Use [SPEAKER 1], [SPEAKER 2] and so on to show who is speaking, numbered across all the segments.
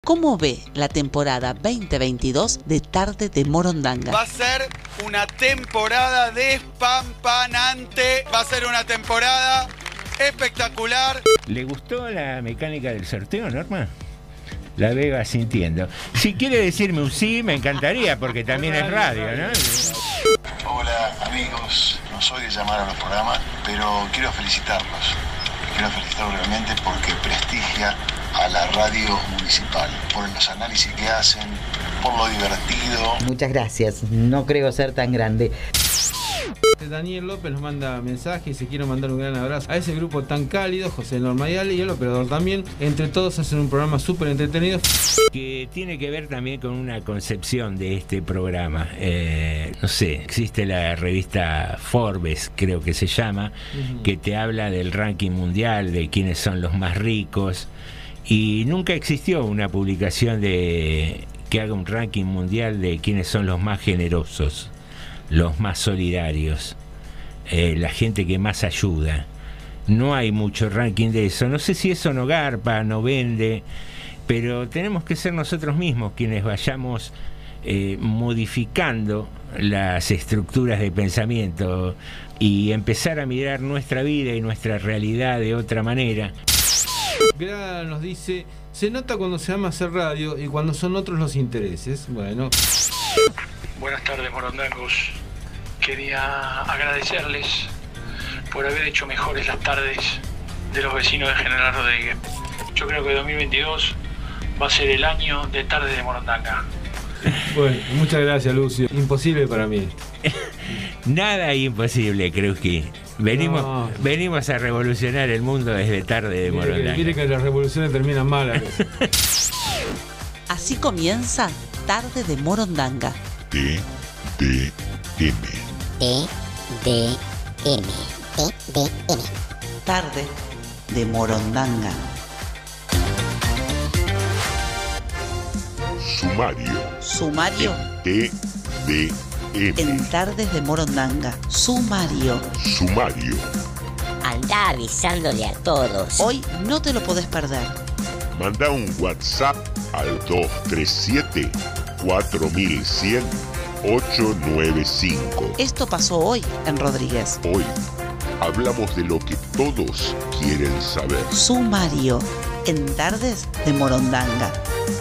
[SPEAKER 1] ¿Cómo ve la temporada 2022 de Tarde de Morondanga?
[SPEAKER 2] Va a ser una temporada despampanante, va a ser una temporada espectacular.
[SPEAKER 3] ¿Le gustó la mecánica del sorteo, Norma? La veo asintiendo. Si quiere decirme un sí, me encantaría, porque también es radio, ¿no?
[SPEAKER 4] Hola amigos, no soy de llamar a los programas, pero quiero felicitarlos. Quiero felicitarlos realmente porque prestigia a la radio municipal, por los análisis que hacen, por lo divertido.
[SPEAKER 5] Muchas gracias, no creo ser tan grande.
[SPEAKER 6] Daniel López nos manda mensaje y se quiere mandar un gran abrazo a ese grupo tan cálido, José Normayal y el operador también. Entre todos hacen un programa súper entretenido.
[SPEAKER 3] Que tiene que ver también con una concepción de este programa. No sé, existe la revista Forbes, creo que se llama, que te habla del ranking mundial, de quiénes son los más ricos. Y nunca existió una publicación que haga un ranking mundial de quiénes son los más generosos, los más solidarios, la gente que más ayuda. No hay mucho ranking de eso. No sé si eso no garpa, no vende, pero tenemos que ser nosotros mismos quienes vayamos modificando las estructuras de pensamiento y empezar a mirar nuestra vida y nuestra realidad de otra manera.
[SPEAKER 6] Gra nos dice, se nota cuando se ama hacer radio y cuando son otros los intereses. Bueno.
[SPEAKER 7] Buenas tardes, morondangos. Quería agradecerles por haber hecho mejores las tardes de los vecinos de General Rodríguez. Yo creo que 2022 va a ser el año de Tardes de Morondanga.
[SPEAKER 6] Bueno, muchas gracias, Lucio. Imposible para mí.
[SPEAKER 3] Nada imposible, Krusky. Venimos a revolucionar el mundo desde Tarde de Morondanga.
[SPEAKER 6] Mire que las revoluciones terminan mal a veces.
[SPEAKER 1] Así comienza Tarde de Morondanga.
[SPEAKER 8] TDM.
[SPEAKER 1] Tarde de Morondanga. Sumario.
[SPEAKER 8] TDM.
[SPEAKER 1] En Tardes de Morondanga. Sumario.
[SPEAKER 9] Andá avisándole a todos.
[SPEAKER 1] Hoy no te lo podés perder.
[SPEAKER 8] Manda un WhatsApp al 237 4100 895.
[SPEAKER 1] Esto pasó hoy en Rodríguez.
[SPEAKER 8] Hoy hablamos de lo que todos quieren saber.
[SPEAKER 1] Sumario. En Tardes de Morondanga.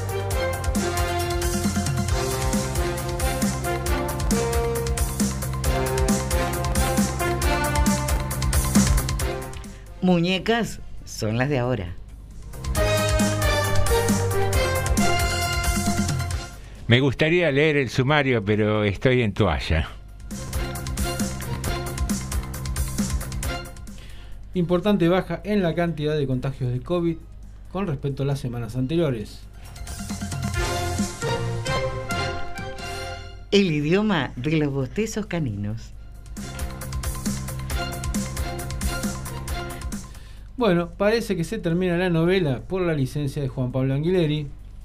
[SPEAKER 5] Muñecas son las de ahora.
[SPEAKER 3] Me gustaría leer el sumario, pero estoy en toalla.
[SPEAKER 6] Importante baja en la cantidad de contagios de COVID con respecto a las semanas anteriores.
[SPEAKER 5] El idioma de los bostezos caninos.
[SPEAKER 6] Bueno, parece que se termina la novela por la licencia de Juan Pablo Anguileri.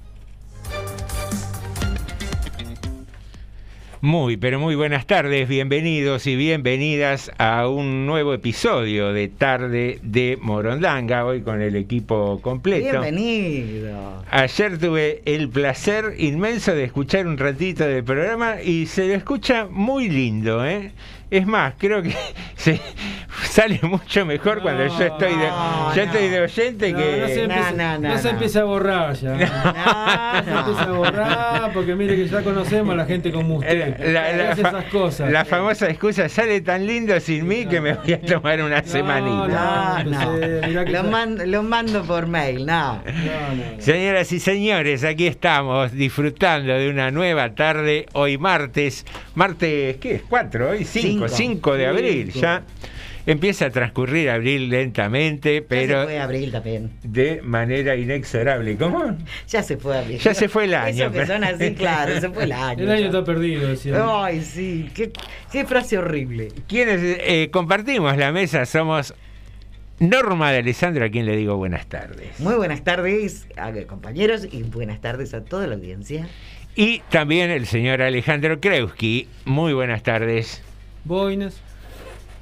[SPEAKER 3] Pero muy buenas tardes, bienvenidos y bienvenidas a un nuevo episodio de Tarde de Morondanga, hoy con el equipo completo.
[SPEAKER 5] Bienvenido.
[SPEAKER 3] Ayer tuve el placer inmenso de escuchar un ratito del programa y se lo escucha muy lindo, ¿eh? Es más, creo que sale mucho mejor cuando yo estoy de oyente que...
[SPEAKER 6] No se empieza a borrar ya. No se empieza a borrar porque mire que ya conocemos a la gente como usted. Esas cosas.
[SPEAKER 3] La famosa excusa, sale tan lindo sin mí que me voy a tomar una semanita.
[SPEAKER 5] Lo mando por mail, no.
[SPEAKER 3] Señoras y señores, aquí estamos disfrutando de una nueva tarde, hoy martes, ¿qué es? 4, hoy 5 de abril, ya empieza a transcurrir abril lentamente, pero
[SPEAKER 5] ya se fue abril también.
[SPEAKER 3] De manera inexorable. ¿Cómo?
[SPEAKER 5] Ya se fue abril.
[SPEAKER 3] Ya se fue el año.
[SPEAKER 5] Eso que son así, claro, se fue el año.
[SPEAKER 6] El año está perdido, decía.
[SPEAKER 5] Ay, sí, qué frase horrible.
[SPEAKER 3] Quienes compartimos la mesa somos Norma de Alessandro, a quien le digo buenas tardes.
[SPEAKER 5] Muy buenas tardes, compañeros, y buenas tardes a toda la audiencia.
[SPEAKER 3] Y también el señor Alejandro Krusky. Muy buenas tardes.
[SPEAKER 6] Boinas.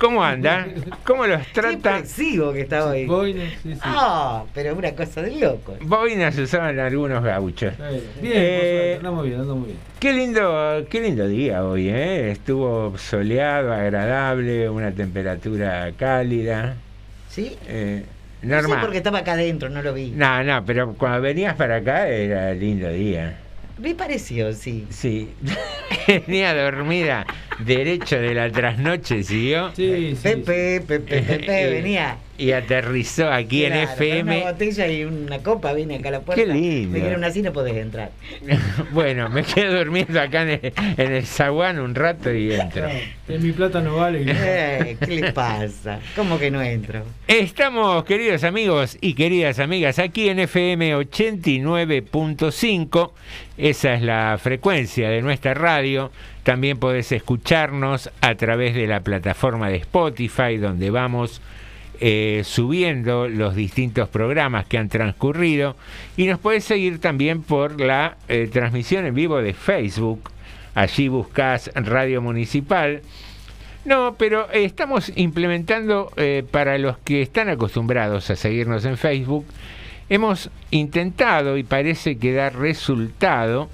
[SPEAKER 3] ¿Cómo anda? ¿Cómo los
[SPEAKER 5] Qué
[SPEAKER 3] trata?
[SPEAKER 5] expresivo que está hoy.
[SPEAKER 6] Boina, sí, sí.
[SPEAKER 5] Ah, pero una cosa de loco.
[SPEAKER 3] Boinas usaban algunos gauchos.
[SPEAKER 6] Bien, por suerte, andamos bien, andamos bien.
[SPEAKER 3] Qué lindo día hoy, ¿eh? Estuvo soleado, agradable, una temperatura cálida.
[SPEAKER 5] ¿Sí?
[SPEAKER 3] Normal.
[SPEAKER 5] No sé porque estaba acá adentro, no lo vi.
[SPEAKER 3] No, pero cuando venías para acá era lindo día.
[SPEAKER 5] Me pareció, sí.
[SPEAKER 3] Sí. Venía dormida derecho de la trasnoche, ¿siguió?
[SPEAKER 6] Sí, sí.
[SPEAKER 5] Pepe, venía.
[SPEAKER 3] Y aterrizó aquí en
[SPEAKER 5] Claro,
[SPEAKER 3] FM.
[SPEAKER 5] con una botella y una copa, vine acá a la puerta.
[SPEAKER 3] Qué lindo.
[SPEAKER 5] Me dijeron así no podés entrar.
[SPEAKER 3] Bueno, me quedo durmiendo acá en el zaguán un rato y entro.
[SPEAKER 6] En mi plata no vale.
[SPEAKER 5] ¿Qué les pasa? ¿Cómo que no entro?
[SPEAKER 3] Estamos, queridos amigos y queridas amigas, aquí en FM 89.5. Esa es la frecuencia de nuestra radio. También podés escucharnos a través de la plataforma de Spotify, donde vamos subiendo los distintos programas que han transcurrido, y nos podés seguir también por la transmisión en vivo de Facebook. Allí buscás Radio Municipal. No, pero estamos implementando, para los que están acostumbrados a seguirnos en Facebook, hemos intentado, y parece que da resultado,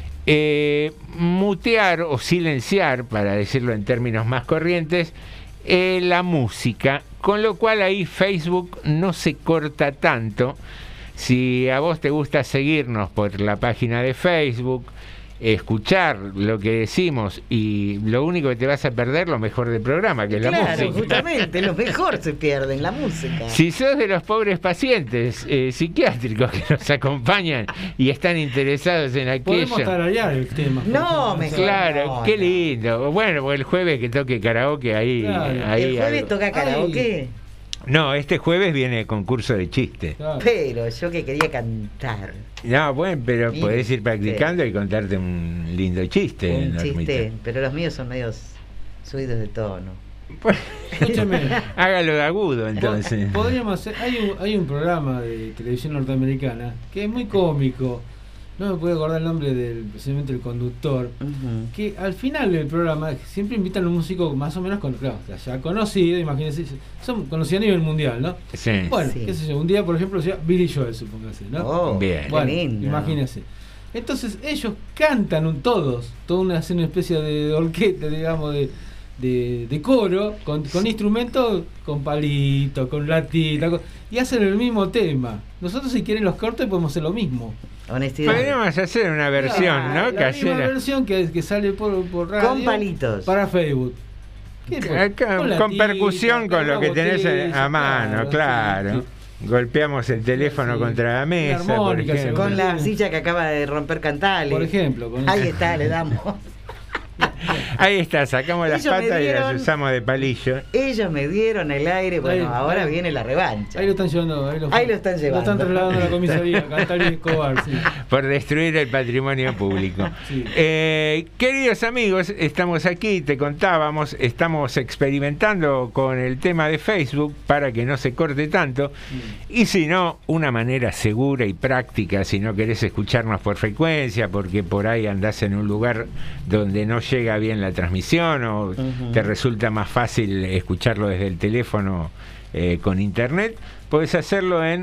[SPEAKER 3] mutear o silenciar, para decirlo en términos más corrientes, la música, con lo cual ahí Facebook no se corta tanto. Si a vos te gusta seguirnos por la página de Facebook, escuchar lo que decimos, y lo único que te vas a perder, lo mejor del programa, que es la música.
[SPEAKER 5] Claro, justamente, lo mejor se pierde en la música.
[SPEAKER 3] Si sos de los pobres pacientes psiquiátricos que nos acompañan y están interesados en aquello.
[SPEAKER 6] Podemos tararear el tema.
[SPEAKER 5] No, mejor
[SPEAKER 3] Claro,
[SPEAKER 5] no,
[SPEAKER 3] qué
[SPEAKER 5] no.
[SPEAKER 3] lindo. Bueno, el jueves que toque karaoke ahí.
[SPEAKER 6] Claro.
[SPEAKER 3] ahí
[SPEAKER 5] El jueves
[SPEAKER 3] algo.
[SPEAKER 5] toca karaoke,
[SPEAKER 3] No, este jueves viene concurso de chiste.
[SPEAKER 6] Claro.
[SPEAKER 5] pero yo que quería cantar
[SPEAKER 3] No, bueno, pero
[SPEAKER 5] Sí,
[SPEAKER 3] podés ir practicando y contarte un lindo chiste.
[SPEAKER 5] un
[SPEAKER 3] Normita.
[SPEAKER 5] chiste, pero los míos son medios subidos de tono.
[SPEAKER 3] Pues,
[SPEAKER 6] Escúchame.
[SPEAKER 3] hágalo de agudo, entonces.
[SPEAKER 6] Podríamos hacer. Hay un programa de televisión norteamericana que es muy cómico. No me puedo acordar el nombre precisamente del conductor. Que al final del programa siempre invitan a un músico más o menos ya conocido, imagínense, son conocidos a nivel mundial, ¿no?
[SPEAKER 3] Sí.
[SPEAKER 6] Bueno,
[SPEAKER 5] Sí.
[SPEAKER 6] qué sé yo, un día por ejemplo sea Billy Joel, supóngase, ¿no?
[SPEAKER 5] Oh,
[SPEAKER 3] Bien.
[SPEAKER 5] qué
[SPEAKER 6] Bueno,
[SPEAKER 5] lindo.
[SPEAKER 6] imagínense. Entonces ellos cantan todos, hacen una especie de orquesta, digamos, de coro, con instrumentos, con palitos, con latita, y hacen el mismo tema. Nosotros si quieren los cortes podemos hacer lo mismo.
[SPEAKER 5] Honestidad.
[SPEAKER 3] Podríamos hacer una versión, ¿no?
[SPEAKER 6] La misma
[SPEAKER 3] Casera.
[SPEAKER 6] versión que sale por radio.
[SPEAKER 5] Con palitos.
[SPEAKER 6] Para Facebook. ¿Qué?
[SPEAKER 3] Acá, con
[SPEAKER 6] latita,
[SPEAKER 3] percusión, con lo
[SPEAKER 6] una
[SPEAKER 3] que tenés
[SPEAKER 6] botella,
[SPEAKER 3] a mano, claro.
[SPEAKER 6] sí.
[SPEAKER 3] Golpeamos el teléfono
[SPEAKER 6] Sí.
[SPEAKER 3] contra la mesa,
[SPEAKER 6] Una
[SPEAKER 3] por
[SPEAKER 6] armónica,
[SPEAKER 3] ejemplo.
[SPEAKER 5] Con la silla que acaba de romper Cantales.
[SPEAKER 6] Por ejemplo.
[SPEAKER 5] Ahí está, le damos.
[SPEAKER 3] Ahí está, sacamos las
[SPEAKER 5] Ellos me
[SPEAKER 3] patas y
[SPEAKER 5] dieron-
[SPEAKER 3] las usamos de palillo.
[SPEAKER 5] Ellos me dieron el aire, bueno,
[SPEAKER 6] Ahí,
[SPEAKER 5] ahora
[SPEAKER 6] ahí.
[SPEAKER 5] viene la revancha.
[SPEAKER 6] Ahí lo están llevando. Ahí
[SPEAKER 5] lo están llevando.
[SPEAKER 6] Lo están trasladando a la comisaría, Cantali Escobar, sí.
[SPEAKER 3] Por destruir el patrimonio público.
[SPEAKER 6] Sí.
[SPEAKER 3] Queridos amigos, estamos aquí, te contábamos, estamos experimentando con el tema de Facebook para que no se corte tanto, y si no, una manera segura y práctica, si no querés escucharnos por frecuencia, porque por ahí andás en un lugar donde no llega bien la transmisión, o te resulta más fácil escucharlo desde el teléfono con internet, podés hacerlo en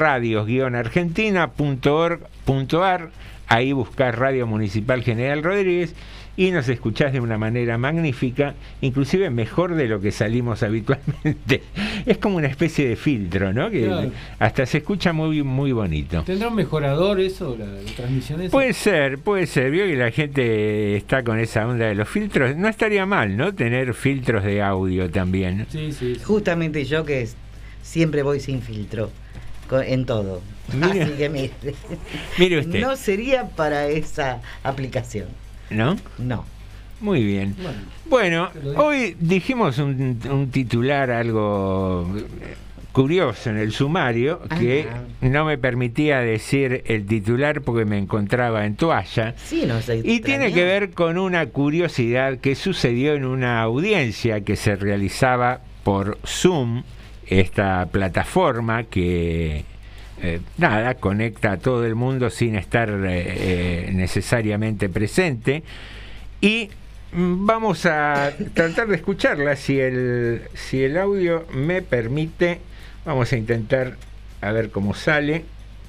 [SPEAKER 3] radios-argentina.org.ar. Ahí buscás Radio Municipal General Rodríguez y nos escuchás de una manera magnífica, inclusive mejor de lo que salimos habitualmente. Es como una especie de filtro, ¿no? Que
[SPEAKER 6] Claro.
[SPEAKER 3] hasta se escucha muy, muy bonito.
[SPEAKER 6] ¿Tendrá un mejorador eso, la transmisión esa?
[SPEAKER 3] Puede ser. Vio que la gente está con esa onda de los filtros. No estaría mal, ¿no? Tener filtros de audio también.
[SPEAKER 6] Sí, sí.
[SPEAKER 5] Justamente yo que siempre voy sin filtro en todo.
[SPEAKER 3] Mire.
[SPEAKER 5] Así que
[SPEAKER 3] Mire usted,
[SPEAKER 5] no sería para esa aplicación.
[SPEAKER 3] ¿no?
[SPEAKER 5] No.
[SPEAKER 3] Muy bien. Bueno, hoy dijimos un titular algo curioso en el sumario, que no me permitía decir el titular porque me encontraba en toalla.
[SPEAKER 5] Sí, no sé.
[SPEAKER 3] Y tiene que ver con una curiosidad que sucedió en una audiencia que se realizaba por Zoom, esta plataforma que conecta a todo el mundo sin estar necesariamente presente, y vamos a tratar de escucharla si el audio me permite. Vamos a intentar a ver cómo sale.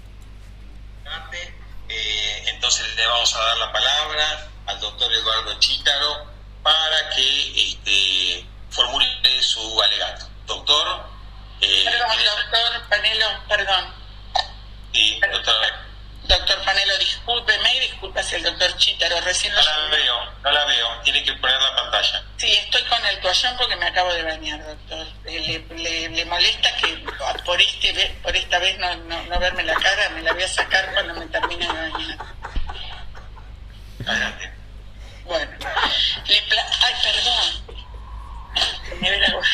[SPEAKER 10] Entonces le vamos a dar la palabra al doctor Eduardo Chítaro para que formule su alegato. Doctor.
[SPEAKER 11] Perdón, doctor Panelo, perdón.
[SPEAKER 10] Sí, doctor.
[SPEAKER 11] Doctor Panelo, discúlpeme y disculpas el doctor Chítaro. Recién
[SPEAKER 10] no la veo. Tiene que poner la pantalla.
[SPEAKER 11] Sí, estoy con el toallón porque me acabo de bañar, doctor. ¿Le molesta que por esta vez no verme la cara? Me la voy a sacar cuando me termine de bañar.
[SPEAKER 10] Adelante.
[SPEAKER 11] Bueno. Ay, perdón. Me ve la gorra.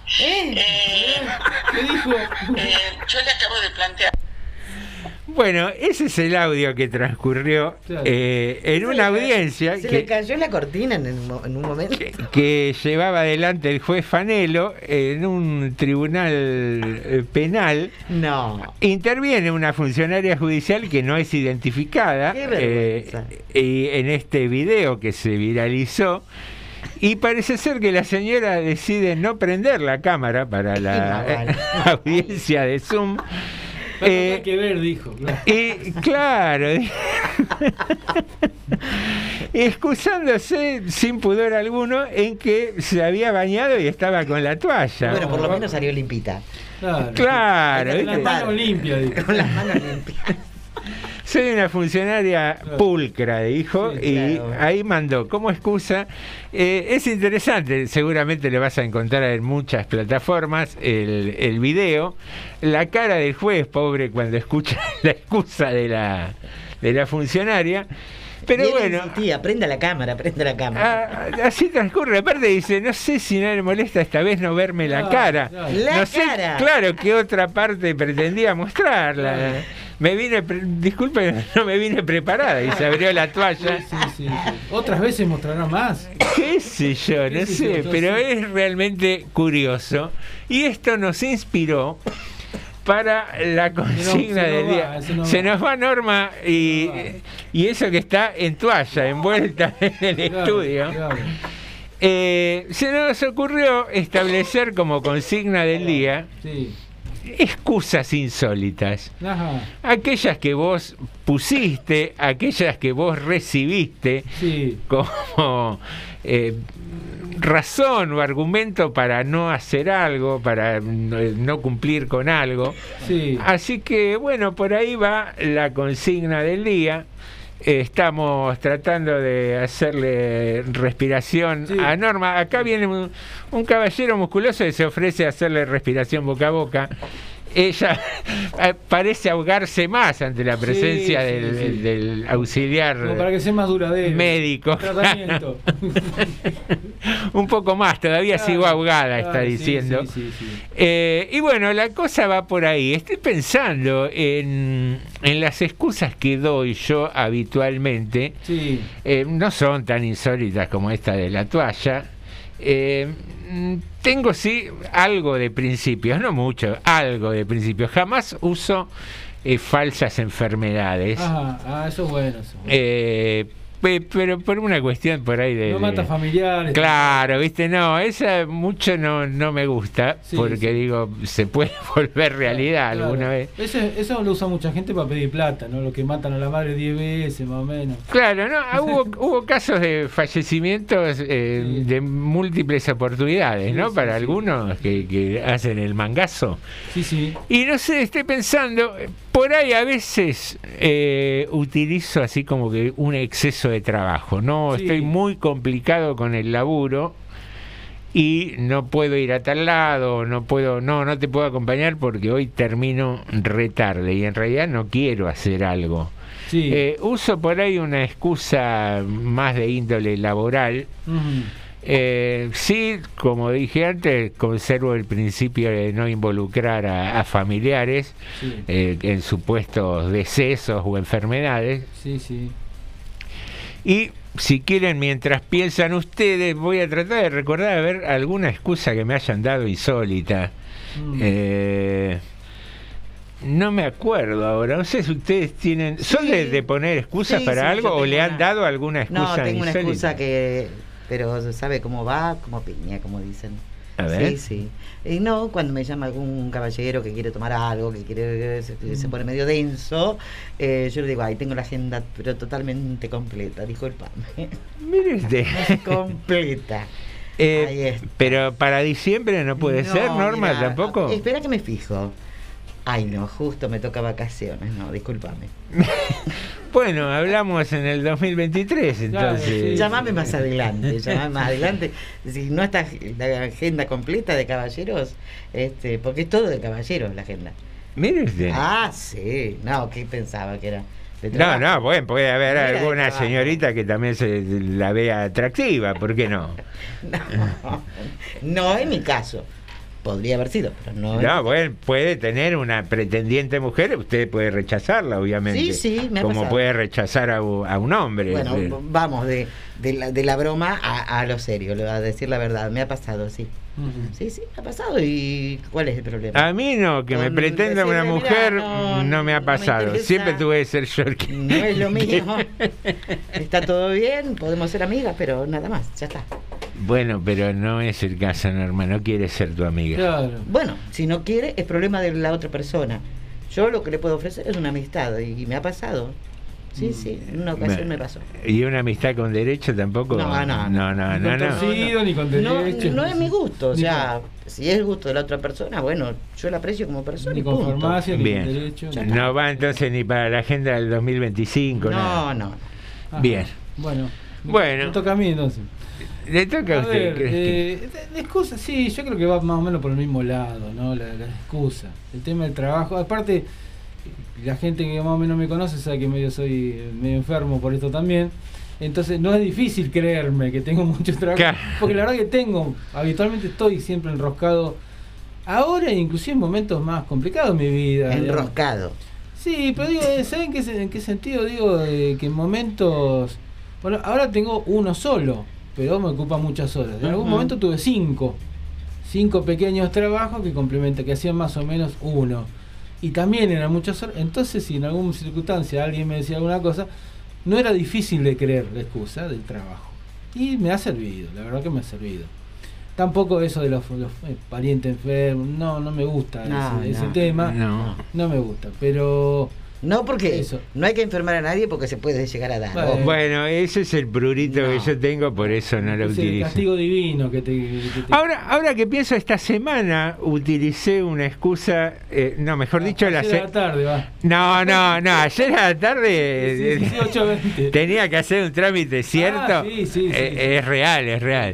[SPEAKER 6] ¿Qué dijo?
[SPEAKER 11] Yo le acabo de plantear.
[SPEAKER 3] Bueno, ese es el audio que transcurrió en una audiencia.
[SPEAKER 5] Se le cayó la cortina en un momento.
[SPEAKER 3] Que llevaba adelante el juez Fanelo en un tribunal penal.
[SPEAKER 5] No.
[SPEAKER 3] Interviene una funcionaria judicial que no es identificada y en este video que se viralizó. Y parece ser que la señora decide no prender la cámara para la audiencia de Zoom.
[SPEAKER 6] Hay que ver, dijo.
[SPEAKER 3] Y claro, excusándose sin pudor alguno en que se había bañado y estaba con la toalla.
[SPEAKER 5] Bueno, por lo menos salió limpita.
[SPEAKER 3] Claro.
[SPEAKER 6] Con las manos limpias, dijo.
[SPEAKER 5] Con las manos limpias.
[SPEAKER 3] Soy una funcionaria pulcra, dijo, sí, y ahí mandó como excusa. Es interesante, seguramente le vas a encontrar en muchas plataformas el video, la cara del juez, pobre, cuando escucha la excusa de la funcionaria. Pero bueno,
[SPEAKER 5] insistía, prenda la cámara.
[SPEAKER 3] Así transcurre. Aparte dice, no sé si no le molesta esta vez no verme la cara.
[SPEAKER 5] La cara.
[SPEAKER 3] Claro, que otra parte pretendía mostrarla. Disculpe, no me vine preparada, y se abrió la toalla.
[SPEAKER 6] Sí. Otras veces mostrará más.
[SPEAKER 3] Qué sé yo, no sé, pero es realmente curioso. Y esto nos inspiró para la consigna del día. Se nos va Norma y eso que está en toalla, envuelta en el estudio.
[SPEAKER 6] Claro.
[SPEAKER 3] Se nos ocurrió establecer como consigna del día excusas insólitas.
[SPEAKER 6] Ajá.
[SPEAKER 3] Aquellas que vos pusiste, aquellas que vos recibiste como razón o argumento para no hacer algo, para no cumplir con algo. Así que bueno, por ahí va la consigna del día. Estamos tratando de hacerle respiración a Norma. Acá viene un caballero musculoso que se ofrece a hacerle respiración boca a boca. Ella parece ahogarse más ante la presencia del auxiliar,
[SPEAKER 6] como para que sea más duradero,
[SPEAKER 3] médico.
[SPEAKER 6] Tratamiento.
[SPEAKER 3] Un poco más, todavía sigo ahogada, está diciendo. Y bueno, la cosa va por ahí. Estoy pensando en las excusas que doy yo habitualmente. No son tan insólitas como esta de la toalla. Tengo algo de principios, no mucho, algo de principios. Jamás uso falsas enfermedades.
[SPEAKER 6] Eso es bueno.
[SPEAKER 3] Pero por una cuestión por ahí de...
[SPEAKER 6] No mata familiares.
[SPEAKER 3] Claro, viste, no, esa mucho no me gusta, porque digo, se puede volver realidad alguna vez.
[SPEAKER 6] Eso lo usa mucha gente para pedir plata, ¿no? Lo que matan a la madre 10 veces, más o menos.
[SPEAKER 3] Claro, no, hubo casos de fallecimientos de múltiples oportunidades, ¿no? Para algunos que hacen el mangazo. Y no sé, estoy pensando, por ahí a veces utilizo así como que un exceso de trabajo, ¿no? Estoy muy complicado con el laburo y no puedo ir a tal lado, no te puedo acompañar porque hoy termino re tarde y en realidad no quiero hacer algo. Uso por ahí una excusa más de índole laboral. Como dije antes, conservo el principio de no involucrar a familiares en supuestos decesos o enfermedades. Y si quieren, mientras piensan ustedes, voy a tratar de recordar a ver alguna excusa que me hayan dado insólita. No me acuerdo ahora, no sé si ustedes tienen... ¿Son de poner excusas para algo o le han dado alguna excusa insólita?
[SPEAKER 5] No, tengo una excusa que pero sabe cómo va, como piña, como dicen.
[SPEAKER 3] A ver.
[SPEAKER 5] Sí, sí. Y no, cuando me llama algún caballero que quiere tomar algo, que se pone medio denso, yo le digo, ay, tengo la agenda pero totalmente completa, discúlpame.
[SPEAKER 3] Mire usted.
[SPEAKER 5] Completa.
[SPEAKER 3] Pero para diciembre no puede ser, Norma,
[SPEAKER 5] mira,
[SPEAKER 3] tampoco.
[SPEAKER 5] Espera que me fijo. Ay, no, justo me toca vacaciones, no, discúlpame.
[SPEAKER 3] Bueno, hablamos en el 2023, entonces.
[SPEAKER 5] Llámame más adelante, Si no está la agenda completa de caballeros, porque es todo de caballeros la agenda.
[SPEAKER 3] Mire usted.
[SPEAKER 5] Ah, sí. No, ¿qué pensaba que era?
[SPEAKER 3] No, bueno, puede haber alguna señorita que también se la vea atractiva, ¿por qué no?
[SPEAKER 5] No en mi caso. Podría haber sido, pero no.
[SPEAKER 3] No, bueno, puede tener una pretendiente mujer, usted puede rechazarla, obviamente.
[SPEAKER 5] Sí, me ha
[SPEAKER 3] como
[SPEAKER 5] pasado.
[SPEAKER 3] Puede rechazar a un hombre.
[SPEAKER 5] Bueno, vamos de la broma a lo serio, a decir la verdad. Me ha pasado, sí. Sí, me ha pasado. ¿Y cuál es el problema?
[SPEAKER 3] A mí no, que me pretenda una mujer no me ha pasado. Siempre tuve que ser yo el que...
[SPEAKER 5] No es lo mío. Está todo bien, podemos ser amigas, pero nada más, ya está.
[SPEAKER 3] Bueno, pero no es el caso, Norma, no quiere ser tu amiga.
[SPEAKER 6] Claro.
[SPEAKER 5] Bueno, si no quiere, es problema de la otra persona. Yo lo que le puedo ofrecer es una amistad, y me ha pasado. Sí, en una ocasión me pasó.
[SPEAKER 3] ¿Y una amistad con derecho tampoco?
[SPEAKER 5] No.
[SPEAKER 6] Ni con derecho.
[SPEAKER 5] No es mi gusto, o sea, si es el gusto de la otra persona, bueno, yo la aprecio como persona.
[SPEAKER 6] Ni con farmacia, ni con derecho.
[SPEAKER 3] No va entonces ni para la agenda del 2025.
[SPEAKER 5] No.
[SPEAKER 3] Bien.
[SPEAKER 6] Bueno. Me
[SPEAKER 3] Bueno.
[SPEAKER 6] toca a mí entonces.
[SPEAKER 3] Le toca a usted.
[SPEAKER 6] De excusa, sí, yo creo que va más o menos por el mismo lado, ¿no? La excusa. El tema del trabajo. Aparte, la gente que más o menos me conoce sabe que soy medio enfermo por esto también. Entonces no es difícil creerme que tengo mucho trabajo.
[SPEAKER 3] Claro.
[SPEAKER 6] Porque la verdad que habitualmente estoy siempre enroscado. Ahora, inclusive en momentos más complicados de mi vida.
[SPEAKER 5] Enroscado.
[SPEAKER 6] Sí, pero digo, ¿saben en qué sentido? Digo, que en momentos... Bueno, ahora tengo uno solo, pero me ocupa muchas horas. En algún momento tuve 5 pequeños trabajos que hacían más o menos uno. Y también eran muchas horas. Entonces, si en alguna circunstancia alguien me decía alguna cosa, no era difícil de creer la excusa del trabajo. Y me ha servido, la verdad que me ha servido. Tampoco eso de los parientes enfermos, no me gusta ese tema. No me gusta, pero...
[SPEAKER 5] No, porque no hay que enfermar a nadie porque se puede llegar a dar.
[SPEAKER 3] Bueno, ese es el prurito que yo tengo, por eso no lo utilizo.
[SPEAKER 6] Es el castigo divino que te...
[SPEAKER 3] Ahora que pienso, esta semana utilicé una excusa, mejor dicho,
[SPEAKER 6] ayer a la tarde, va.
[SPEAKER 3] No, ayer a la tarde
[SPEAKER 6] 18:20.
[SPEAKER 3] Tenía que hacer un trámite, ¿cierto?
[SPEAKER 6] Sí.
[SPEAKER 3] Es real.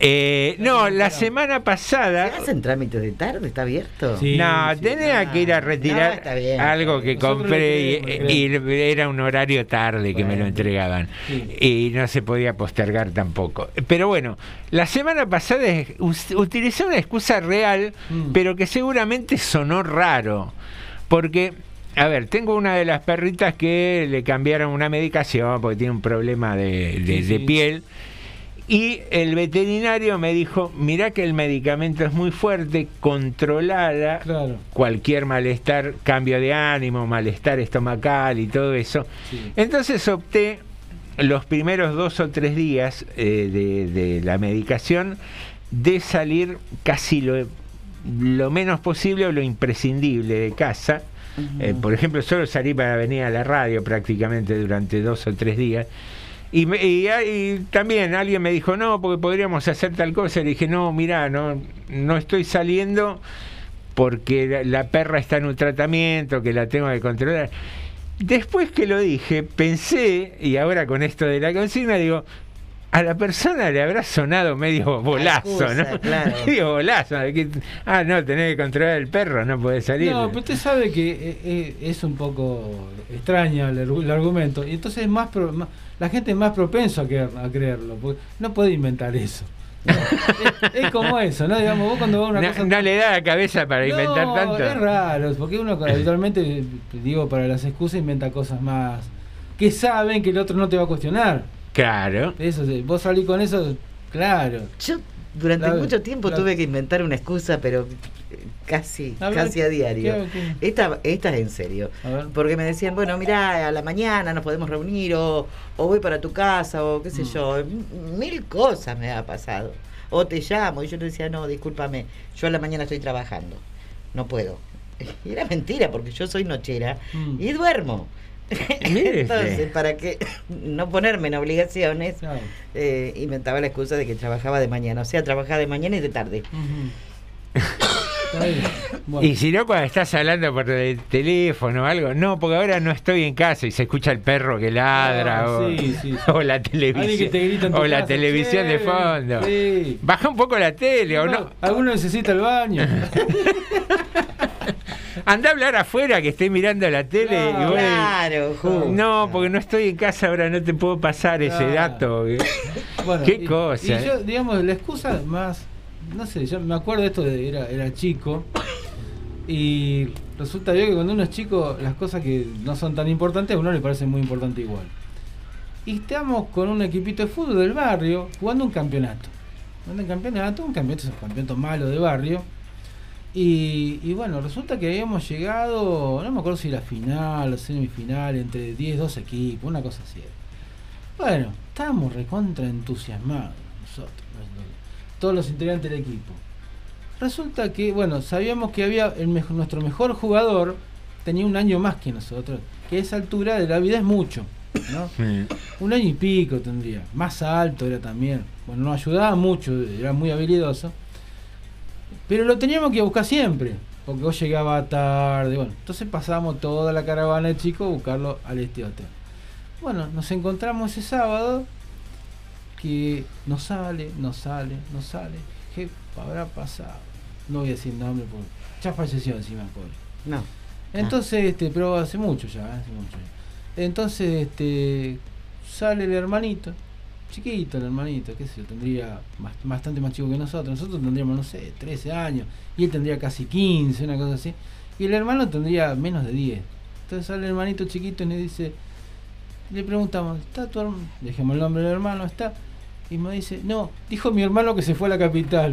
[SPEAKER 3] La semana pasada...
[SPEAKER 5] ¿Se hacen trámites de tarde? ¿Está abierto?
[SPEAKER 3] Tenía que ir a retirar algo que compré y era un horario tarde que me lo entregaban y no se podía postergar tampoco. Pero bueno, la semana pasada utilicé una excusa real, pero que seguramente sonó raro, porque a ver, tengo una de las perritas que le cambiaron una medicación porque tiene un problema de piel. Y el veterinario me dijo, mirá que el medicamento es muy fuerte, controlada, cualquier malestar, cambio de ánimo, malestar estomacal y todo eso. Entonces opté los primeros 2 o 3 días de la medicación de salir casi lo menos posible o lo imprescindible de casa. Por ejemplo, solo salí para venir a la radio prácticamente durante 2 o 3 días. Y también alguien me dijo, no, porque podríamos hacer tal cosa. Le dije, no, mirá, no estoy saliendo porque la perra está en un tratamiento, que la tengo que controlar. Después que lo dije, pensé, y ahora con esto de la consigna, digo, a la persona le habrá sonado medio bolazo, ¿no? Claro. Medio bolazo. No, tenés que controlar el perro, no podés salir.
[SPEAKER 6] No, pero usted sabe que es un poco extraño el argumento. Y entonces la gente es más propenso a creerlo, porque no puede inventar eso. Es como eso, ¿no? Digamos, vos cuando vas a una cosa...
[SPEAKER 3] No le da la cabeza para inventar tanto.
[SPEAKER 6] Es raro, porque uno habitualmente, para las excusas inventa cosas más que saben que el otro no te va a cuestionar.
[SPEAKER 3] Claro.
[SPEAKER 6] Eso, vos salís con eso, claro.
[SPEAKER 5] Yo durante mucho tiempo tuve que inventar una excusa, pero casi
[SPEAKER 6] A ver,
[SPEAKER 5] casi a diario.
[SPEAKER 6] ¿qué?
[SPEAKER 5] Esta es en serio.
[SPEAKER 6] A ver.
[SPEAKER 5] Porque me decían, bueno, mira, a la mañana nos podemos reunir o voy para tu casa o qué sé yo. Mil cosas me ha pasado. O te llamo y yo te decía, no, discúlpame, yo a la mañana estoy trabajando, no puedo. Y era mentira porque yo soy nochera y duermo. Entonces, para que no ponerme en obligaciones,
[SPEAKER 6] Claro.
[SPEAKER 5] Inventaba la excusa de que trabajaba de mañana. O sea, trabajaba de mañana y de tarde.
[SPEAKER 6] Está bien. Bueno.
[SPEAKER 3] Y si no, cuando estás hablando por el teléfono o algo, no, porque ahora no estoy en casa y se escucha el perro que ladra
[SPEAKER 6] Sí, sí.
[SPEAKER 3] o la
[SPEAKER 6] Alguien que
[SPEAKER 3] televisión
[SPEAKER 6] te grita en tu
[SPEAKER 3] o la
[SPEAKER 6] casa,
[SPEAKER 3] televisión
[SPEAKER 6] "Che".
[SPEAKER 3] de fondo.
[SPEAKER 6] Sí.
[SPEAKER 3] Baja un poco la tele o no.
[SPEAKER 6] Alguno necesita el baño.
[SPEAKER 3] Anda a hablar afuera que estoy mirando la tele y vos
[SPEAKER 5] Claro, justo.
[SPEAKER 3] no, porque no estoy en casa ahora, no te puedo pasar ese
[SPEAKER 6] Claro.
[SPEAKER 3] dato.
[SPEAKER 6] Bueno,
[SPEAKER 3] Qué cosa.
[SPEAKER 6] Y yo, digamos, la excusa más, no sé, yo me acuerdo de esto era chico y resulta que cuando uno es chico las cosas que no son tan importantes a uno le parecen muy importantes igual. Y estamos con un equipito de fútbol del barrio jugando un campeonato. Un campeonato malo de barrio. Y bueno, resulta que habíamos llegado, no me acuerdo si la final o semifinal, entre 10, 12 equipos, una cosa así. Bueno, estábamos recontra entusiasmados nosotros, todos los integrantes del equipo. Resulta que, bueno, sabíamos que había nuestro mejor jugador, tenía un año más que nosotros, que a esa altura de la vida es mucho, ¿no? Un año y pico tendría, más alto era también. Bueno, nos ayudaba mucho, era muy habilidoso. Pero lo teníamos que ir a buscar siempre, porque vos llegaba tarde. Bueno, entonces pasamos toda la caravana de chicos a buscarlo al hotel. Bueno, nos encontramos ese sábado que no sale. ¿Qué habrá pasado? No voy a decir nombre porque ya falleció encima, pobre.
[SPEAKER 5] No.
[SPEAKER 6] Entonces, pero hace mucho ya. Entonces, sale el hermanito. Chiquito el hermanito, qué sé yo, tendría bastante más chico que nosotros. Nosotros tendríamos, no sé, 13 años. Y él tendría casi 15, una cosa así. Y el hermano tendría menos de 10. Entonces sale el hermanito chiquito y le dice, le preguntamos, ¿está tu hermano? Dejemos el nombre del hermano, ¿está? Y me dice, no, dijo mi hermano que se fue a la capital.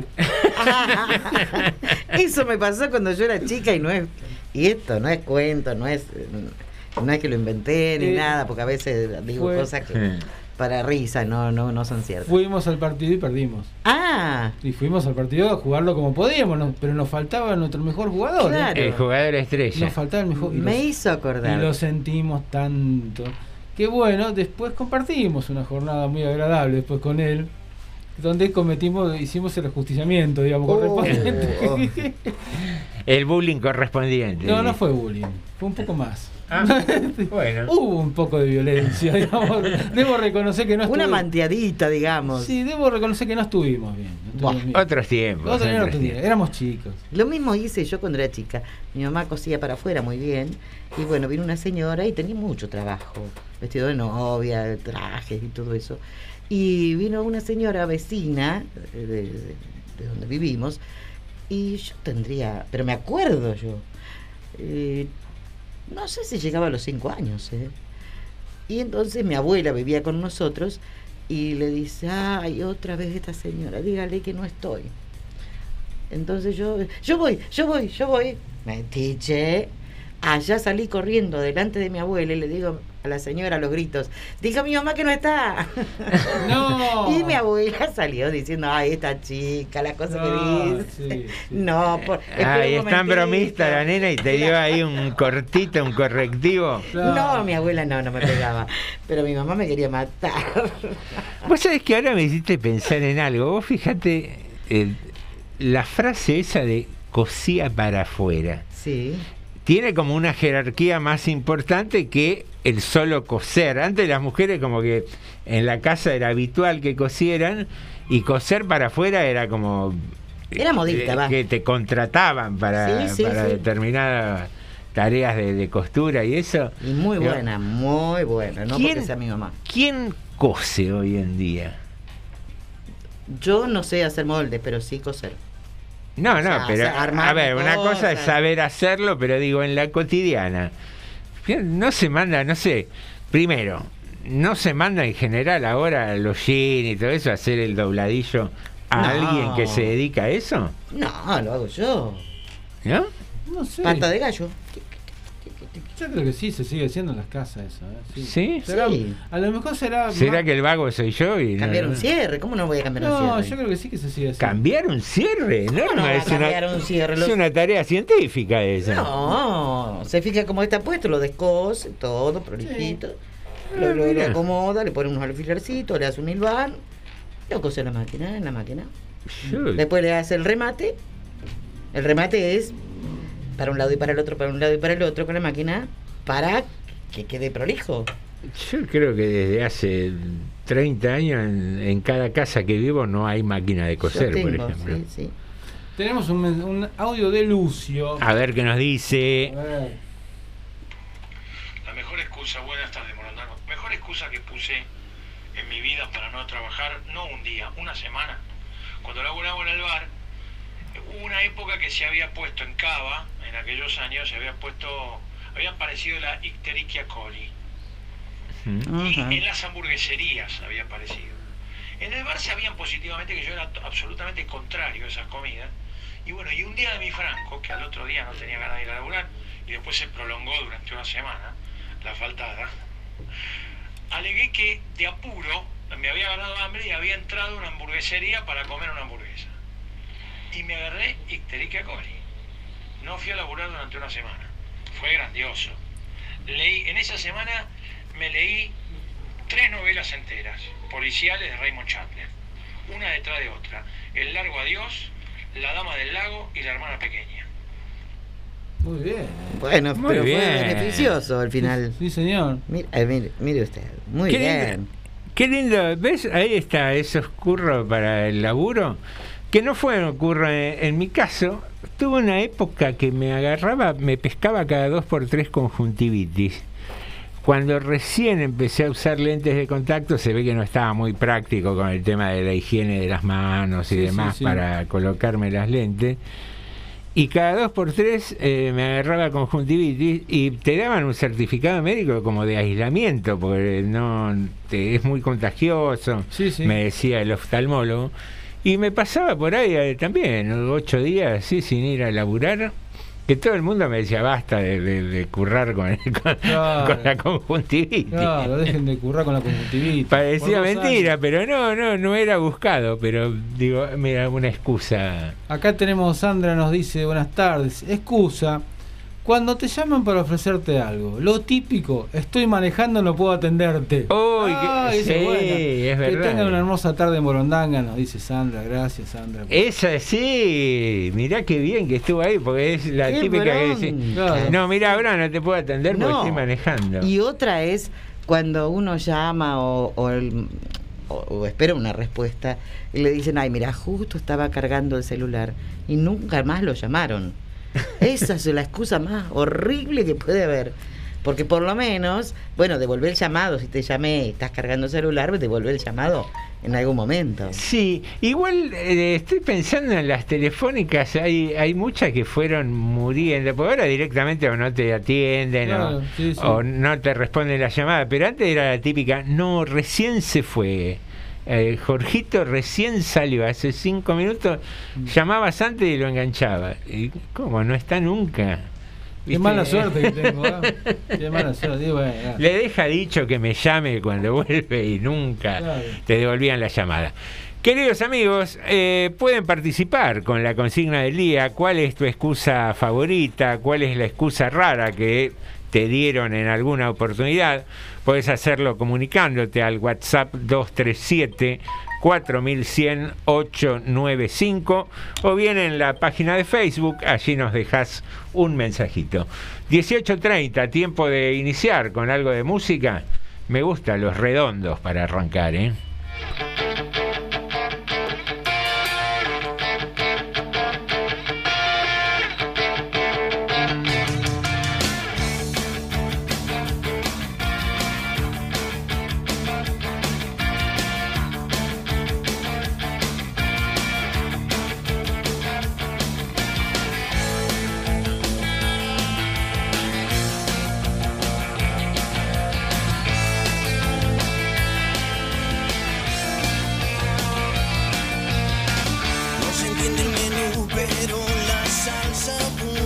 [SPEAKER 5] Eso me pasó cuando yo era chica y esto no es cuento, no es que lo inventé ni nada, porque a veces digo cosas que para risa no son ciertas.
[SPEAKER 6] Fuimos al partido y perdimos. Y fuimos al partido a jugarlo como podíamos, pero nos faltaba nuestro mejor jugador.
[SPEAKER 5] Claro.
[SPEAKER 3] El jugador estrella.
[SPEAKER 6] Nos faltaba el mejor.
[SPEAKER 5] Hizo acordar.
[SPEAKER 6] Y lo sentimos tanto. Que bueno, después compartimos una jornada muy agradable después con él, donde hicimos el ajusticiamiento, digamos, correspondiente.
[SPEAKER 3] El bullying correspondiente.
[SPEAKER 6] No fue bullying, fue un poco más.
[SPEAKER 3] Bueno.
[SPEAKER 6] Hubo un poco de violencia, digamos. Debo reconocer que no estuvimos.
[SPEAKER 5] Una manteadita, digamos.
[SPEAKER 6] Sí, debo reconocer que no estuvimos bien.
[SPEAKER 3] Otros tiempos.
[SPEAKER 6] Éramos chicos.
[SPEAKER 5] Lo mismo hice yo cuando era chica. Mi mamá cosía para afuera muy bien. Y bueno, vino una señora y tenía mucho trabajo. Vestido de novia, trajes y todo eso. Y vino una señora vecina de donde vivimos. Y yo tendría, pero me acuerdo yo. No sé si llegaba a los 5 años. Y entonces mi abuela vivía con nosotros y le dice, ay, otra vez esta señora, dígale que no estoy. Entonces yo voy. Metiche. Allá salí corriendo delante de mi abuela y le digo a la señora a los gritos, diga a mi mamá que no está.
[SPEAKER 6] No.
[SPEAKER 5] Y mi abuela salió diciendo, ay, esta chica, las cosas que dice. No,
[SPEAKER 3] es tan bromista la nena y te dio ahí un cortito, un correctivo.
[SPEAKER 5] No, mi abuela no me pegaba, pero mi mamá me quería matar.
[SPEAKER 3] Vos sabés que ahora me hiciste pensar en algo. Vos fíjate la frase esa de cosía para afuera.
[SPEAKER 5] Sí.
[SPEAKER 3] Tiene como una jerarquía más importante que el solo coser. Antes las mujeres como que en la casa era habitual que cosieran y coser para afuera era como...
[SPEAKER 5] Era modita,
[SPEAKER 3] que te contrataban para determinadas tareas de costura y eso.
[SPEAKER 5] Y muy buena, no porque sea mi mamá.
[SPEAKER 3] ¿Quién cose hoy en día?
[SPEAKER 5] Yo no sé hacer moldes, pero sí coser.
[SPEAKER 3] No, pero a ver, una cosa es saber hacerlo, pero digo, en la cotidiana, no se manda, no sé, primero, no se manda en general ahora los jeans y todo eso, a hacer el dobladillo a alguien que se dedica a eso.
[SPEAKER 5] No, lo hago yo.
[SPEAKER 3] ¿no?
[SPEAKER 6] No sé.
[SPEAKER 5] Pata de gallo.
[SPEAKER 6] Yo creo que sí, se sigue haciendo en las casas eso.
[SPEAKER 3] ¿Sí?
[SPEAKER 6] Será,
[SPEAKER 5] Sí.
[SPEAKER 6] A lo mejor será...
[SPEAKER 3] ¿Será que el vago soy yo? Y
[SPEAKER 5] Cambiar
[SPEAKER 3] no,
[SPEAKER 5] un cierre, ¿cómo no voy a cambiar un
[SPEAKER 6] No,
[SPEAKER 5] cierre?
[SPEAKER 6] yo creo que sí que se sigue haciendo.
[SPEAKER 3] ¿Cambiar un cierre?
[SPEAKER 5] ¿Cómo no va a cambiar un cierre?
[SPEAKER 3] Es una tarea científica esa.
[SPEAKER 5] No, se fija cómo está puesto, lo descose, todo, prolijito. Lo
[SPEAKER 3] mira.
[SPEAKER 5] acomoda, le pone unos alfilercitos, le hace un hilván, lo cose en la máquina.
[SPEAKER 3] Yo-
[SPEAKER 5] Después le hace el remate. El remate es para un lado y para el otro, para un lado y para el otro con la máquina, para que quede prolijo.
[SPEAKER 3] Yo creo que desde hace 30 años en cada casa que vivo no hay máquina de coser,
[SPEAKER 5] Yo
[SPEAKER 3] por
[SPEAKER 5] tengo,
[SPEAKER 3] ejemplo.
[SPEAKER 5] sí.
[SPEAKER 6] Tenemos un audio de Lucio.
[SPEAKER 3] A ver qué nos dice.
[SPEAKER 6] A ver.
[SPEAKER 7] La mejor excusa, buenas tardes, Morondano. Mejor excusa que puse en mi vida para no trabajar, no un día, una semana. Cuando laburaba en el bar, hubo una época que se había puesto en Cava, en aquellos años, había aparecido la Icterichia coli. Y en las hamburgueserías había aparecido. En el bar sabían positivamente que yo era absolutamente contrario a esas comidas. Y bueno, y un día de mi franco, que al otro día no tenía ganas de ir a laburar, y después se prolongó durante una semana, la faltada, alegué que de apuro me había ganado hambre y había entrado a una hamburguesería para comer una hamburguesa. Y me agarré Icterichia coli. No fui a laburar durante una semana. Fue grandioso. En esa semana me leí 3 novelas enteras, policiales de Raymond Chandler, una detrás de otra. El largo adiós, La dama del lago y La hermana pequeña.
[SPEAKER 6] Muy bien.
[SPEAKER 5] Bueno,
[SPEAKER 3] Muy
[SPEAKER 5] pero
[SPEAKER 3] bien.
[SPEAKER 5] fue beneficioso al final.
[SPEAKER 6] Sí, señor.
[SPEAKER 5] Mire usted, muy
[SPEAKER 3] Qué
[SPEAKER 5] bien.
[SPEAKER 3] lindo. Qué lindo, ¿ves? Ahí está, esos curros para el laburo, que no fueron curros en mi caso. Tuve una época que me pescaba cada 2 por 3 conjuntivitis. Cuando recién empecé a usar lentes de contacto, se ve que no estaba muy práctico con el tema de la higiene de las manos y demás para colocarme las lentes. Y cada 2 por 3 me agarraba conjuntivitis y te daban un certificado médico como de aislamiento, porque es muy contagioso, me decía el oftalmólogo. Y me pasaba por ahí también, 8 días así sin ir a laburar, que todo el mundo me decía basta de currar con la conjuntivitis.
[SPEAKER 6] Claro, dejen de currar con la conjuntivitis.
[SPEAKER 3] Parecía
[SPEAKER 6] Por 2
[SPEAKER 3] mentira,
[SPEAKER 6] años.
[SPEAKER 3] pero no era buscado, pero digo, mira, una excusa.
[SPEAKER 6] Acá tenemos, Sandra nos dice, buenas tardes. Excusa, cuando te llaman para ofrecerte algo, lo típico, estoy manejando, no puedo atenderte.
[SPEAKER 3] Uy,
[SPEAKER 6] esa
[SPEAKER 3] sí,
[SPEAKER 6] es buena.
[SPEAKER 3] es verdad.
[SPEAKER 6] Que tengan una hermosa tarde en Morondanga, nos dice Sandra. Gracias, Sandra.
[SPEAKER 3] Esa sí, mirá qué bien que estuvo ahí, porque es la
[SPEAKER 5] Qué
[SPEAKER 3] típica que
[SPEAKER 5] bronca.
[SPEAKER 3] dice,
[SPEAKER 6] Claro.
[SPEAKER 3] no, mira, ahora no te puedo atender porque
[SPEAKER 5] No.
[SPEAKER 3] estoy manejando.
[SPEAKER 5] Y otra es cuando uno llama o espera una respuesta y le dicen, ay, mira, justo estaba cargando el celular y nunca más lo llamaron. Esa es la excusa más horrible que puede haber. Porque por lo menos, bueno, devolver el llamado. Si te llamé, estás cargando el celular, devolver el llamado en algún momento.
[SPEAKER 3] Sí, igual estoy pensando en las telefónicas, hay muchas que fueron muriendo, porque ahora directamente o no te atienden
[SPEAKER 6] Claro, sí.
[SPEAKER 3] o no te responden la llamada, pero antes era la típica, no, recién se fue. Jorgito recién salió, hace 5 minutos, llamabas antes y lo enganchaba. ¿Y cómo? No está nunca.
[SPEAKER 6] Qué
[SPEAKER 3] ¿Viste?
[SPEAKER 6] mala suerte que tengo, Qué mala suerte. Y bueno, ya.
[SPEAKER 3] Le deja dicho que me llame cuando vuelve y nunca
[SPEAKER 6] Claro.
[SPEAKER 3] te devolvían la llamada. Queridos amigos, pueden participar con la consigna del día. ¿Cuál es tu excusa favorita? ¿Cuál es la excusa rara que te dieron en alguna oportunidad? Puedes hacerlo comunicándote al WhatsApp 237-4100-895 o bien en la página de Facebook, allí nos dejas un mensajito. 18:30, tiempo de iniciar con algo de música. Me gustan los redondos para arrancar, ¿eh?
[SPEAKER 12] No se entiende el menú, pero la salsa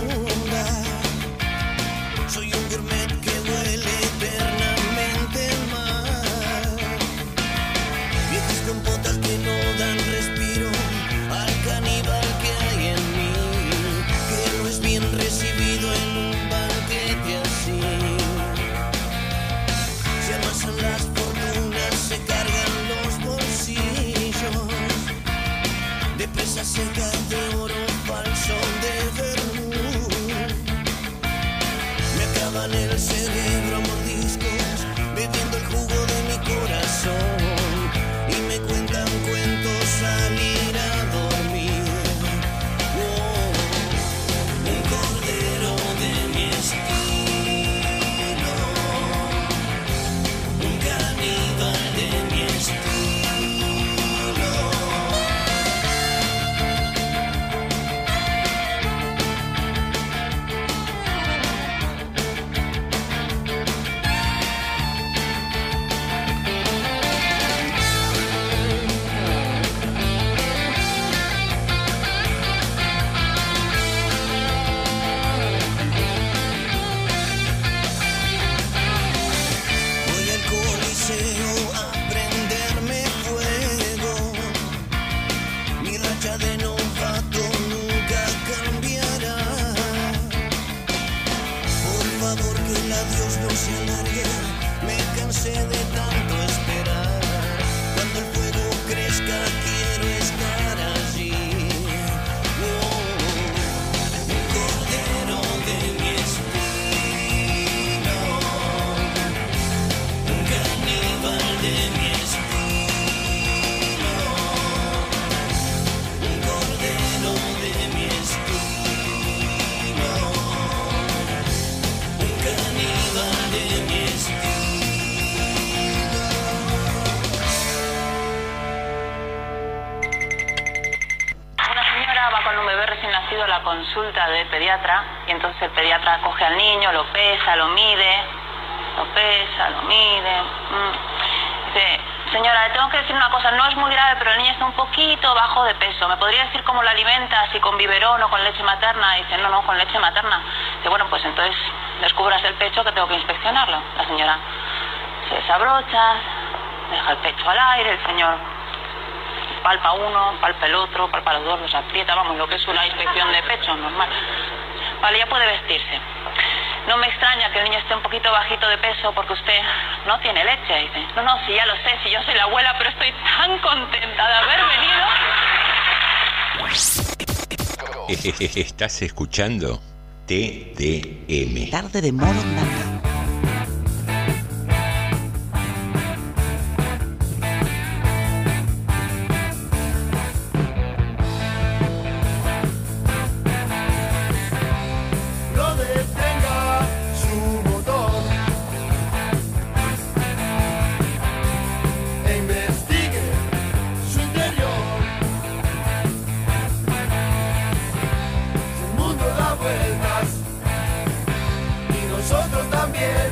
[SPEAKER 12] cansé de tanto esperar. Cuando el fuego crezca quiero estar allí. Un cordero de mi estilo, un caníbal de mi estilo, un cordero de mi estilo, un caníbal de mi estilo.
[SPEAKER 13] Una señora va con un bebé recién nacido a la consulta del pediatra y entonces el pediatra coge al niño, lo pesa, lo mide. Dice, señora, le tengo que decir una cosa, no es muy grave, pero el niño está un poquito bajo de peso. ¿Me podría decir cómo lo alimenta, si con biberón o con leche materna? Dice, no, con leche materna. Dice, bueno, pues entonces descubras el pecho que tengo que inspeccionarlo. La señora se desabrocha, deja el pecho al aire, el señor palpa uno, palpa el otro, palpa los dos, los aprieta, vamos, lo que es una inspección de pecho normal. Vale, ya puede vestirse. No me extraña que el niño esté un poquito bajito de peso porque usted no tiene leche. Dice, no, sí, ya lo sé, si yo soy la abuela, pero estoy tan contenta de haber venido.
[SPEAKER 3] Estás escuchando TDM.
[SPEAKER 1] Tarde de Morondanga.
[SPEAKER 12] No detenga su motor e investigue su interior. Si el mundo da vueltas y nosotros también,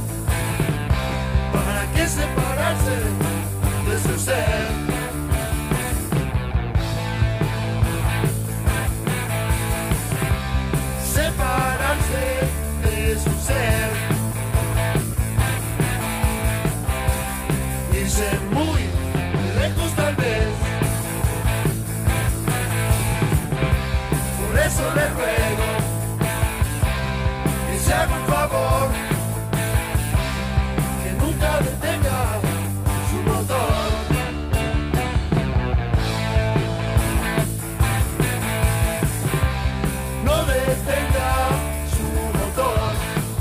[SPEAKER 12] ¿para qué separarse de su ser? Separarse de su ser, irse muy lejos tal vez. Por eso le ruego que se haga un favor, que nunca detenga su motor. No detenga su motor.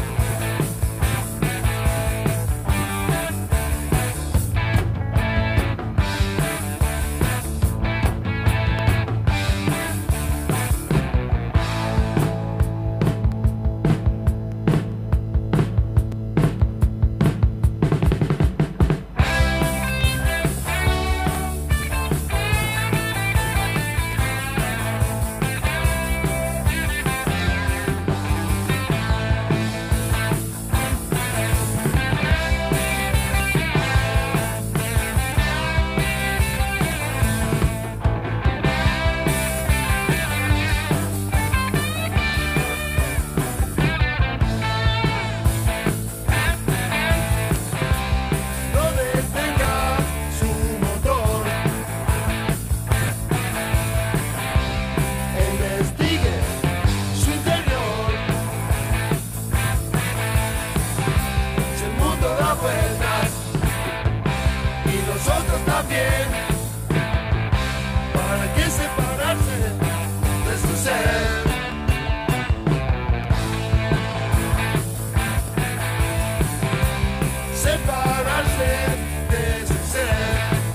[SPEAKER 12] No detenga su motor e investigue su interior. Si el mundo da vueltas y nosotros también, ¿para qué separarse de su ser? Separarse de su ser,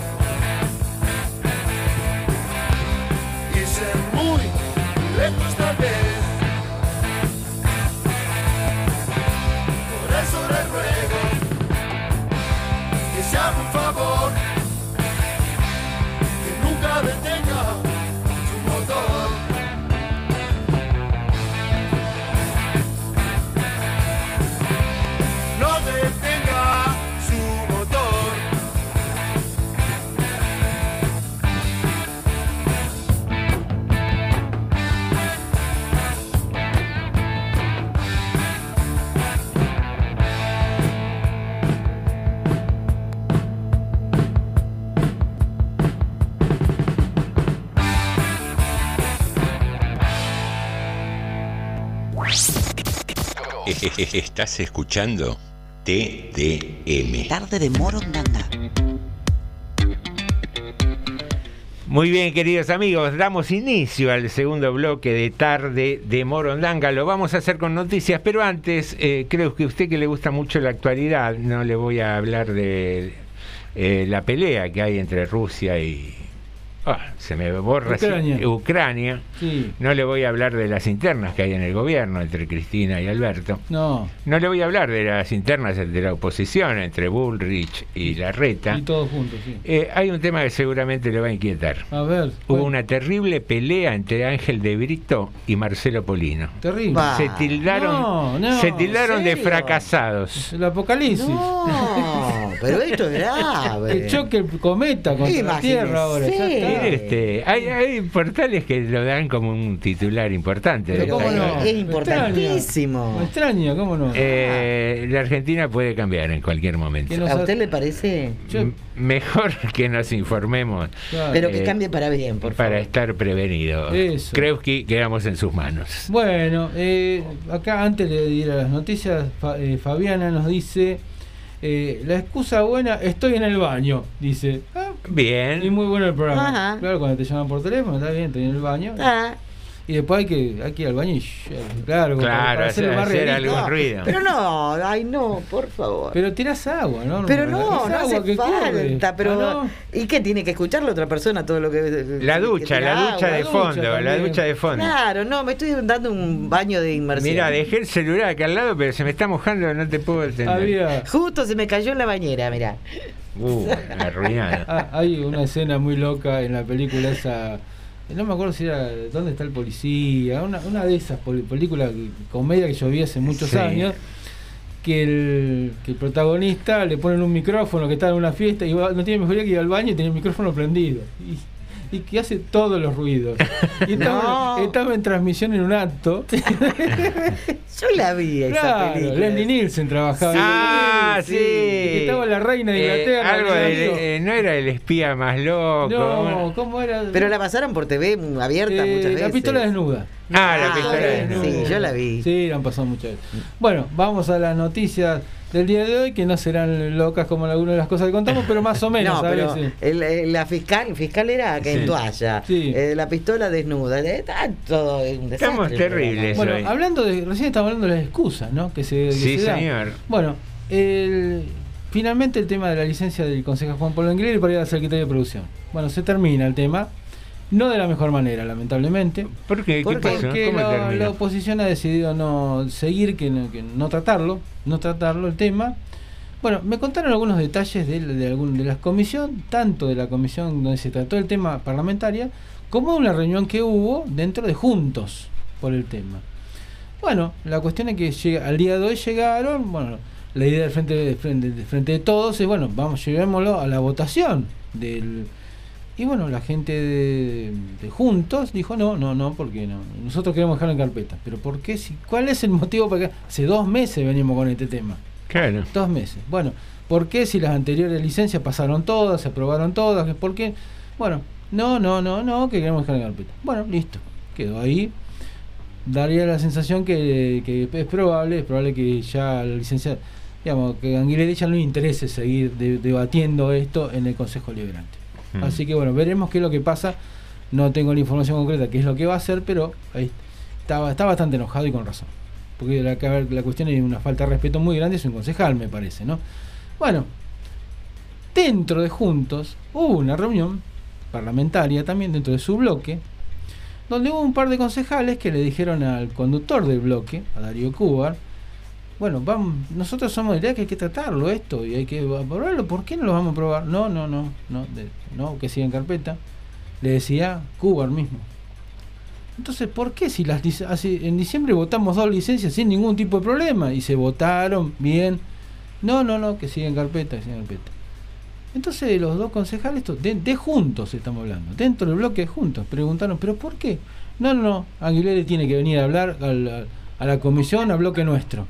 [SPEAKER 12] irse muy lejos tal vez. Por eso le ruego que se haga un favor, que nunca detenga su motor. No detenga su motor.
[SPEAKER 3] Estás escuchando
[SPEAKER 8] TDM.
[SPEAKER 1] Tarde de Morondanga.
[SPEAKER 3] Muy bien, queridos amigos, damos inicio al segundo bloque de Tarde de Morondanga. Lo vamos a hacer con noticias, pero antes, creo que a usted que le gusta mucho la actualidad, no le voy a hablar de la pelea que hay entre Rusia y... se me borra Ucrania.
[SPEAKER 6] Sí.
[SPEAKER 3] No le voy a hablar de las internas que hay en el gobierno entre Cristina y Alberto.
[SPEAKER 6] No
[SPEAKER 3] le voy a hablar de las internas de la oposición entre Bullrich y Larreta.
[SPEAKER 6] Y todos juntos, sí.
[SPEAKER 3] Hay un tema que seguramente le va a inquietar.
[SPEAKER 6] A ver.
[SPEAKER 3] Hubo una terrible pelea entre Ángel de Brito y Marcelo Polino.
[SPEAKER 6] Terrible.
[SPEAKER 3] Se tildaron de fracasados.
[SPEAKER 6] El apocalipsis.
[SPEAKER 5] No, pero esto es grave.
[SPEAKER 6] El choque el cometa contra la Tierra ahora.
[SPEAKER 5] Sí.
[SPEAKER 6] Ya está.
[SPEAKER 3] Hay portales que lo dan como un titular importante.
[SPEAKER 5] Pero
[SPEAKER 6] ¿cómo no?
[SPEAKER 5] es importantísimo.
[SPEAKER 6] Me extraña, ¿cómo no?
[SPEAKER 3] La Argentina puede cambiar en cualquier momento.
[SPEAKER 5] ¿A usted le parece?
[SPEAKER 3] Mejor que nos informemos.
[SPEAKER 6] Claro.
[SPEAKER 5] Pero que cambie para bien, por favor.
[SPEAKER 3] Para estar prevenido.
[SPEAKER 6] Eso.
[SPEAKER 3] Creo que quedamos en sus manos.
[SPEAKER 6] Bueno, acá antes de ir a las noticias, Fabiana nos dice... la excusa buena, estoy en el baño, dice.
[SPEAKER 3] Bien.
[SPEAKER 6] Y muy bueno el programa.
[SPEAKER 5] Ajá.
[SPEAKER 6] Claro, cuando te llaman por teléfono, está bien, estoy en el baño. Y después hay que ir al baño y claro, para
[SPEAKER 3] hacer algún ruido.
[SPEAKER 5] Pero no, ay no, por favor.
[SPEAKER 6] Pero tirás agua, ¿no?
[SPEAKER 5] Pero no hace falta, pero
[SPEAKER 6] ¿no?
[SPEAKER 5] ¿Y qué tiene que escuchar la otra persona todo lo que
[SPEAKER 3] la ducha de fondo.
[SPEAKER 5] Claro, no, me estoy dando un baño de inmersión.
[SPEAKER 3] Mira, dejé el celular acá al lado, pero se me está mojando, no te puedo entender.
[SPEAKER 5] Justo se me cayó en la bañera, mirá.
[SPEAKER 3] Arruinado.
[SPEAKER 6] Hay una escena muy loca en la película esa. No me acuerdo si era ¿Dónde está el policía? Una de esas películas, comedia que yo vi hace muchos años, que el protagonista le ponen un micrófono que está en una fiesta y no tiene mejoría que ir al baño y tiene el micrófono prendido. Y que hace todos los ruidos. Y estaba en transmisión en un acto.
[SPEAKER 5] Yo la vi esa película.
[SPEAKER 6] Leslie Nielsen trabajaba.
[SPEAKER 3] Sí.
[SPEAKER 6] Estaba la reina de Inglaterra.
[SPEAKER 3] No era el espía más loco.
[SPEAKER 6] No, ¿cómo era?
[SPEAKER 5] Pero la pasaron por TV abierta muchas veces.
[SPEAKER 6] La pistola desnuda.
[SPEAKER 3] La pistola desnuda.
[SPEAKER 5] Sí, yo la vi.
[SPEAKER 6] Sí, la han pasado muchas veces. Bueno, vamos a las noticias del día de hoy, que no serán locas como algunas de las cosas que contamos, pero más o menos.
[SPEAKER 5] No, pero la fiscal era que en toalla.
[SPEAKER 6] Sí.
[SPEAKER 5] La pistola desnuda. Está todo un desastre.
[SPEAKER 3] Estamos terribles.
[SPEAKER 6] Bueno, recién estamos hablando de las excusas, ¿no? Que se
[SPEAKER 3] señor.
[SPEAKER 6] Bueno, finalmente el tema de la licencia del concejal Juan Pablo Anguilleri para ir al secretario de producción. Bueno, se termina el tema. No de la mejor manera, lamentablemente.
[SPEAKER 3] ¿Por qué? ¿Qué pasó?
[SPEAKER 6] Porque la oposición ha decidido no seguir, que no tratarlo el tema. Bueno, me contaron algunos detalles de la comisión, tanto de la comisión donde se trató el tema parlamentaria, como de una reunión que hubo dentro de Juntos por el tema. Bueno, la cuestión es que al día de hoy llegaron, bueno, la idea del frente de todos es, bueno, llevémoslo a la votación del... Y bueno, la gente de Juntos dijo no, porque no. Nosotros queremos dejarlo en carpeta. ¿Pero por qué? ¿Cuál es el motivo para que...? Hace 2 meses venimos con este tema.
[SPEAKER 3] Claro.
[SPEAKER 6] 2 meses. Bueno, ¿por qué si las anteriores licencias pasaron todas, se aprobaron todas? ¿Por qué? Bueno, no, que queremos dejarlo en carpeta. Bueno, listo. Quedó ahí. Daría la sensación que es probable que ya la licencia... Digamos, que a Anguilleri ya no le interese seguir debatiendo esto en el Consejo Liberante. Así que bueno, veremos qué es lo que pasa. No tengo la información concreta qué es lo que va a hacer, pero ahí está bastante enojado y con razón. Porque la cuestión es una falta de respeto muy grande, es un concejal, me parece, ¿no? Bueno, dentro de Juntos hubo una reunión parlamentaria también dentro de su bloque, donde hubo un par de concejales que le dijeron al conductor del bloque, a Darío Cúbar, bueno, nosotros somos de idea que hay que tratarlo esto y hay que aprobarlo. ¿Por qué no lo vamos a aprobar? No, que siga en carpeta. Le decía Cúbar mismo. Entonces, ¿por qué si en diciembre votamos 2 licencias sin ningún tipo de problema y se votaron bien? No, que siga en carpeta, Entonces los 2 concejales de Juntos estamos hablando, dentro del bloque de Juntos, preguntaron, ¿pero por qué? No, Anguilleri tiene que venir a hablar a la comisión, a bloque nuestro,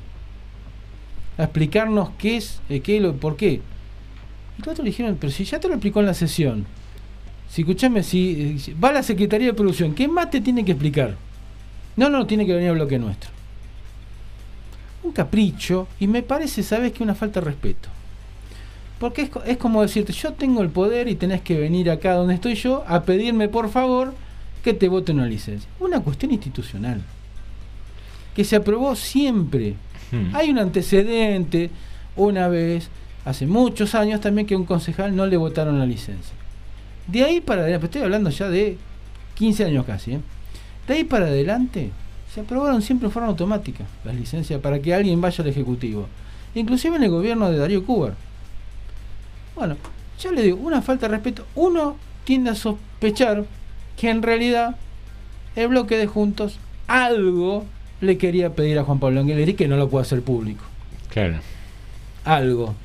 [SPEAKER 6] a explicarnos por qué. Y los otros le dijeron, pero si ya te lo explicó en la sesión, si va a la Secretaría de Producción, ¿qué más te tiene que explicar? No, tiene que venir al bloque nuestro. un capricho, y me parece, ¿sabes qué? Una falta de respeto. Porque es como decirte, yo tengo el poder y tenés que venir acá donde estoy yo a pedirme por favor que te vote una licencia. Una cuestión institucional que se aprobó siempre. Hay un antecedente, una vez, hace muchos años también, que a un concejal no le votaron la licencia. De ahí para adelante, estoy hablando ya de 15 años casi, de ahí para adelante se aprobaron siempre en forma automática las licencias para que alguien vaya al Ejecutivo, inclusive en el gobierno de Darío Cúbar. Bueno, ya le digo, una falta de respeto. Uno tiende a sospechar que en realidad el bloque de Juntos algo le quería pedir a Juan Pablo Angeleri que no lo puede hacer público.
[SPEAKER 3] Claro.
[SPEAKER 6] Algo.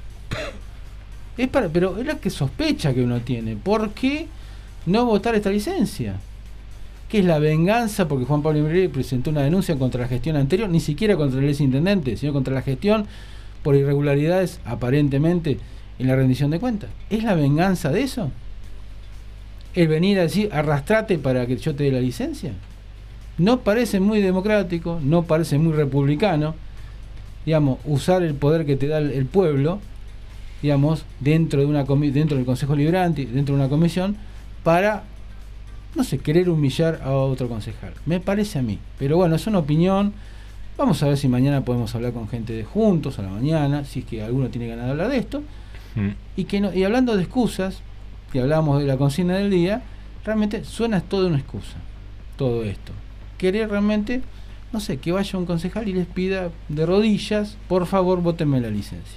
[SPEAKER 6] Pero es la que sospecha que uno tiene. ¿Por qué no votar esta licencia? Que es la venganza porque Juan Pablo Angeleri presentó una denuncia contra la gestión anterior, ni siquiera contra el exintendente, sino contra la gestión por irregularidades aparentemente en la rendición de cuentas. ¿Es la venganza de eso? ¿El venir a decir arrastrate para que yo te dé la licencia? No parece muy democrático, no parece muy republicano, digamos, usar el poder que te da el pueblo, digamos, dentro del Consejo Liberante, dentro de una comisión, para, no sé, querer humillar a otro concejal. Me parece a mí. Pero bueno, es una opinión. Vamos a ver si mañana podemos hablar con gente de Juntos a la mañana, si es que alguno tiene ganas de hablar de esto. Y hablando de excusas, que hablábamos de la consigna del día, realmente suena todo una excusa, todo esto. Querer realmente, no sé, que vaya un concejal y les pida de rodillas, por favor, vótenme la licencia.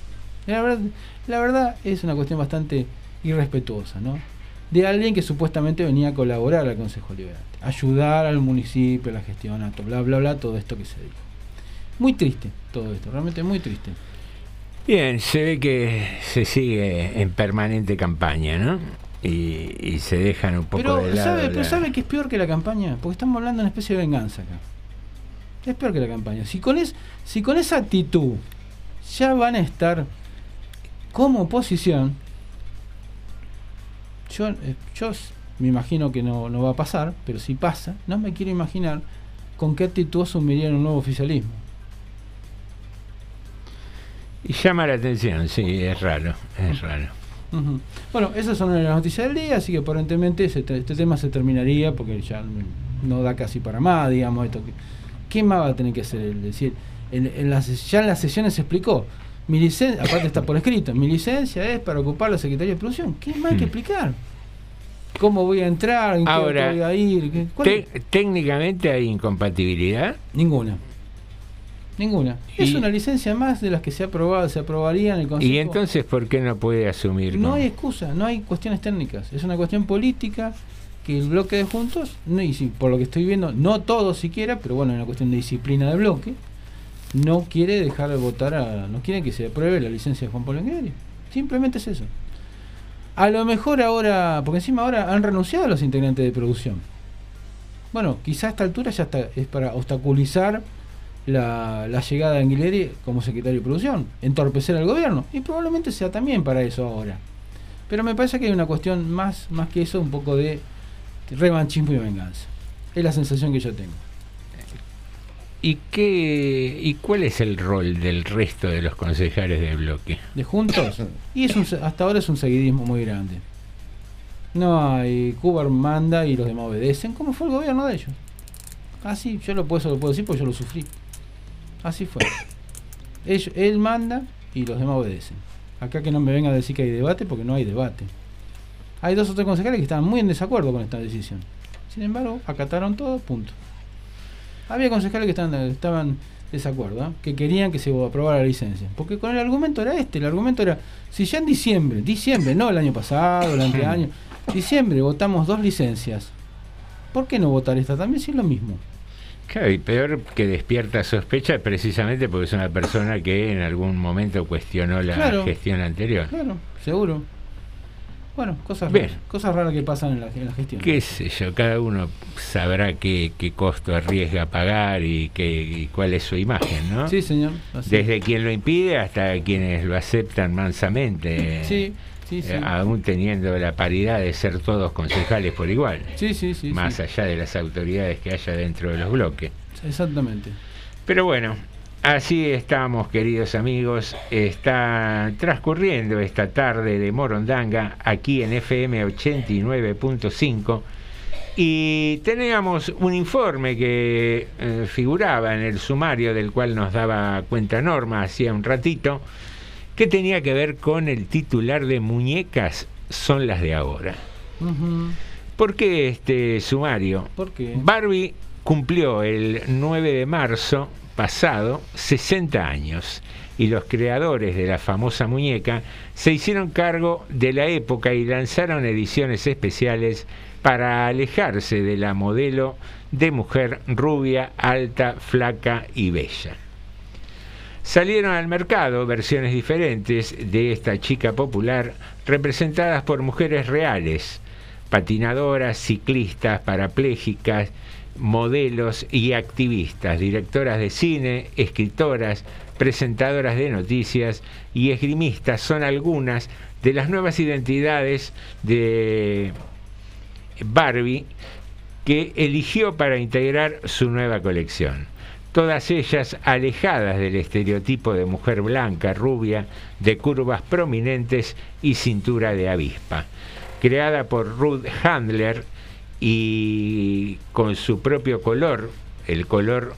[SPEAKER 6] La verdad es una cuestión bastante irrespetuosa, ¿no? De alguien que supuestamente venía a colaborar al Consejo Liberante, ayudar al municipio, la gestión, a todo, bla, bla, bla, todo esto que se dijo. Muy triste todo esto, realmente muy triste.
[SPEAKER 3] Bien, se ve que se sigue en permanente campaña, ¿no? Y se dejan un poco de lado.
[SPEAKER 6] Pero ¿sabe que es peor que la campaña? Porque estamos hablando de una especie de venganza acá. Es peor que la campaña. Si con esa actitud ya van a estar como oposición, yo me imagino que no va a pasar, pero si pasa, no me quiero imaginar con qué actitud asumirían un nuevo oficialismo.
[SPEAKER 3] Y llama la atención, sí, es raro.
[SPEAKER 6] Bueno, esas son las noticias del día, así que aparentemente este tema se terminaría porque ya no da casi para más, digamos, esto. ¿Qué más va a tener que hacer? Es decir, ya en las sesiones se explicó, mi licencia, aparte está por escrito, mi licencia es para ocupar la Secretaría de Producción. ¿Qué más hay que explicar? ¿Cómo voy a entrar? ¿En qué
[SPEAKER 3] ahora,
[SPEAKER 6] voy a ir?
[SPEAKER 3] ¿Técnicamente hay incompatibilidad?
[SPEAKER 6] Ninguna. Es una licencia más de las que se aprobaría en el Consejo.
[SPEAKER 3] ¿Y entonces por qué no puede asumir?
[SPEAKER 6] No hay excusa, no hay cuestiones técnicas. Es una cuestión política que el bloque de Juntos, por lo que estoy viendo, no todos siquiera, pero bueno, es una cuestión de disciplina de bloque, no quiere dejar de votar, no quiere que se apruebe la licencia de Juan Pablo Angeleri. Simplemente es eso. A lo mejor ahora, porque encima ahora han renunciado a los integrantes de producción. Bueno, quizá a esta altura ya es para obstaculizar la llegada de Angeleri como secretario de producción, entorpecer al gobierno, y probablemente sea también para eso ahora. Pero me parece que hay una cuestión más que eso, un poco de revanchismo y venganza. Es la sensación que yo tengo.
[SPEAKER 3] ¿Y cuál es el rol del resto de los concejales del bloque?
[SPEAKER 6] ¿De Juntos? Y hasta ahora es un seguidismo muy grande. No hay, Cúbar manda y los demás obedecen, como fue el gobierno de ellos. Así, yo lo puedo decir porque yo lo sufrí. Así fue. Él manda y los demás obedecen. Acá que no me venga a decir que hay debate, porque no hay debate. Hay 2 o 3 concejales que estaban muy en desacuerdo con esta decisión. Sin embargo, acataron todo, punto. Había concejales que estaban en desacuerdo, que querían que se aprobara la licencia. Porque con el argumento era el argumento era, si ya en diciembre, no el año pasado, el anteaño, diciembre votamos 2 licencias, ¿por qué no votar esta también si es lo mismo?
[SPEAKER 3] Claro, y peor que despierta sospecha precisamente porque es una persona que en algún momento cuestionó la gestión anterior.
[SPEAKER 6] Claro, seguro. Bueno, cosas raras que pasan en la gestión.
[SPEAKER 3] Qué sé yo, cada uno sabrá qué costo arriesga pagar y cuál es su imagen, ¿no?
[SPEAKER 6] Sí, señor.
[SPEAKER 3] Desde quien lo impide hasta quienes lo aceptan mansamente.
[SPEAKER 6] Sí.
[SPEAKER 3] Aún teniendo la paridad de ser todos concejales por igual.
[SPEAKER 6] Sí.
[SPEAKER 3] Más allá de las autoridades que haya dentro de los bloques.
[SPEAKER 6] Exactamente.
[SPEAKER 3] Pero bueno, Así estamos, queridos amigos. Está transcurriendo esta tarde de Morondanga aquí en FM 89.5 y teníamos un informe que figuraba en el sumario del cual nos daba cuenta Norma hacía un ratito, que tenía que ver con el titular de Muñecas son las de ahora. ¿Por qué este sumario?
[SPEAKER 6] ¿Por qué?
[SPEAKER 3] Barbie cumplió el 9 de marzo pasado 60 años y los creadores de la famosa muñeca se hicieron cargo de la época y lanzaron ediciones especiales para alejarse de la modelo de mujer rubia, alta, flaca y bella. Salieron al mercado versiones diferentes de esta chica popular representadas por mujeres reales, patinadoras, ciclistas, parapléjicas, modelos y activistas, directoras de cine, escritoras, presentadoras de noticias y esgrimistas son algunas de las nuevas identidades de Barbie que eligió para integrar su nueva colección. Todas ellas alejadas del estereotipo de mujer blanca, rubia, de curvas prominentes y cintura de avispa. Creada por Ruth Handler y con su propio color, el color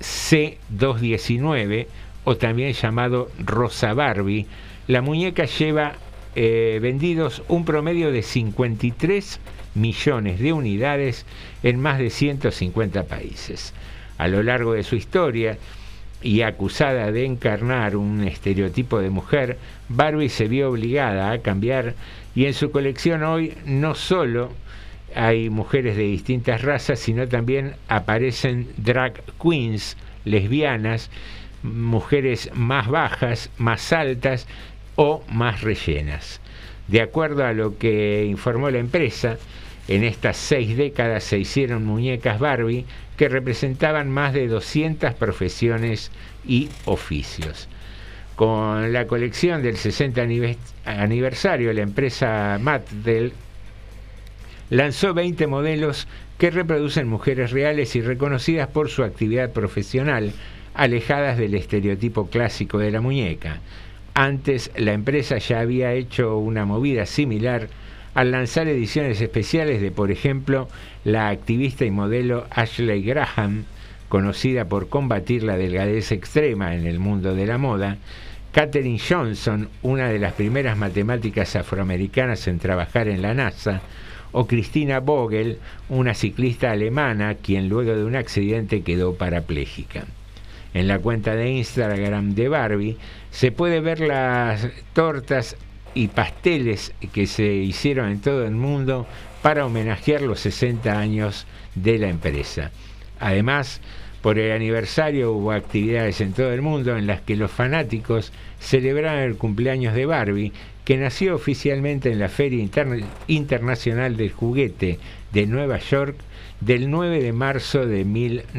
[SPEAKER 3] C219, o también llamado Rosa Barbie, la muñeca lleva vendidos un promedio de 53 millones de unidades en más de 150 países. A lo largo de su historia, y acusada de encarnar un estereotipo de mujer, Barbie se vio obligada a cambiar y en su colección hoy no solo hay mujeres de distintas razas, sino también aparecen drag queens, lesbianas, mujeres más bajas, más altas o más rellenas. De acuerdo a lo que informó la empresa, en estas 6 décadas se hicieron muñecas Barbie que representaban más de 200 profesiones y oficios. Con la colección del 60 aniversario, la empresa Mattel lanzó 20 modelos que reproducen mujeres reales y reconocidas por su actividad profesional, alejadas del estereotipo clásico de la muñeca. Antes, la empresa ya había hecho una movida similar al lanzar ediciones especiales de, por ejemplo, la activista y modelo Ashley Graham, conocida por combatir la delgadez extrema en el mundo de la moda, Katherine Johnson, una de las primeras matemáticas afroamericanas en trabajar en la NASA, o Christina Vogel, una ciclista alemana, quien luego de un accidente quedó parapléjica. En la cuenta de Instagram de Barbie se puede ver las tortas y pasteles que se hicieron en todo el mundo para homenajear los 60 años de la empresa. Además, por el aniversario hubo actividades en todo el mundo en las que los fanáticos celebraron el cumpleaños de Barbie, que nació oficialmente en la Feria Internacional del Juguete de Nueva York del 9 de marzo de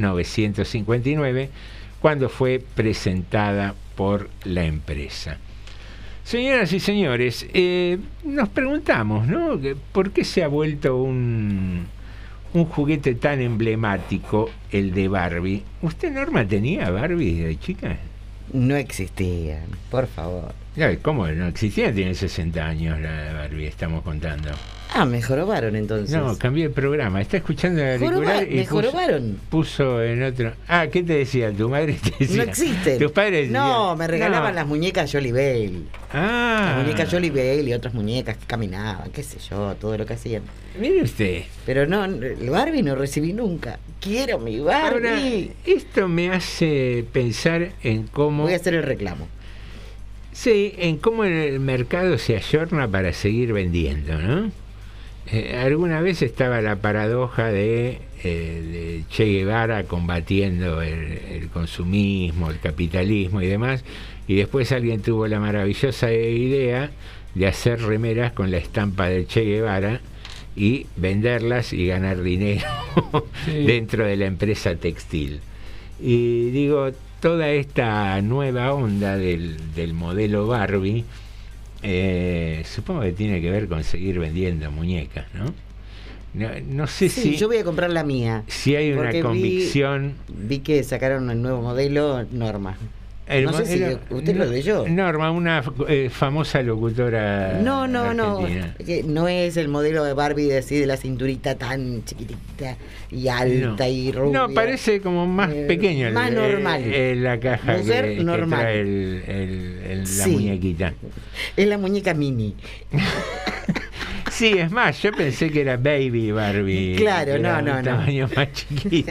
[SPEAKER 3] 1959, cuando fue presentada por la empresa. Señoras y señores, nos preguntamos, ¿no? ¿Por qué se ha vuelto un juguete tan emblemático el de Barbie? ¿Usted, Norma, tenía Barbie de chica?
[SPEAKER 5] No existían, por favor.
[SPEAKER 3] ¿Cómo no existía? Tiene 60 años la Barbie, estamos contando.
[SPEAKER 5] Ah, me jorobaron entonces.
[SPEAKER 3] No, cambié el programa. Está escuchando el auricular y
[SPEAKER 5] jorobaron.
[SPEAKER 3] Puso en otro. Ah, ¿qué te decía? ¿Tu madre te decía?
[SPEAKER 5] No existen.
[SPEAKER 3] ¿Tus padres decían?
[SPEAKER 5] No, me regalaban las muñecas Jolly Bale.
[SPEAKER 3] Ah.
[SPEAKER 5] Las muñecas Jolly Bale y otras muñecas que caminaban, qué sé yo, todo lo que hacían.
[SPEAKER 3] Mire usted.
[SPEAKER 5] Pero no, el Barbie no recibí nunca. Quiero mi Barbie.
[SPEAKER 3] Ahora, esto me hace pensar en cómo...
[SPEAKER 5] Voy a hacer el reclamo.
[SPEAKER 3] Sí, en cómo el mercado se ayorna para seguir vendiendo, ¿no? Alguna vez estaba la paradoja de Che Guevara combatiendo el consumismo, el capitalismo y demás, y después alguien tuvo la maravillosa idea de hacer remeras con la estampa de Che Guevara y venderlas y ganar dinero dentro de la empresa textil. Y digo, toda esta nueva onda del modelo Barbie, supongo que tiene que ver con seguir vendiendo muñecas, ¿no? No sé
[SPEAKER 5] Sí,
[SPEAKER 3] si
[SPEAKER 5] yo voy a comprar la mía.
[SPEAKER 3] si hay una
[SPEAKER 5] Porque
[SPEAKER 3] convicción.
[SPEAKER 5] Vi que sacaron el nuevo modelo Norma. No sé si usted lo leyó.
[SPEAKER 3] Norma, una famosa locutora.
[SPEAKER 5] No,
[SPEAKER 3] argentina.
[SPEAKER 5] que no es el modelo de Barbie así de la cinturita tan chiquitita y alta y rubia.
[SPEAKER 3] No, parece como más pequeño.
[SPEAKER 5] Más normal.
[SPEAKER 3] La caja que
[SPEAKER 5] normal.
[SPEAKER 3] trae la
[SPEAKER 5] Sí.
[SPEAKER 3] muñequita.
[SPEAKER 5] Es la muñeca mini.
[SPEAKER 3] Sí, es más, yo pensé que era Baby Barbie.
[SPEAKER 5] Claro,
[SPEAKER 3] que era
[SPEAKER 5] no.
[SPEAKER 3] un tamaño más chiquito.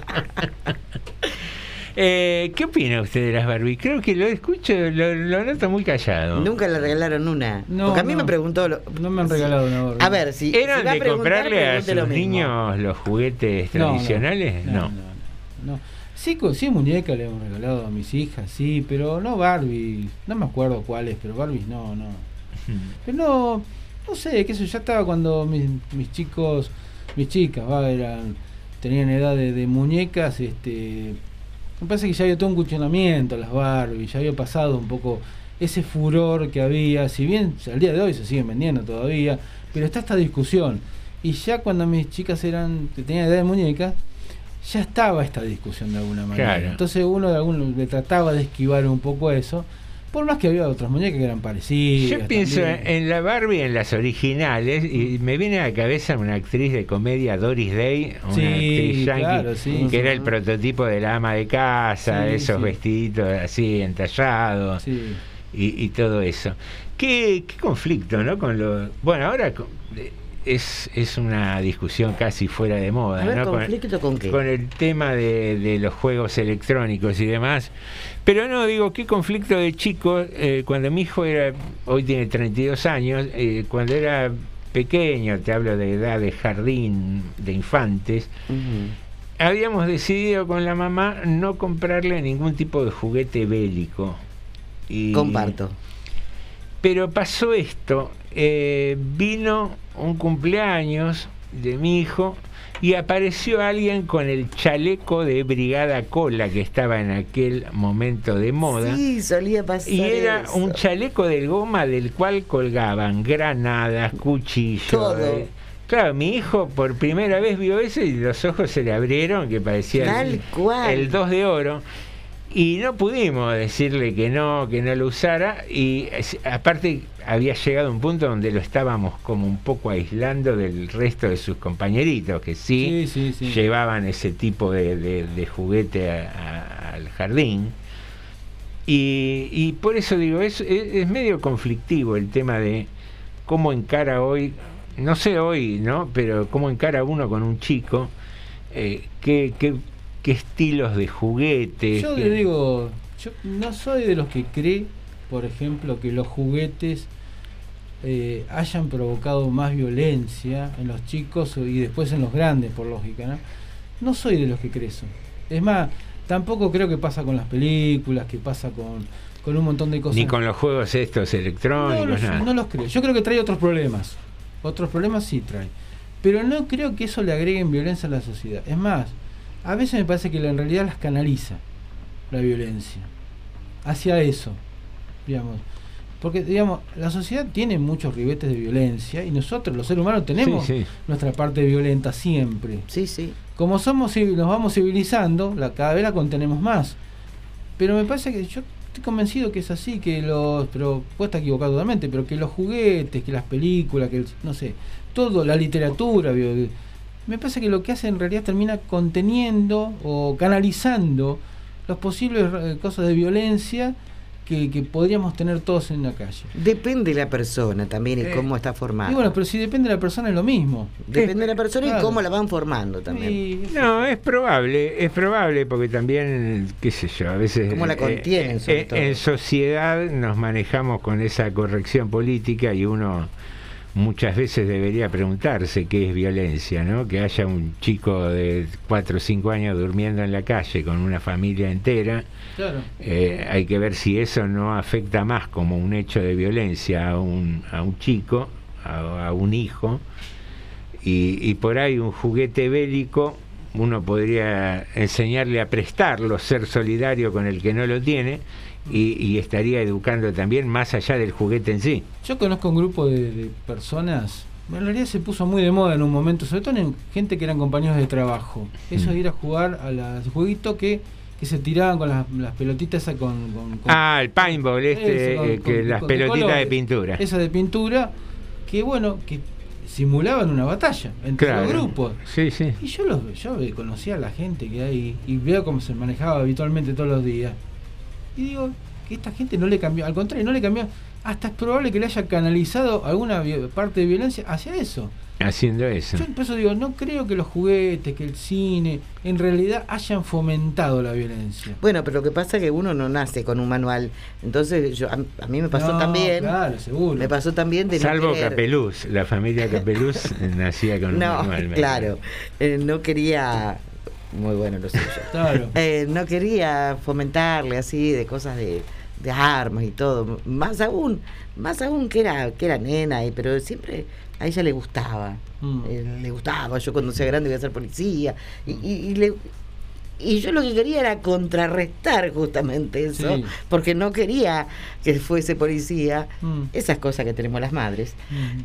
[SPEAKER 3] ¿Qué opina usted de las Barbie? Creo que lo escucho, lo noto muy callado.
[SPEAKER 5] Nunca le regalaron una.
[SPEAKER 6] No,
[SPEAKER 5] porque a mí
[SPEAKER 6] no.
[SPEAKER 5] me preguntó.
[SPEAKER 6] No me han regalado una Barbie.
[SPEAKER 5] A ver, si
[SPEAKER 3] ¿Eran
[SPEAKER 5] si va
[SPEAKER 3] de
[SPEAKER 5] preguntar,
[SPEAKER 3] comprarle a
[SPEAKER 5] pregunte
[SPEAKER 3] sus
[SPEAKER 5] lo mismo.
[SPEAKER 3] niños los juguetes tradicionales? No.
[SPEAKER 6] Sí, sí, muñecas le hemos regalado a mis hijas, sí, pero no Barbie. No me acuerdo cuáles, pero Barbies no. Pero no sé, qué sé yo, ya estaba cuando mis chicas, tenían edad de muñecas, me parece que ya había todo un cuestionamiento las Barbie, ya había pasado un poco ese furor que había, si bien al día de hoy se siguen vendiendo todavía, pero está esta discusión. Y ya cuando mis chicas tenían edad de muñecas, ya estaba esta discusión de alguna manera.
[SPEAKER 3] Claro.
[SPEAKER 6] Entonces uno le trataba de esquivar un poco eso, por más que había otras muñecas que eran parecidas.
[SPEAKER 3] Yo pienso
[SPEAKER 6] también.
[SPEAKER 3] en la Barbie, en las originales, y me viene a la cabeza una actriz de comedia, Doris Day, una actriz yankee,
[SPEAKER 6] claro, sí,
[SPEAKER 3] que era el prototipo de la ama de casa,
[SPEAKER 6] Sí,
[SPEAKER 3] esos
[SPEAKER 6] sí.
[SPEAKER 3] vestiditos así entallados,
[SPEAKER 6] Sí.
[SPEAKER 3] y todo eso. ¿Qué conflicto, ¿no? Bueno, ahora es una discusión casi fuera de moda,
[SPEAKER 5] A ver,
[SPEAKER 3] ¿no?
[SPEAKER 5] ¿conflicto con qué?
[SPEAKER 3] Con el tema de los juegos electrónicos y demás. Pero no, digo, qué conflicto de chicos, cuando mi hijo hoy tiene 32 años, cuando era pequeño, te hablo de edad de jardín, de infantes, habíamos decidido con la mamá no comprarle ningún tipo de juguete bélico.
[SPEAKER 5] Comparto.
[SPEAKER 3] Pero pasó esto, vino un cumpleaños de mi hijo y apareció alguien con el chaleco de Brigada Cola que estaba en aquel momento de moda.
[SPEAKER 5] Sí, solía pasar.
[SPEAKER 3] Y era
[SPEAKER 5] eso.
[SPEAKER 3] un chaleco de goma del cual colgaban granadas, cuchillos.
[SPEAKER 5] Todo.
[SPEAKER 3] Claro, mi hijo por primera vez vio eso y los ojos se le abrieron, que parecía
[SPEAKER 5] Tal cual.
[SPEAKER 3] el 2 de oro. Y no pudimos decirle que no lo usara, y aparte había llegado un punto donde lo estábamos como un poco aislando del resto de sus compañeritos, que sí. Llevaban ese tipo de juguete al jardín. Y por eso digo, es medio conflictivo el tema de cómo encara hoy, no sé hoy, ¿no? Pero cómo encara uno con un chico, qué estilos de juguetes.
[SPEAKER 6] Yo le digo, yo no soy de los que cree, por ejemplo, que los juguetes hayan provocado más violencia en los chicos y después en los grandes, por lógica, ¿no? No soy de los que cree eso. Es más, tampoco creo que pasa con las películas, que pasa con un montón de cosas.
[SPEAKER 3] Ni con los juegos estos electrónicos, nada.
[SPEAKER 6] No los creo. Yo creo que trae otros problemas. Otros problemas sí trae. Pero no creo que eso le agreguen violencia a la sociedad. Es más, a veces me parece que en realidad las canaliza la violencia hacia eso, digamos, porque digamos la sociedad tiene muchos ribetes de violencia y nosotros los seres humanos tenemos nuestra parte violenta siempre. Como somos, nos vamos civilizando, cada vez la contenemos más. Pero me parece que yo estoy convencido que es así, pero puede estar equivocado totalmente, pero que los juguetes, que las películas, que no sé, todo, la literatura, me parece que lo que hace en realidad termina conteniendo o canalizando los posibles cosas de violencia que podríamos tener todos en la calle.
[SPEAKER 5] Depende de la persona también y cómo está formada.
[SPEAKER 6] Y bueno, pero si depende de la persona es lo mismo.
[SPEAKER 5] Depende de la persona
[SPEAKER 6] Claro.
[SPEAKER 5] y cómo la van formando también.
[SPEAKER 3] No, es probable porque también, qué sé yo, a veces
[SPEAKER 5] ¿Cómo la contienen, sobre todo?
[SPEAKER 3] en sociedad nos manejamos con esa corrección política y uno muchas veces debería preguntarse qué es violencia, ¿no? Que haya un chico de 4 o 5 años durmiendo en la calle con una familia entera.
[SPEAKER 6] Claro.
[SPEAKER 3] Hay que ver si eso no afecta más como un hecho de violencia a un chico, a un hijo, y por ahí un juguete bélico uno podría enseñarle a prestarlo, ser solidario con el que no lo tiene, y estaría educando también más allá del juguete en sí.
[SPEAKER 6] Yo conozco un grupo de personas en realidad se puso muy de moda en un momento, sobre todo en gente que eran compañeros de trabajo. Eso de ir a jugar a los jueguitos que se tiraban con las pelotitas esas con
[SPEAKER 3] el paintball, las pelotitas de pintura.
[SPEAKER 6] Esa de pintura, que bueno, que simulaban una batalla entre los grupos.
[SPEAKER 3] Sí, sí.
[SPEAKER 6] Y yo conocía a la gente que hay y veo cómo se manejaba habitualmente todos los días. Y digo, que esta gente no le cambió, al contrario, no le cambió. Hasta es probable que le haya canalizado alguna parte de violencia hacia eso.
[SPEAKER 3] Haciendo eso.
[SPEAKER 6] Yo por eso digo, no creo que los juguetes, que el cine, en realidad hayan fomentado la violencia.
[SPEAKER 5] Bueno, pero lo que pasa es que uno no nace con un manual. Entonces, a mí me pasó también.
[SPEAKER 6] Claro, seguro.
[SPEAKER 5] Me pasó también de
[SPEAKER 3] Salvo
[SPEAKER 5] no querer...
[SPEAKER 3] Capeluz, la familia Capeluz nacía con un manual.
[SPEAKER 5] Claro, no quería... Muy bueno lo suyo.
[SPEAKER 6] Claro.
[SPEAKER 5] No quería fomentarle así de cosas de armas y todo. Más aún que era nena, pero siempre a ella le gustaba. Le gustaba. Yo cuando sea grande voy a ser policía. Y yo lo que quería era contrarrestar justamente eso, porque no quería que fuese policía. Esas cosas que tenemos las madres,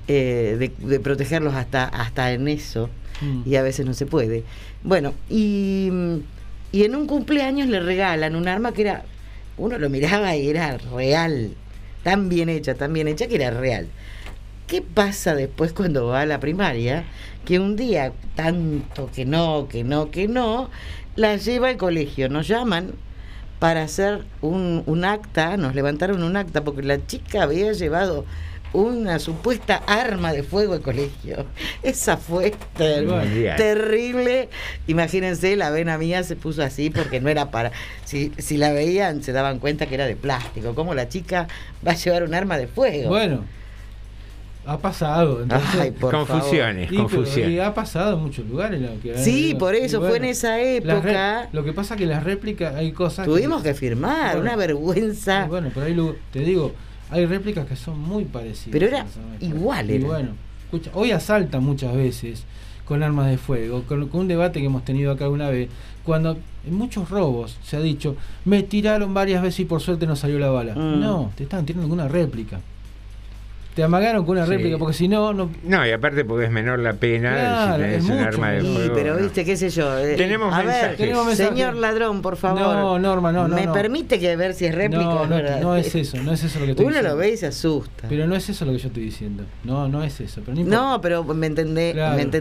[SPEAKER 5] de protegerlos hasta en eso. Y a veces no se puede. Bueno, y en un cumpleaños le regalan un arma que era, uno lo miraba y era real, tan bien hecha que era real. ¿Qué pasa después cuando va a la primaria? Que un día, tanto que no, la lleva al colegio, nos llaman para hacer un acta, nos levantaron un acta porque la chica había llevado una supuesta arma de fuego al colegio. Esa fue terrible. Imagínense, la vena mía se puso así porque no era para... Si la veían se daban cuenta que era de plástico. ¿Cómo la chica va a llevar un arma de fuego?
[SPEAKER 6] Bueno, ha pasado. Entonces,
[SPEAKER 3] confusiones.
[SPEAKER 6] Y ha pasado en muchos lugares.
[SPEAKER 5] Por eso fue en esa época.
[SPEAKER 6] Lo que pasa que las réplicas hay cosas...
[SPEAKER 5] Tuvimos que firmar, una vergüenza.
[SPEAKER 6] Bueno, por ahí te digo... Hay réplicas que son muy parecidas.
[SPEAKER 5] Pero era igual.
[SPEAKER 6] Y bueno, escucha, hoy asaltan muchas veces con armas de fuego, con un debate que hemos tenido acá una vez, cuando en muchos robos se ha dicho, me tiraron varias veces y por suerte no salió la bala. No, te estaban tirando con una réplica. Te amagaron con una réplica, porque si no... No,
[SPEAKER 3] y aparte porque es menor la pena si tenés un arma de fuego.
[SPEAKER 5] Pero viste, qué sé yo.
[SPEAKER 3] Tenemos mensajes.
[SPEAKER 5] Señor ladrón, por favor.
[SPEAKER 6] No, Norma, no.
[SPEAKER 5] ¿Me permite que ver si es réplica o
[SPEAKER 6] no es eso lo que estoy diciendo.
[SPEAKER 5] Uno lo ve y se asusta.
[SPEAKER 6] Pero no es eso lo que yo estoy diciendo. No es eso. Pero
[SPEAKER 5] no, pero me entendés.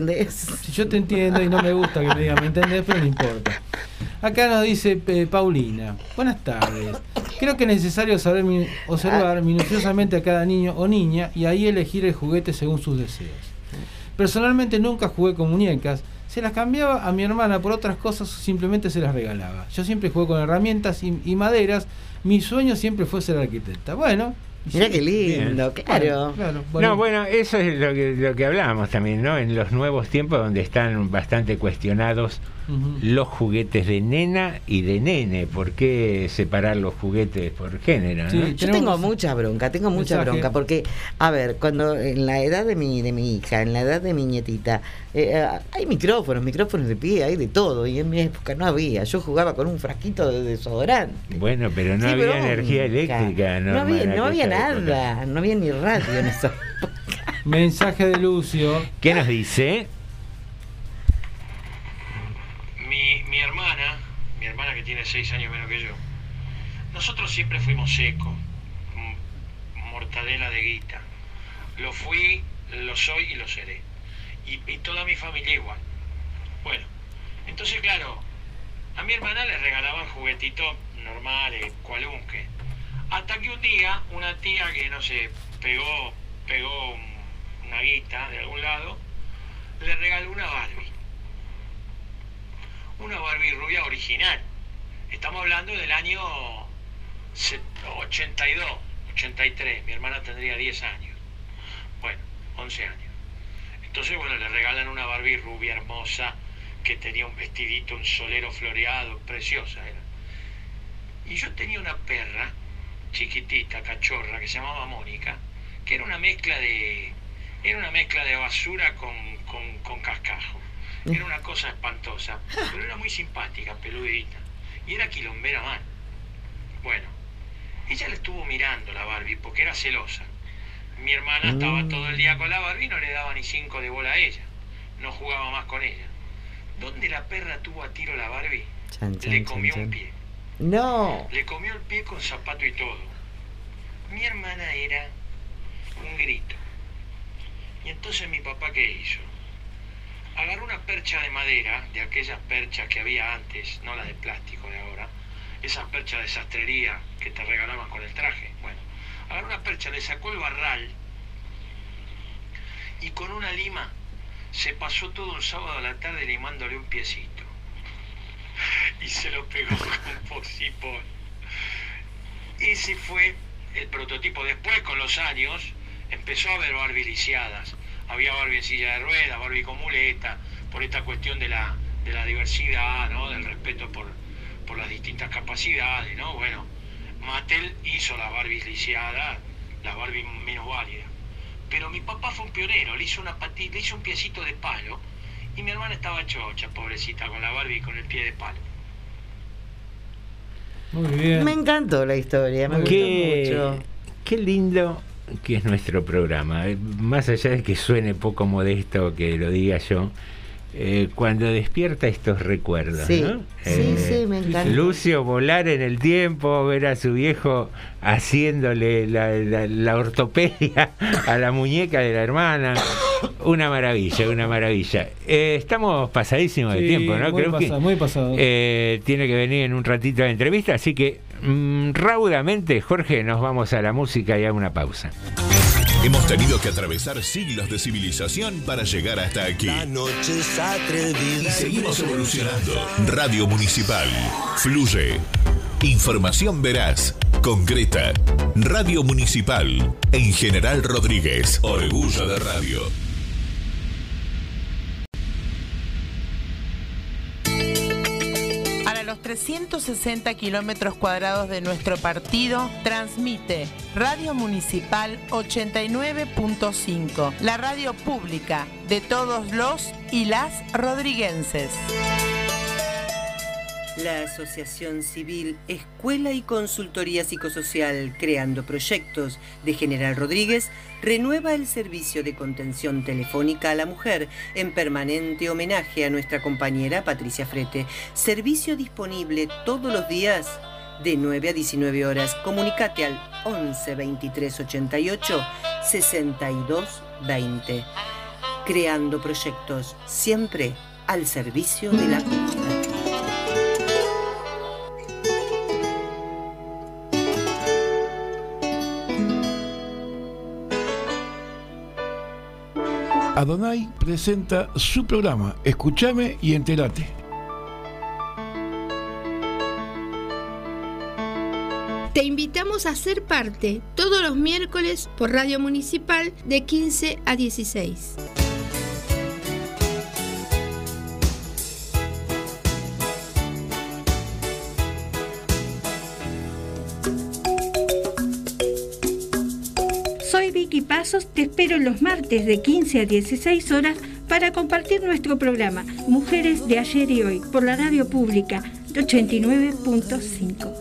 [SPEAKER 6] Si yo te entiendo y no me gusta que me digan, me entendés, pero no importa. Acá nos dice Paulina, buenas tardes. Creo que es necesario observar minuciosamente a cada niño o niña y ahí elegir el juguete según sus deseos. Personalmente nunca jugué con muñecas, se las cambiaba a mi hermana por otras cosas o simplemente se las regalaba. Yo siempre jugué con herramientas y maderas, mi sueño siempre fue ser arquitecta. Bueno,
[SPEAKER 5] mira qué lindo, bien. Claro.
[SPEAKER 3] Bueno, eso es lo que hablábamos también, ¿no? En los nuevos tiempos donde están bastante cuestionados los juguetes de nena y de nene. ¿Por qué separar los juguetes por género? ¿No?
[SPEAKER 5] Sí, yo tengo mucha bronca, porque, a ver, cuando en la edad de mi hija, en la edad de mi nietita, hay micrófonos de pie, hay de todo, y en mi época no había. Yo jugaba con un frasquito de desodorante.
[SPEAKER 3] Bueno, pero no había energía eléctrica.
[SPEAKER 5] No había nada, no había ni radio en esa época.
[SPEAKER 6] Mensaje de Lucio.
[SPEAKER 3] ¿Qué nos dice?
[SPEAKER 7] Mi hermana que tiene 6 años menos que yo, nosotros siempre fuimos secos, mortadela de guita. Lo fui, lo soy y lo seré. Y toda mi familia igual. Bueno, entonces claro, a mi hermana le regalaban juguetitos normales, cualunque. Hasta que un día, una tía que no sé, pegó una guita de algún lado, le regaló una Barbie. Una Barbie rubia original. Estamos hablando del año 82, 83. Mi hermana tendría 10 años. Bueno, 11 años. Entonces, bueno, le regalan una Barbie rubia hermosa que tenía un vestidito, un solero floreado, preciosa era. Y yo tenía una perra chiquitita, cachorra, que se llamaba Mónica, que era una mezcla de basura con cascajo. Era una cosa espantosa, pero era muy simpática, peludita, y era quilombera mal. Bueno, ella le estuvo mirando la Barbie porque era celosa. Mi hermana estaba todo el día con la Barbie y no le daba ni 5 de bola a ella. No jugaba más con ella. ¿Dónde la perra tuvo a tiro la Barbie? Le comió un pie.
[SPEAKER 5] No.
[SPEAKER 7] Le comió el pie con zapato y todo. Mi hermana era un grito. Y entonces mi papá, ¿qué hizo? Agarró una percha de madera, de aquellas perchas que había antes, no las de plástico de ahora, esas perchas de sastrería que te regalaban con el traje. Bueno, agarró una percha, le sacó el barral y con una lima se pasó todo un sábado a la tarde limándole un piecito. Y se lo pegó con poxipol. Ese fue el prototipo. Después, con los años, empezó a haber Barbie lisiadas. Había Barbie en silla de ruedas, Barbie con muleta, por esta cuestión de la diversidad, ¿no? Del respeto por las distintas capacidades, ¿no? Bueno, Mattel hizo las Barbies lisiadas, las Barbie menos válidas. Pero mi papá fue un pionero, le hizo le hizo un piecito de palo y mi hermana estaba chocha, pobrecita, con la Barbie con el pie de palo.
[SPEAKER 6] Muy bien.
[SPEAKER 5] Me encantó la historia, me gustó mucho.
[SPEAKER 3] Qué lindo que es nuestro programa. Más allá de que suene poco modesto que lo diga yo, cuando despierta estos recuerdos,
[SPEAKER 5] sí,
[SPEAKER 3] ¿no?
[SPEAKER 5] Sí, me encanta.
[SPEAKER 3] Lucio volar en el tiempo, ver a su viejo haciéndole la ortopedia a la muñeca de la hermana. Una maravilla, una maravilla. Estamos pasadísimos de tiempo, ¿no?
[SPEAKER 6] Muy pasado.
[SPEAKER 3] Tiene que venir en un ratito de entrevista, así que raudamente, Jorge, nos vamos a la música y a una pausa.
[SPEAKER 14] Hemos tenido que atravesar siglos de civilización para llegar hasta aquí.
[SPEAKER 12] La noche es atrevida.
[SPEAKER 14] Y seguimos evolucionando. Radio Municipal. Fluye. Información veraz, concreta. Radio Municipal. En General Rodríguez. Orgullo de radio.
[SPEAKER 15] Los 360 kilómetros cuadrados de nuestro partido transmite Radio Municipal 89.5, la radio pública de todos los y las rodriguenses.
[SPEAKER 16] La Asociación Civil Escuela y Consultoría Psicosocial Creando Proyectos de General Rodríguez renueva el servicio de contención telefónica a la mujer en permanente homenaje a nuestra compañera Patricia Frete. Servicio disponible todos los días de 9 a 19 horas. Comunicate al 11 23 88 62 20. Creando Proyectos, siempre al servicio de la comunidad.
[SPEAKER 17] Adonai presenta su programa Escúchame y entérate.
[SPEAKER 18] Te invitamos a ser parte todos los miércoles por Radio Municipal de 15 a 16. Soy Vicky Pasos, te espero los martes de 15 a 16 horas para compartir nuestro programa Mujeres de Ayer y Hoy por la radio pública de 89.5.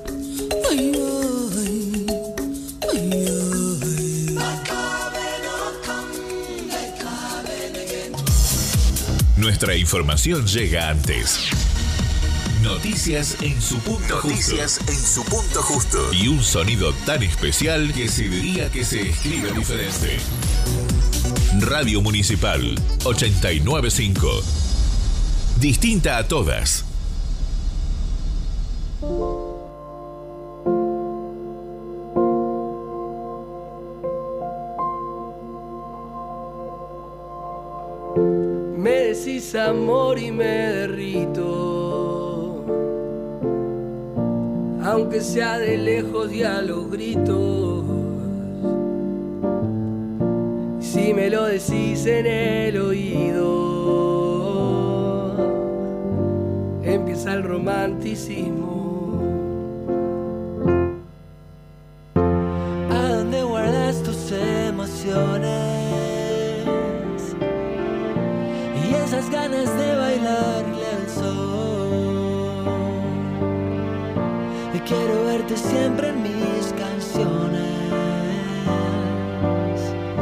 [SPEAKER 14] Nuestra información llega antes. Noticias en su punto justo. Noticias en su punto justo. Y un sonido tan especial que se diría que se escribe diferente. Radio Municipal 89.5. Distinta a todas.
[SPEAKER 19] Me decís amor y me derrito, aunque sea de lejos y a los gritos. Si me lo decís en el oído, empieza el romanticismo. ¿A dónde guardas tus emociones? Y esas ganas de bailarle al sol. Y quiero verte siempre en mis canciones.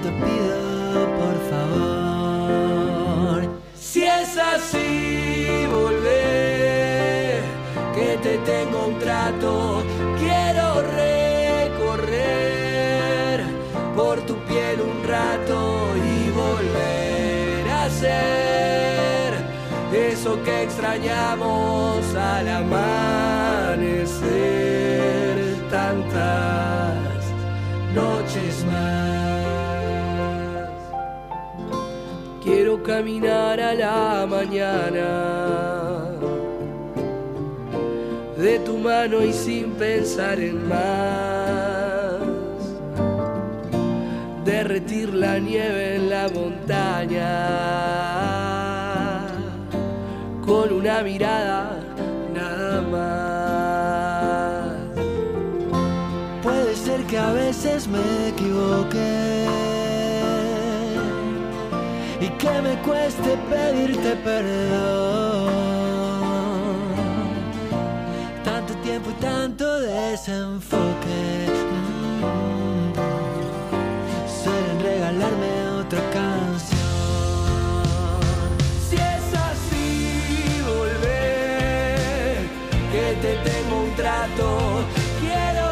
[SPEAKER 19] te pido por favor. Si es así, volvé, que te tengo un trato. Quiero recorrer por tu piel un rato y volver a ser eso que extrañamos al amanecer. Tantas noches más. Quiero caminar a la mañana de tu mano y sin pensar en más. Derretir la nieve en la montaña con una mirada nada más.
[SPEAKER 12] Puede ser que a veces me equivoqué y que me cueste pedirte perdón. Tanto tiempo y tanto desenfoque suelen regalarme otra canción.
[SPEAKER 19] Si es así, volver, que te tengo un trato. Quiero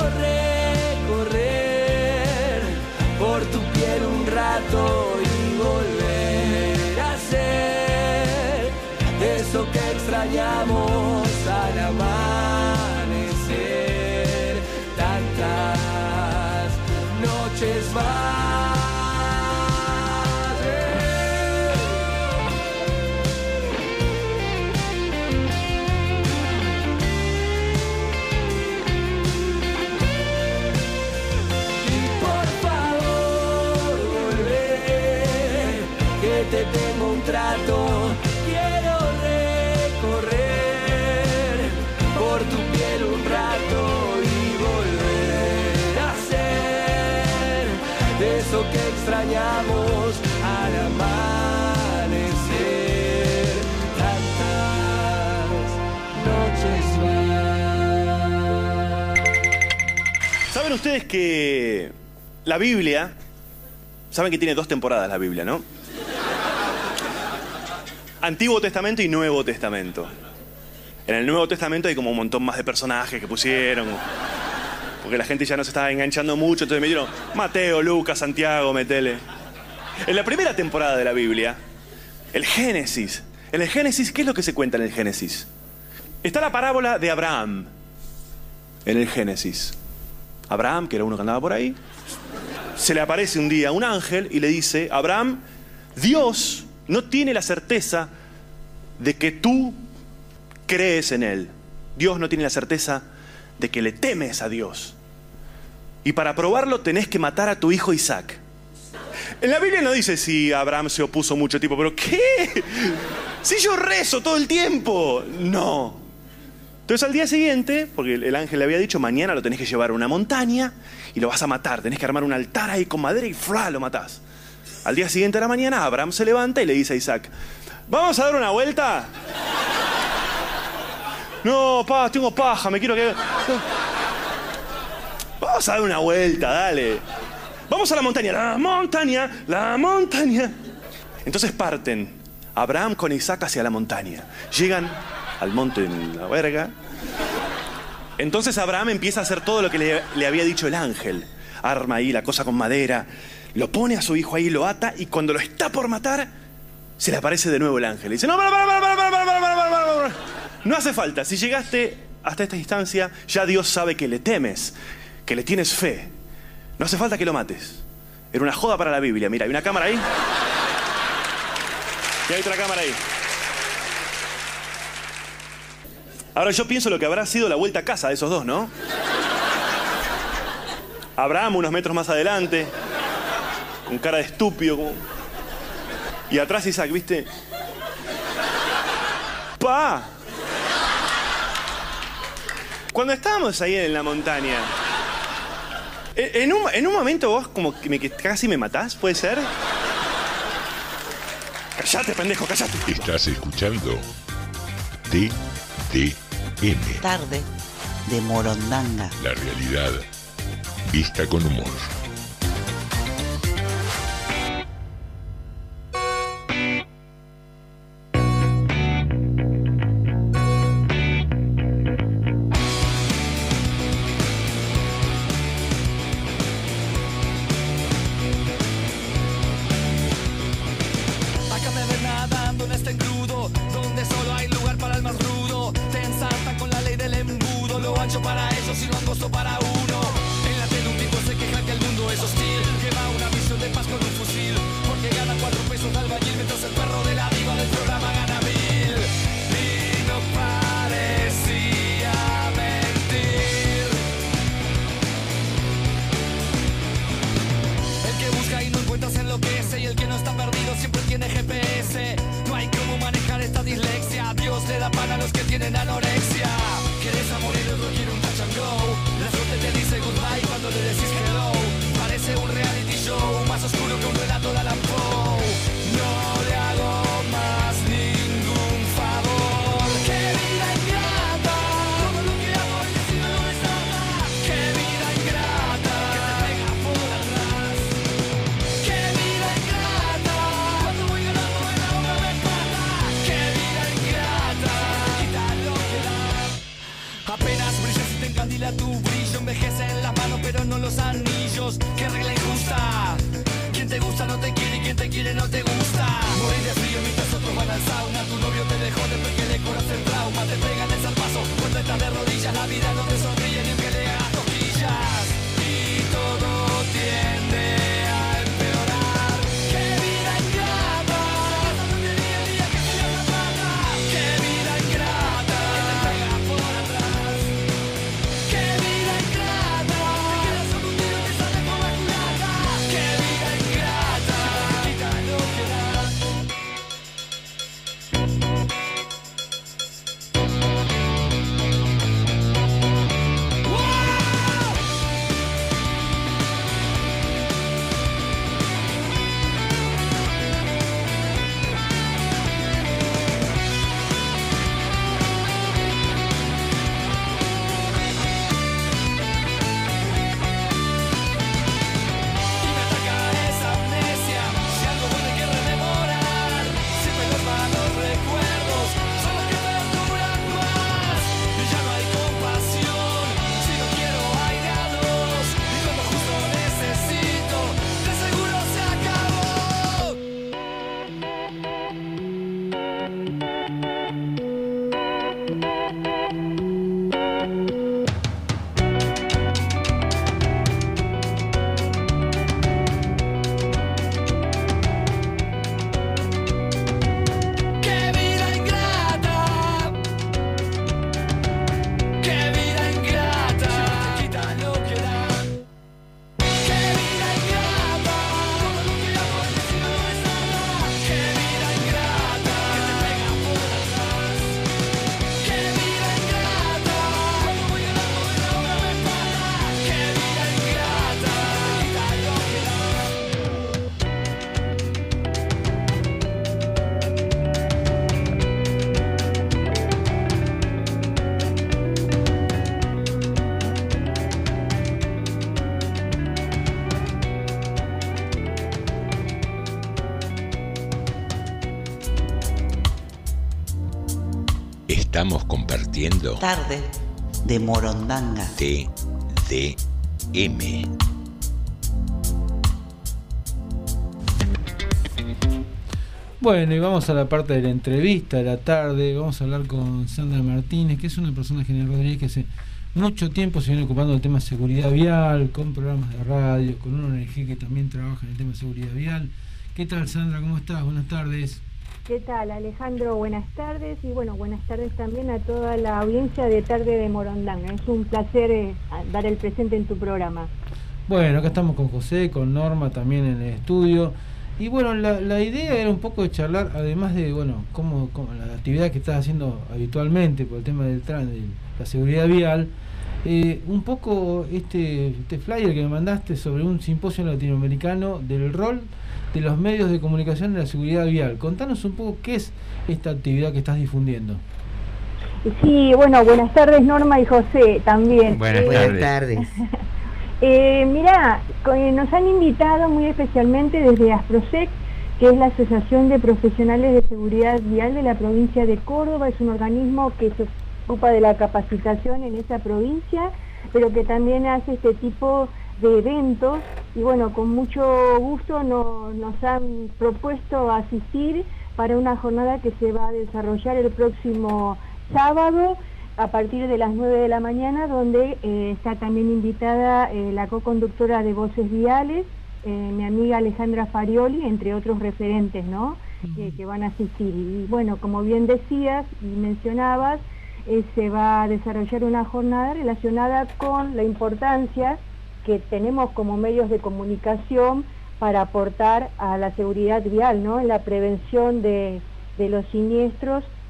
[SPEAKER 19] recorrer por tu piel un rato y volver a ser eso que extrañamos al amanecer. Tantas noches más. Te tengo un trato, quiero recorrer por tu piel un rato y volver a ser eso que extrañamos al amanecer. Tantas noches más.
[SPEAKER 20] ¿Saben ustedes que la Biblia, saben que tiene 2 temporadas la Biblia, ¿no? Antiguo Testamento y Nuevo Testamento. En el Nuevo Testamento hay como un montón más de personajes que pusieron, porque la gente ya no se estaba enganchando mucho, entonces metieron Mateo, Lucas, Santiago, metele. En la primera temporada de la Biblia, el Génesis. En el Génesis, ¿qué es lo que se cuenta en el Génesis? Está la parábola de Abraham. En el Génesis. Abraham, que era uno que andaba por ahí, se le aparece un día un ángel y le dice: Abraham, Dios no tiene la certeza de que tú crees en Él. Dios no tiene la certeza de que le temes a Dios. Y para probarlo tenés que matar a tu hijo Isaac. En la Biblia no dice si Abraham se opuso mucho tiempo, pero ¿qué? Si yo rezo todo el tiempo. No. Entonces al día siguiente, porque el ángel le había dicho, mañana lo tenés que llevar a una montaña y lo vas a matar. Tenés que armar un altar ahí con madera y ¡fla! Lo matás. Al día siguiente de la mañana, Abraham se levanta y le dice a Isaac: ¿vamos a dar una vuelta? No, tengo paja, me quiero que... Vamos a dar una vuelta, dale. Vamos a la montaña, la montaña. Entonces parten Abraham con Isaac hacia la montaña. Llegan al monte en la verga. Entonces Abraham empieza a hacer todo lo que le había dicho el ángel. Arma ahí la cosa con madera, lo pone a su hijo ahí, lo ata, y cuando lo está por matar, se le aparece de nuevo el ángel. Y dice: no, para. No hace falta. Si llegaste hasta esta instancia, ya Dios sabe que le temes, que le tienes fe. No hace falta que lo mates. Era una joda para la Biblia. Mira, hay una cámara ahí. Y hay otra cámara ahí. Ahora yo pienso lo que habrá sido la vuelta a casa de esos dos, ¿no? Abraham unos metros más adelante, con cara de estúpido, como... y atrás Isaac, ¿viste? ¡Pa! Cuando estábamos ahí en la montaña, en un momento vos como que casi me matás, ¿puede ser? ¡Cállate, pendejo, cállate!
[SPEAKER 14] Estás escuchando TDM.
[SPEAKER 1] Tarde de Morondanga.
[SPEAKER 14] La realidad vista con humor.
[SPEAKER 19] los que tienen anorexia. Quieres amor y luego quiere un touch and go. La suerte te dice goodbye cuando le decís hello. Parece un reality show más oscuro que un relato de Allan Poe. No le hago más ningún favor. ¡Qué vida ingrata! Todo lo que hago y decido no es nada. ¡Qué vida ingrata! Que te pega por atrás. ¡Qué vida ingrata! Cuando voy ganando en la obra me empata. ¡Qué vida ingrata! Quita lo que da. Apenas brillas y te encandila tu brillo. Envejecen las manos pero no los anillos. ¡Qué regla injusta! Quien te gusta no te quiere y quien te quiere no te gusta. Morir de frío mientras otros van al sauna. Tu novio te dejó después que le curas el trauma. Te pegan el zarpazo cuando estás de rodillas. La vida no te sonríe ni aunque le hagas cosquillas. Y todo tiende a empeorar. ¡Qué vida ingrata! El día que se le atrapa. ¡Qué vida ingrata! Que te pega por atrás. ¡Qué vida ingrata! Te quedas con un tiro y te sale por la culata. ¡Qué vida ingrata! Quita lo que da.
[SPEAKER 14] Estamos compartiendo
[SPEAKER 1] Tarde de Morondanga.
[SPEAKER 14] TDM.
[SPEAKER 6] Bueno, y vamos a la parte de la entrevista de la tarde. Vamos a hablar con Sandra Martínez, que es una persona, General Rodríguez, que hace mucho tiempo se viene ocupando del tema de seguridad vial, con programas de radio, con una ONG que también trabaja en el tema de seguridad vial. ¿Qué tal, Sandra? ¿Cómo estás? Buenas tardes.
[SPEAKER 21] ¿Qué tal, Alejandro? Buenas tardes y bueno, buenas tardes también a toda la audiencia de Tarde de Morondanga. Es un placer dar el presente en tu programa.
[SPEAKER 6] Bueno, acá estamos con José, con Norma también en el estudio. Y bueno, la idea era un poco de charlar, además de, bueno, cómo la actividad que estás haciendo habitualmente por el tema de la seguridad vial, un poco este flyer que me mandaste sobre un simposio latinoamericano del rol de los medios de comunicación en la seguridad vial. Contanos un poco qué es esta actividad que estás difundiendo.
[SPEAKER 21] Sí, bueno, buenas tardes Norma y José también.
[SPEAKER 3] Buenas tardes.
[SPEAKER 21] Mirá, nos han invitado muy especialmente desde ASPROSEC, que es la Asociación de Profesionales de Seguridad Vial de la provincia de Córdoba. Es un organismo que se ocupa de la capacitación en esa provincia, pero que también hace este tipo de eventos, y bueno, con mucho gusto nos han propuesto asistir para una jornada que se va a desarrollar el próximo sábado a partir de las 9 de la mañana, donde está también invitada la co-conductora de Voces Viales, mi amiga Alejandra Farioli, entre otros referentes, ¿no? Que van a asistir. Y bueno, como bien decías y mencionabas, se va a desarrollar una jornada relacionada con la importancia que tenemos como medios de comunicación para aportar a la seguridad vial, ¿no? En la prevención de los siniestros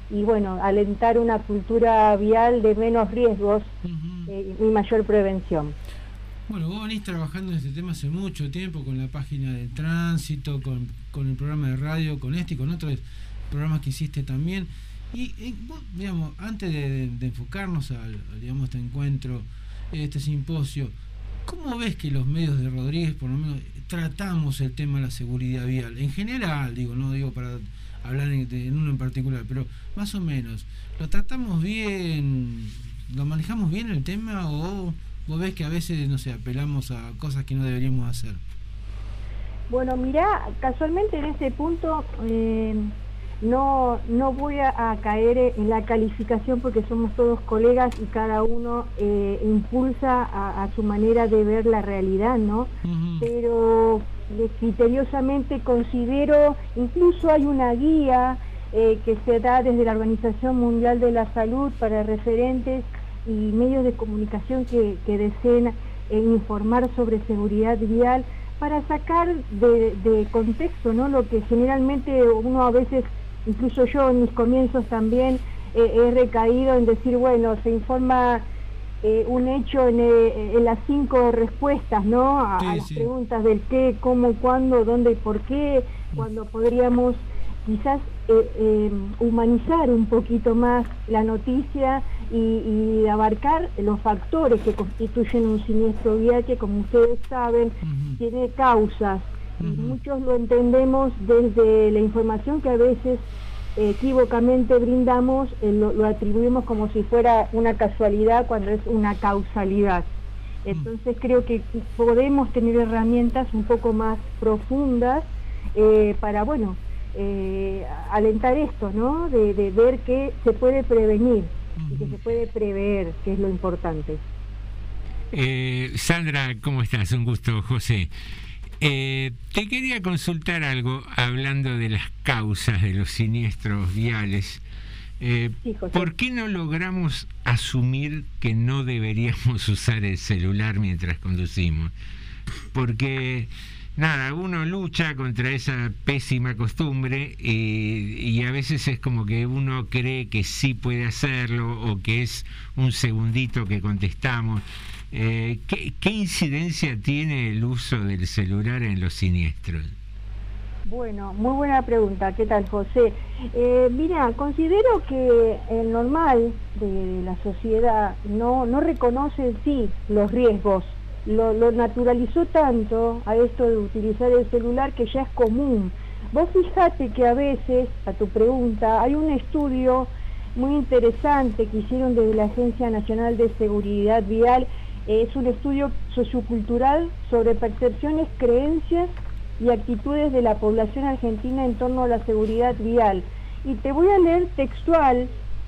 [SPEAKER 21] y bueno, alentar una cultura vial de menos riesgos y mayor prevención.
[SPEAKER 6] Bueno, vos venís trabajando en este tema hace mucho tiempo con la página de tránsito, con el programa de radio, con este y con otros programas que hiciste también. Y vos, digamos, antes de enfocarnos al digamos, este encuentro, este simposio, ¿cómo ves que los medios de Rodríguez, por lo menos, tratamos el tema de la seguridad vial? En general, digo, no digo para hablar en uno en particular, pero más o menos, ¿lo tratamos bien, lo manejamos bien el tema, o vos ves que a veces, no sé, apelamos a cosas que no deberíamos hacer?
[SPEAKER 21] Bueno, mirá, casualmente en ese punto no voy a caer en la calificación, porque somos todos colegas y cada uno impulsa a su manera de ver la realidad, ¿no? Pero criteriosamente considero, incluso hay una guía que se da desde la Organización Mundial de la Salud para referentes y medios de comunicación que deseen informar sobre seguridad vial, para sacar de contexto, ¿no? Lo que generalmente uno a veces, incluso yo en mis comienzos también he recaído en decir, bueno, se informa un hecho en las 5 respuestas, ¿no? A las preguntas del qué, cómo, cuándo, dónde y por qué, cuando podríamos quizás humanizar un poquito más la noticia y abarcar los factores que constituyen un siniestro vial, que, como ustedes saben, tiene causas. Y muchos lo entendemos desde la información que a veces equívocamente brindamos, lo atribuimos como si fuera una casualidad, cuando es una causalidad. Entonces creo que podemos tener herramientas un poco más profundas para, bueno, alentar esto, ¿no? De ver que se puede prevenir y que se puede prever, que es lo importante.
[SPEAKER 3] Sandra, ¿cómo estás? Un gusto, José. Te quería consultar algo, hablando de las causas de los siniestros viales. ¿Por qué no logramos asumir que no deberíamos usar el celular mientras conducimos? Porque nada, uno lucha contra esa pésima costumbre y a veces es como que uno cree que sí puede hacerlo, o que es un segundito que contestamos. ¿Qué incidencia tiene el uso del celular en los siniestros?
[SPEAKER 21] Bueno, muy buena pregunta. ¿Qué tal, José? Mira, considero que el normal de la sociedad no reconoce en sí los riesgos. Lo naturalizó tanto a esto de utilizar el celular que ya es común. Vos fijate que a veces, a tu pregunta, hay un estudio muy interesante que hicieron desde la Agencia Nacional de Seguridad Vial. Es un estudio sociocultural sobre percepciones, creencias y actitudes de la población argentina en torno a la seguridad vial. Y te voy a leer textual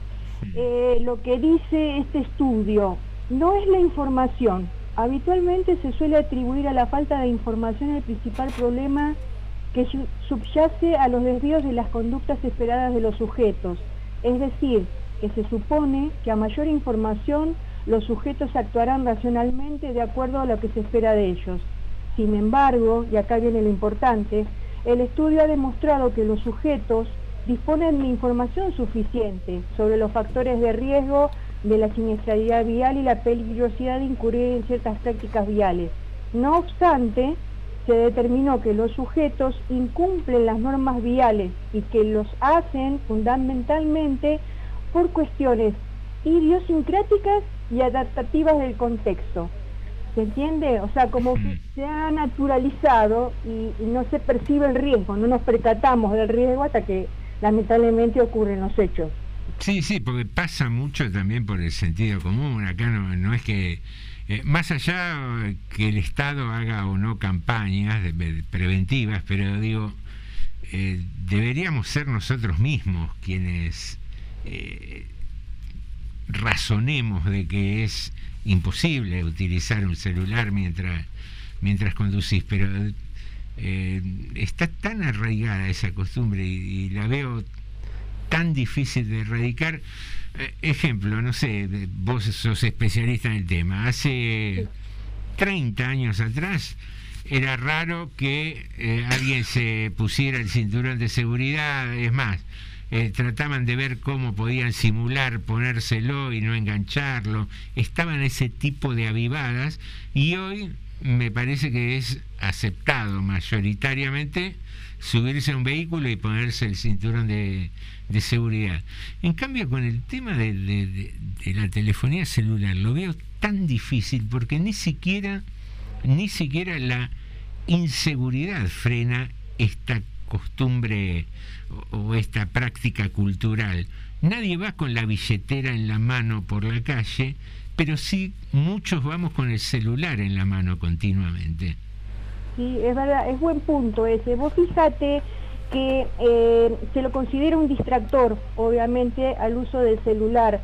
[SPEAKER 21] lo que dice este estudio. No es la información. Habitualmente se suele atribuir a la falta de información el principal problema que subyace a los desvíos de las conductas esperadas de los sujetos. Es decir, que se supone que a mayor información los sujetos actuarán racionalmente de acuerdo a lo que se espera de ellos. Sin embargo, y acá viene lo importante, el estudio ha demostrado que los sujetos disponen de información suficiente sobre los factores de riesgo de la siniestralidad vial y la peligrosidad de incurrir en ciertas prácticas viales. No obstante, se determinó que los sujetos incumplen las normas viales y que los hacen fundamentalmente por cuestiones idiosincráticas y adaptativas del contexto. ¿Se entiende? O sea, como que se ha naturalizado y no se percibe el riesgo, no nos percatamos del riesgo hasta que lamentablemente ocurren los hechos.
[SPEAKER 3] Sí, porque pasa mucho también por el sentido común. Acá no es que, más allá que el Estado haga o no campañas preventivas, pero digo, deberíamos ser nosotros mismos quienes razonemos de que es imposible utilizar un celular mientras conducís, pero está tan arraigada esa costumbre y la veo tan difícil de erradicar. Ejemplo, no sé, vos sos especialista en el tema. Hace 30 años atrás era raro que alguien se pusiera el cinturón de seguridad. Es más, trataban de ver cómo podían simular ponérselo y no engancharlo. Estaban ese tipo de avivadas, y hoy me parece que es aceptado mayoritariamente subirse a un vehículo y ponerse el cinturón de seguridad. En cambio, con el tema de la telefonía celular lo veo tan difícil, porque ni siquiera la inseguridad frena esta costumbre o esta práctica cultural. Nadie va con la billetera en la mano por la calle, pero sí muchos vamos con el celular en la mano continuamente.
[SPEAKER 21] Sí, es verdad, es buen punto ese. Vos fíjate que se lo considera un distractor, obviamente, al uso del celular.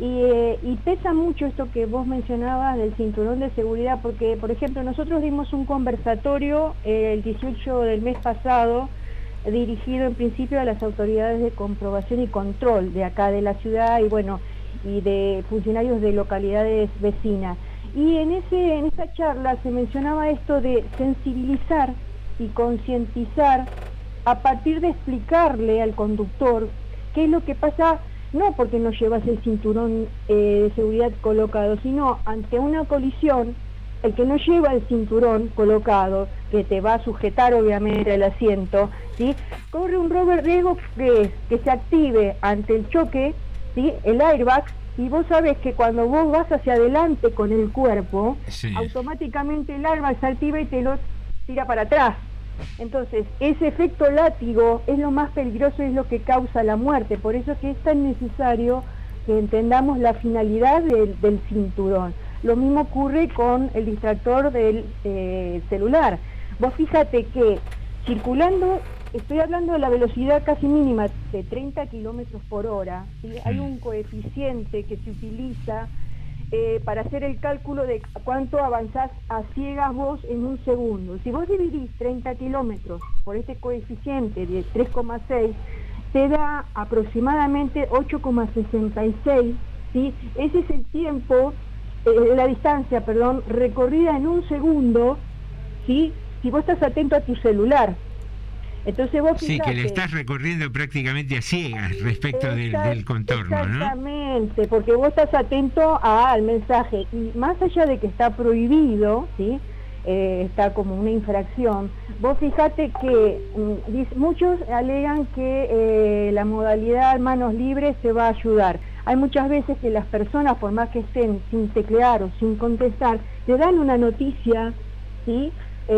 [SPEAKER 21] Y pesa mucho esto que vos mencionabas del cinturón de seguridad, porque, por ejemplo, nosotros dimos un conversatorio el 18 del mes pasado, dirigido en principio a las autoridades de comprobación y control de acá de la ciudad y bueno, y de funcionarios de localidades vecinas. Y en esa charla se mencionaba esto de sensibilizar y concientizar a partir de explicarle al conductor qué es lo que pasa, no porque no llevas el cinturón de seguridad colocado, sino ante una colisión, el que no lleva el cinturón colocado, que te va a sujetar obviamente el asiento, ¿sí?, corre un riesgo que se active ante el choque, ¿sí?, el airbag. Y vos sabés que cuando vos vas hacia adelante con el cuerpo, sí, automáticamente el airbag se activa y te lo tira para atrás. Entonces, ese efecto látigo es lo más peligroso y es lo que causa la muerte. Por eso es que es tan necesario que entendamos la finalidad del cinturón. Lo mismo ocurre con el distractor del celular. Vos fíjate que circulando, estoy hablando de la velocidad casi mínima de 30 kilómetros por hora, ¿sí? Hay un coeficiente que se utiliza para hacer el cálculo de cuánto avanzás a ciegas vos en un segundo. Si vos dividís 30 kilómetros por este coeficiente de 3,6, te da aproximadamente 8,66, ¿sí? Ese es el tiempo, la distancia, perdón, recorrida en un segundo, ¿sí?, si vos estás atento a tu celular. Entonces vos fijate,
[SPEAKER 3] sí, que le estás recorriendo prácticamente a ciegas respecto del contorno, ¿no?
[SPEAKER 21] Exactamente, porque vos estás atento al mensaje, y más allá de que está prohibido, ¿sí?, está como una infracción, vos fijate que muchos alegan que la modalidad manos libres te va a ayudar. Hay muchas veces que las personas, por más que estén sin teclear o sin contestar, te dan una noticia, ¿sí?,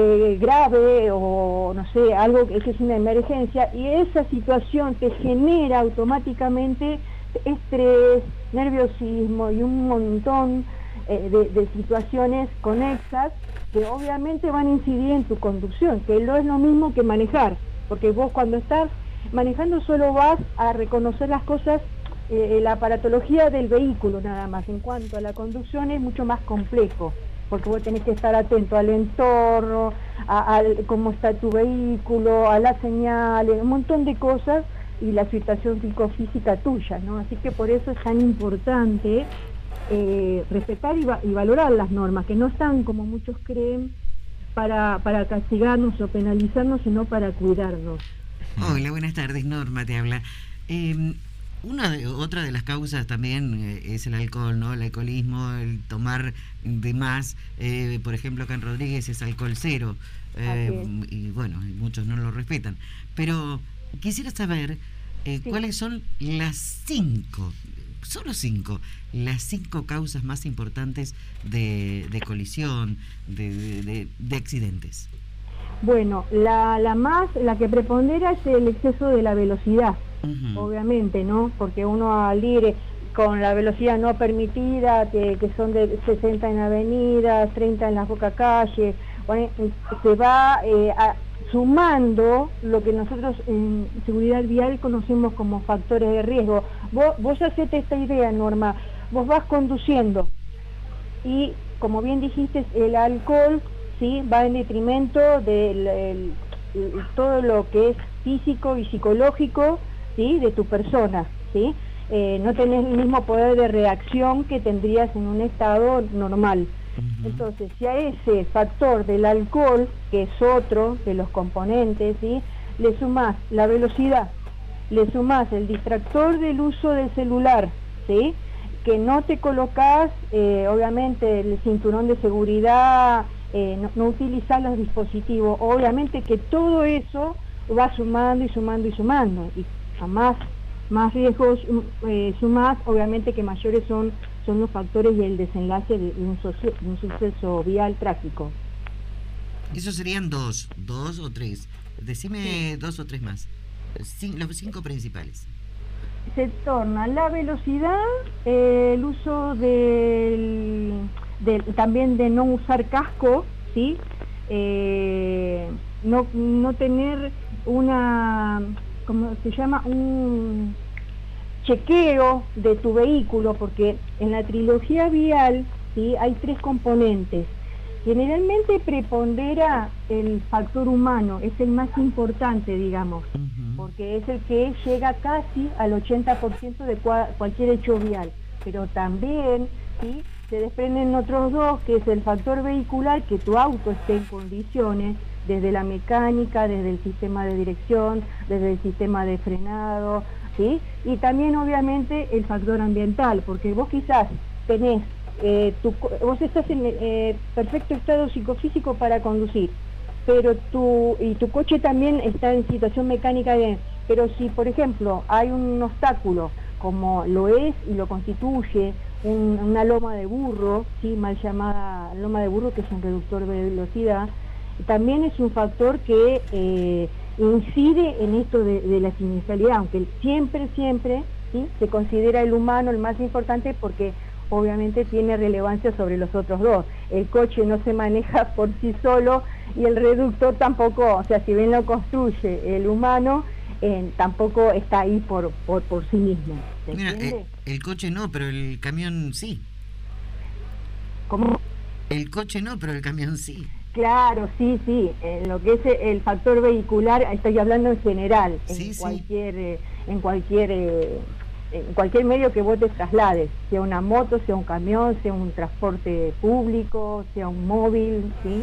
[SPEAKER 21] grave o no sé, algo que es una emergencia, y esa situación te genera automáticamente estrés, nerviosismo y un montón de situaciones conexas que obviamente van a incidir en tu conducción, que no es lo mismo que manejar, porque vos cuando estás manejando solo vas a reconocer las cosas, la aparatología del vehículo nada más. En cuanto a la conducción es mucho más complejo, porque vos tenés que estar atento al entorno, a cómo está tu vehículo, a las señales, un montón de cosas, y la situación psicofísica tuya, ¿no? Así que por eso es tan importante respetar y valorar las normas, que no están, como muchos creen, para castigarnos o penalizarnos, sino para cuidarnos.
[SPEAKER 2] Hola, buenas tardes, Norma te habla. Otra de las causas también es el alcohol, ¿no? El alcoholismo, el tomar de más. Por ejemplo, acá en Rodríguez es alcohol cero. Y bueno, muchos no lo respetan. Pero quisiera saber cuáles son las 5 causas más importantes de colisión, de accidentes.
[SPEAKER 21] Bueno, la que prepondera es el exceso de la velocidad. Obviamente, ¿no? Porque uno al ir con la velocidad no permitida, que son de 60 en avenidas, 30 en las boca calles, bueno, se va sumando lo que nosotros en seguridad vial conocemos como factores de riesgo. Vos hacete esta idea, Norma, vos vas conduciendo y, como bien dijiste, el alcohol, ¿sí?, va en detrimento de todo lo que es físico y psicológico, ¿sí?, de tu persona, ¿sí? No tenés el mismo poder de reacción que tendrías en un estado normal. Entonces, si a ese factor del alcohol, que es otro de los componentes, ¿sí?, le sumás la velocidad, le sumás el distractor del uso del celular, ¿sí? Que no te colocas, obviamente, el cinturón de seguridad, no utilizar los dispositivos, obviamente que todo eso va sumando y sumando y sumando, y jamás más riesgos sumás, obviamente que mayores son los factores y el desenlace de un suceso vial trágico.
[SPEAKER 2] Esos serían dos o tres. Decime 2 o 3 más. Los 5 principales.
[SPEAKER 21] Se torna la velocidad, el uso también de no usar casco, ¿sí? No tener ¿cómo se llama? Un chequeo de tu vehículo, porque en la trilogía vial, ¿sí?, hay 3 componentes. Generalmente prepondera el factor humano, es el más importante, digamos, porque es el que llega casi al 80% de cualquier hecho vial, pero también, ¿sí?, se desprenden otros 2, que es el factor vehicular, que tu auto esté en condiciones, desde la mecánica, desde el sistema de dirección, desde el sistema de frenado, ¿sí? Y también obviamente el factor ambiental, porque vos quizás tenés, vos estás en perfecto estado psicofísico para conducir, pero tu coche también está en situación mecánica bien, pero si por ejemplo hay un obstáculo, como lo es y lo constituye una loma de burro, ¿sí?, mal llamada loma de burro, que es un reductor de velocidad, también es un factor que incide en esto de la siniestralidad, aunque siempre, ¿sí?, se considera el humano el más importante, porque obviamente tiene relevancia sobre los otros 2. El coche no se maneja por sí solo y el reductor tampoco, o sea, si bien lo construye el humano, tampoco está ahí por sí mismo.
[SPEAKER 2] Mira, el coche no, pero el camión sí.
[SPEAKER 21] ¿Cómo?
[SPEAKER 2] El coche no, pero el camión sí.
[SPEAKER 21] Claro, sí, en lo que es el factor vehicular, estoy hablando en general,
[SPEAKER 2] sí,
[SPEAKER 21] en cualquier medio que vos te traslades, sea una moto, sea un camión, sea un transporte público, sea un móvil, ¿sí?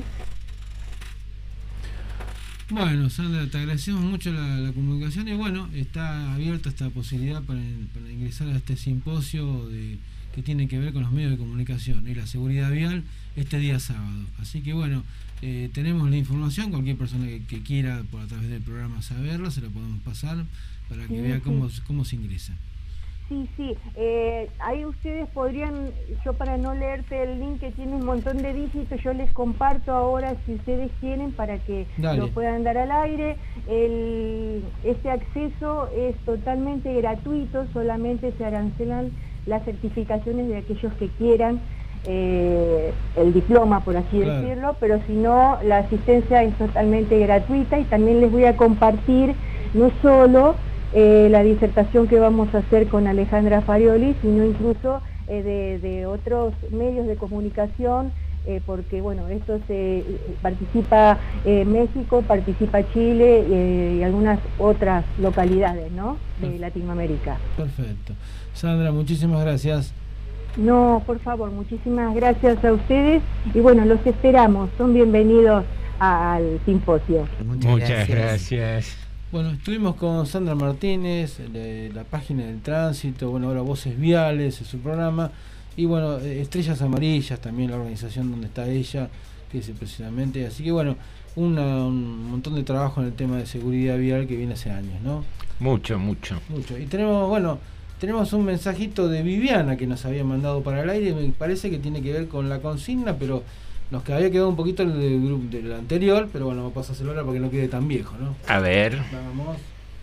[SPEAKER 6] Bueno, Sandra, te agradecemos mucho la comunicación, y bueno, está abierta esta posibilidad para ingresar a este simposio que tiene que ver con los medios de comunicación y la seguridad vial este día sábado. Así que bueno, tenemos la información, cualquier persona que quiera a través del programa saberlo, se lo podemos pasar para que vea cómo se ingresa.
[SPEAKER 21] Sí, ahí ustedes podrían, yo para no leerte el link que tiene un montón de dígitos, yo les comparto ahora si ustedes quieren para que lo puedan dar al aire. Este acceso es totalmente gratuito, solamente se arancelan las certificaciones de aquellos que quieran el diploma, por así decirlo, pero si no, la asistencia es totalmente gratuita, y también les voy a compartir no solo la disertación que vamos a hacer con Alejandra Farioli, sino incluso de otros medios de comunicación, porque bueno, esto participa México, participa Chile y algunas otras localidades, ¿no?, de Latinoamérica.
[SPEAKER 6] Perfecto. Sandra, muchísimas gracias.
[SPEAKER 21] No, por favor, muchísimas gracias a ustedes, y bueno, los esperamos, son bienvenidos al simposio.
[SPEAKER 3] Muchas gracias.
[SPEAKER 6] Bueno, estuvimos con Sandra Martínez, de la página del tránsito, bueno, ahora Voces Viales es su programa, y bueno, Estrellas Amarillas también, la organización donde está ella, que es precisamente, así que bueno, un montón de trabajo en el tema de seguridad vial que viene hace años, ¿no?
[SPEAKER 3] Mucho.
[SPEAKER 6] Y tenemos un mensajito de Viviana que nos había mandado para el aire, me parece que tiene que ver con la consigna, pero nos había quedado un poquito del anterior, pero bueno, vamos a pasarlo ahora para que no quede tan viejo, ¿no?
[SPEAKER 3] A ver.
[SPEAKER 6] Vamos.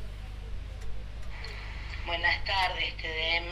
[SPEAKER 4] Buenas tardes, TDM.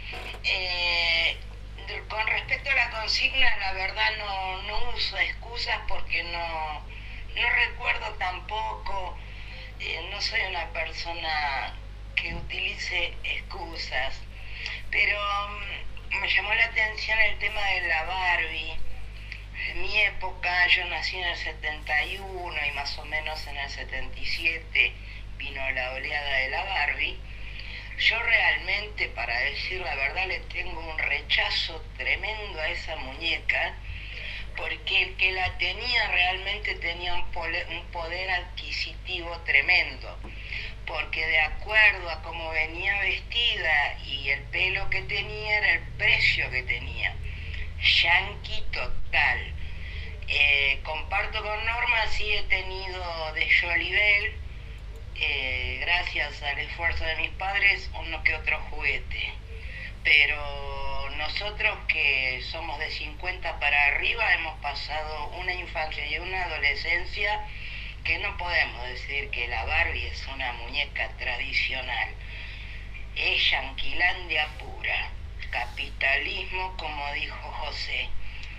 [SPEAKER 4] Con respecto a la consigna, la verdad no uso excusas porque no recuerdo tampoco, no soy una persona que utilice excusas, pero me llamó la atención el tema de la Barbie. En mi época, yo nací en el 71 y más o menos en el 77 vino la oleada de la Barbie. Yo realmente, para decir la verdad, le tengo un rechazo tremendo a esa muñeca, porque el que la tenía realmente tenía un poder adquisitivo tremendo, porque de acuerdo a cómo venía vestida y el pelo que tenía era el precio que tenía. Yankee total. Comparto con Norma, sí he tenido de Jolibel, gracias al esfuerzo de mis padres, uno que otro juguete. Pero nosotros que somos de 50 para arriba hemos pasado una infancia y una adolescencia que no podemos decir que la Barbie es una muñeca tradicional. Es yanquilandia pura, capitalismo como dijo José.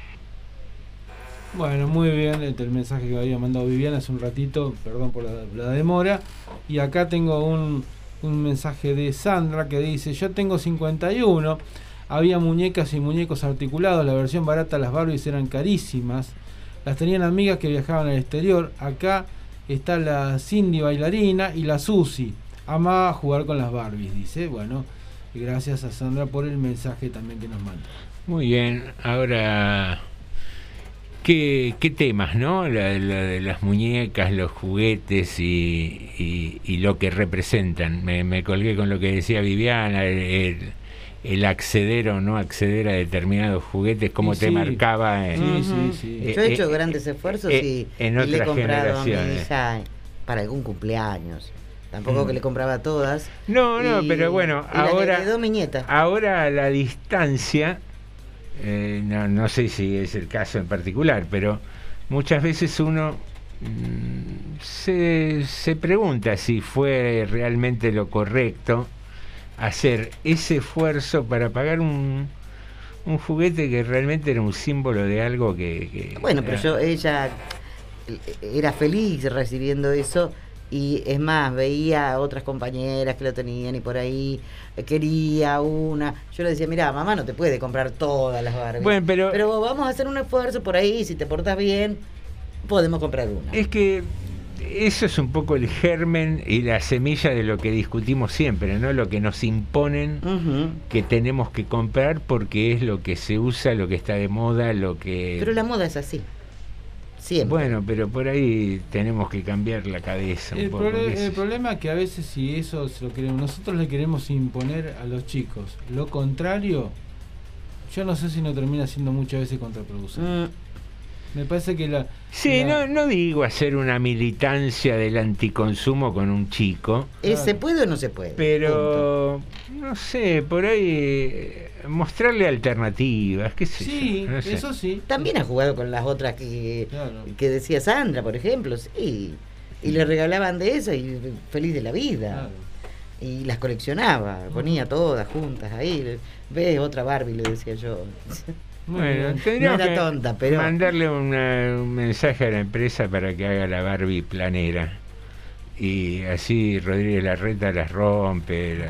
[SPEAKER 6] Bueno, muy bien, el mensaje que había mandado Viviana hace un ratito, perdón por la demora. Y acá tengo un mensaje de Sandra que dice: yo tengo 51, había muñecas y muñecos articulados, la versión barata, las Barbies eran carísimas, las tenían amigas que viajaban al exterior. Acá está la Cindy bailarina y la Susi, amaba jugar con las Barbies, dice. Bueno, y gracias a Sandra por el mensaje también que nos manda.
[SPEAKER 3] Muy bien, ahora... ¿Qué temas, no? La de las muñecas, los juguetes y lo que representan. Me colgué con lo que decía Viviana, el acceder o no acceder a determinados juguetes, cómo te marcaba.
[SPEAKER 5] Sí. Yo he hecho grandes esfuerzos y le he comprado a mi hija para algún cumpleaños. Tampoco que le compraba a todas.
[SPEAKER 3] No, pero bueno, ahora...
[SPEAKER 5] Le heredó mi nieta.
[SPEAKER 3] Ahora a la distancia... no sé si es el caso en particular, pero muchas veces uno se pregunta si fue realmente lo correcto hacer ese esfuerzo para pagar un juguete que realmente era un símbolo de algo que
[SPEAKER 5] bueno, pero ella era feliz recibiendo eso. Y es más, veía a otras compañeras que lo tenían y por ahí quería una. Yo le decía, mira, mamá no te puede comprar todas las Barbies.
[SPEAKER 3] Bueno,
[SPEAKER 5] pero vamos a hacer un esfuerzo por ahí, si te portas bien, podemos comprar una.
[SPEAKER 3] Es que eso es un poco el germen y la semilla de lo que discutimos siempre, ¿no? Lo que nos imponen que tenemos que comprar porque es lo que se usa, lo que está de moda, lo que...
[SPEAKER 5] Pero la moda es así. Siempre.
[SPEAKER 3] Bueno, pero por ahí tenemos que cambiar la cabeza un poco.
[SPEAKER 6] El problema es que a veces si eso se lo queremos, nosotros le queremos imponer a los chicos lo contrario, yo no sé si no termina siendo muchas veces contraproducente. Me parece que
[SPEAKER 3] no digo hacer una militancia del anticonsumo con un chico.
[SPEAKER 5] ¿Se puede o no se puede?
[SPEAKER 3] Pero, no sé, por ahí mostrarle alternativas, qué sé yo, no sé.
[SPEAKER 6] Eso sí.
[SPEAKER 5] También ha jugado con las otras que decía Sandra, por ejemplo, sí. Y le regalaban de esas y feliz de la vida. Claro. Y las coleccionaba, ponía todas juntas ahí. Ves otra Barbie, le decía yo.
[SPEAKER 3] Bueno,
[SPEAKER 5] no era tonta, pero...
[SPEAKER 3] mandarle un mensaje a la empresa para que haga la Barbie planera. Y así Rodríguez Larreta las rompe.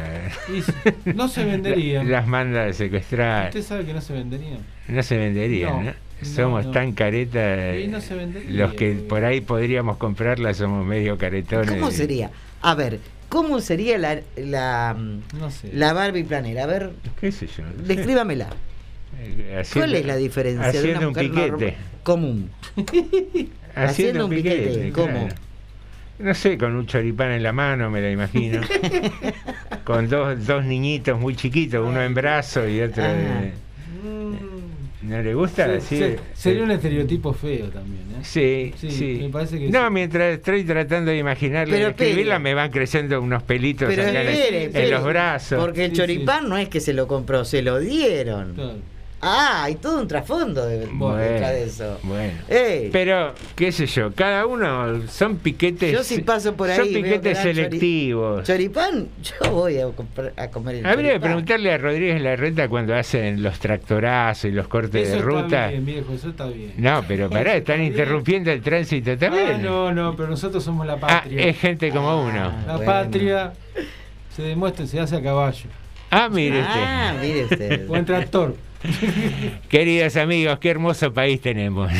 [SPEAKER 6] No se venderían.
[SPEAKER 3] Las manda a secuestrar.
[SPEAKER 6] ¿Usted sabe que no se venderían?
[SPEAKER 3] No se venderían, ¿no? Somos tan caretas.
[SPEAKER 6] No se venderían.
[SPEAKER 3] Los que por ahí podríamos comprarlas somos medio caretones.
[SPEAKER 5] ¿Cómo sería? A ver, ¿cómo sería la Barbie planera? A ver,
[SPEAKER 3] ¿qué sé yo?
[SPEAKER 5] Descríbamela. ¿Cuál es la diferencia de una mujer común?
[SPEAKER 3] Haciendo un piquete,
[SPEAKER 5] ¿cómo?
[SPEAKER 3] Claro. No sé, con un choripán en la mano, me la imagino. Con dos niñitos muy chiquitos, uno en brazo y otro ¿no le gusta?
[SPEAKER 6] Sería un estereotipo feo también, ¿eh?
[SPEAKER 3] Sí.
[SPEAKER 6] Me parece que
[SPEAKER 3] no, mientras estoy tratando de imaginarla y escribirla, me van creciendo unos pelitos acá en los brazos.
[SPEAKER 5] Porque el choripán no es que se lo compró, se lo dieron. Claro. Hay todo un trasfondo detrás de eso.
[SPEAKER 3] Bueno. Pero, qué sé yo, cada uno son piquetes.
[SPEAKER 5] Yo si paso por ahí.
[SPEAKER 3] Son piquetes selectivos.
[SPEAKER 5] Choripán, yo voy a comer el choripán.
[SPEAKER 3] Habría que preguntarle a Rodríguez Larreta cuando hacen los tractorazos y los cortes de ruta.
[SPEAKER 6] Está bien, viejo, eso está bien.
[SPEAKER 3] No, pero pará, están interrumpiendo el tránsito también.
[SPEAKER 6] No, pero nosotros somos la patria.
[SPEAKER 3] Es gente como uno.
[SPEAKER 6] La patria se demuestra, se hace a caballo.
[SPEAKER 3] Mire
[SPEAKER 5] usted.
[SPEAKER 6] Buen tractor.
[SPEAKER 3] Queridos amigos, qué hermoso país tenemos.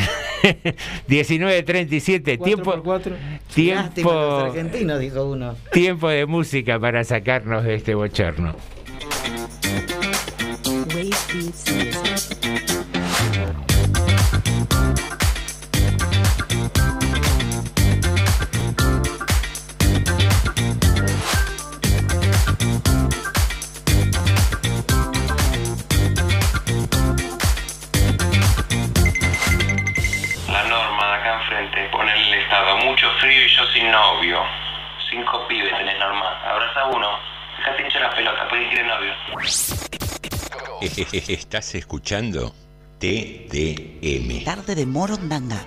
[SPEAKER 3] 19:37, tiempo
[SPEAKER 5] los argentinos, dijo uno.
[SPEAKER 3] Tiempo de música para sacarnos de este bochorno.
[SPEAKER 9] 5 pibes tenés, Norma. Abraza a uno. Dejate hinchar las pelotas, puedes ir de novio.
[SPEAKER 3] Estás escuchando TDM.
[SPEAKER 1] Tarde de Morondanga.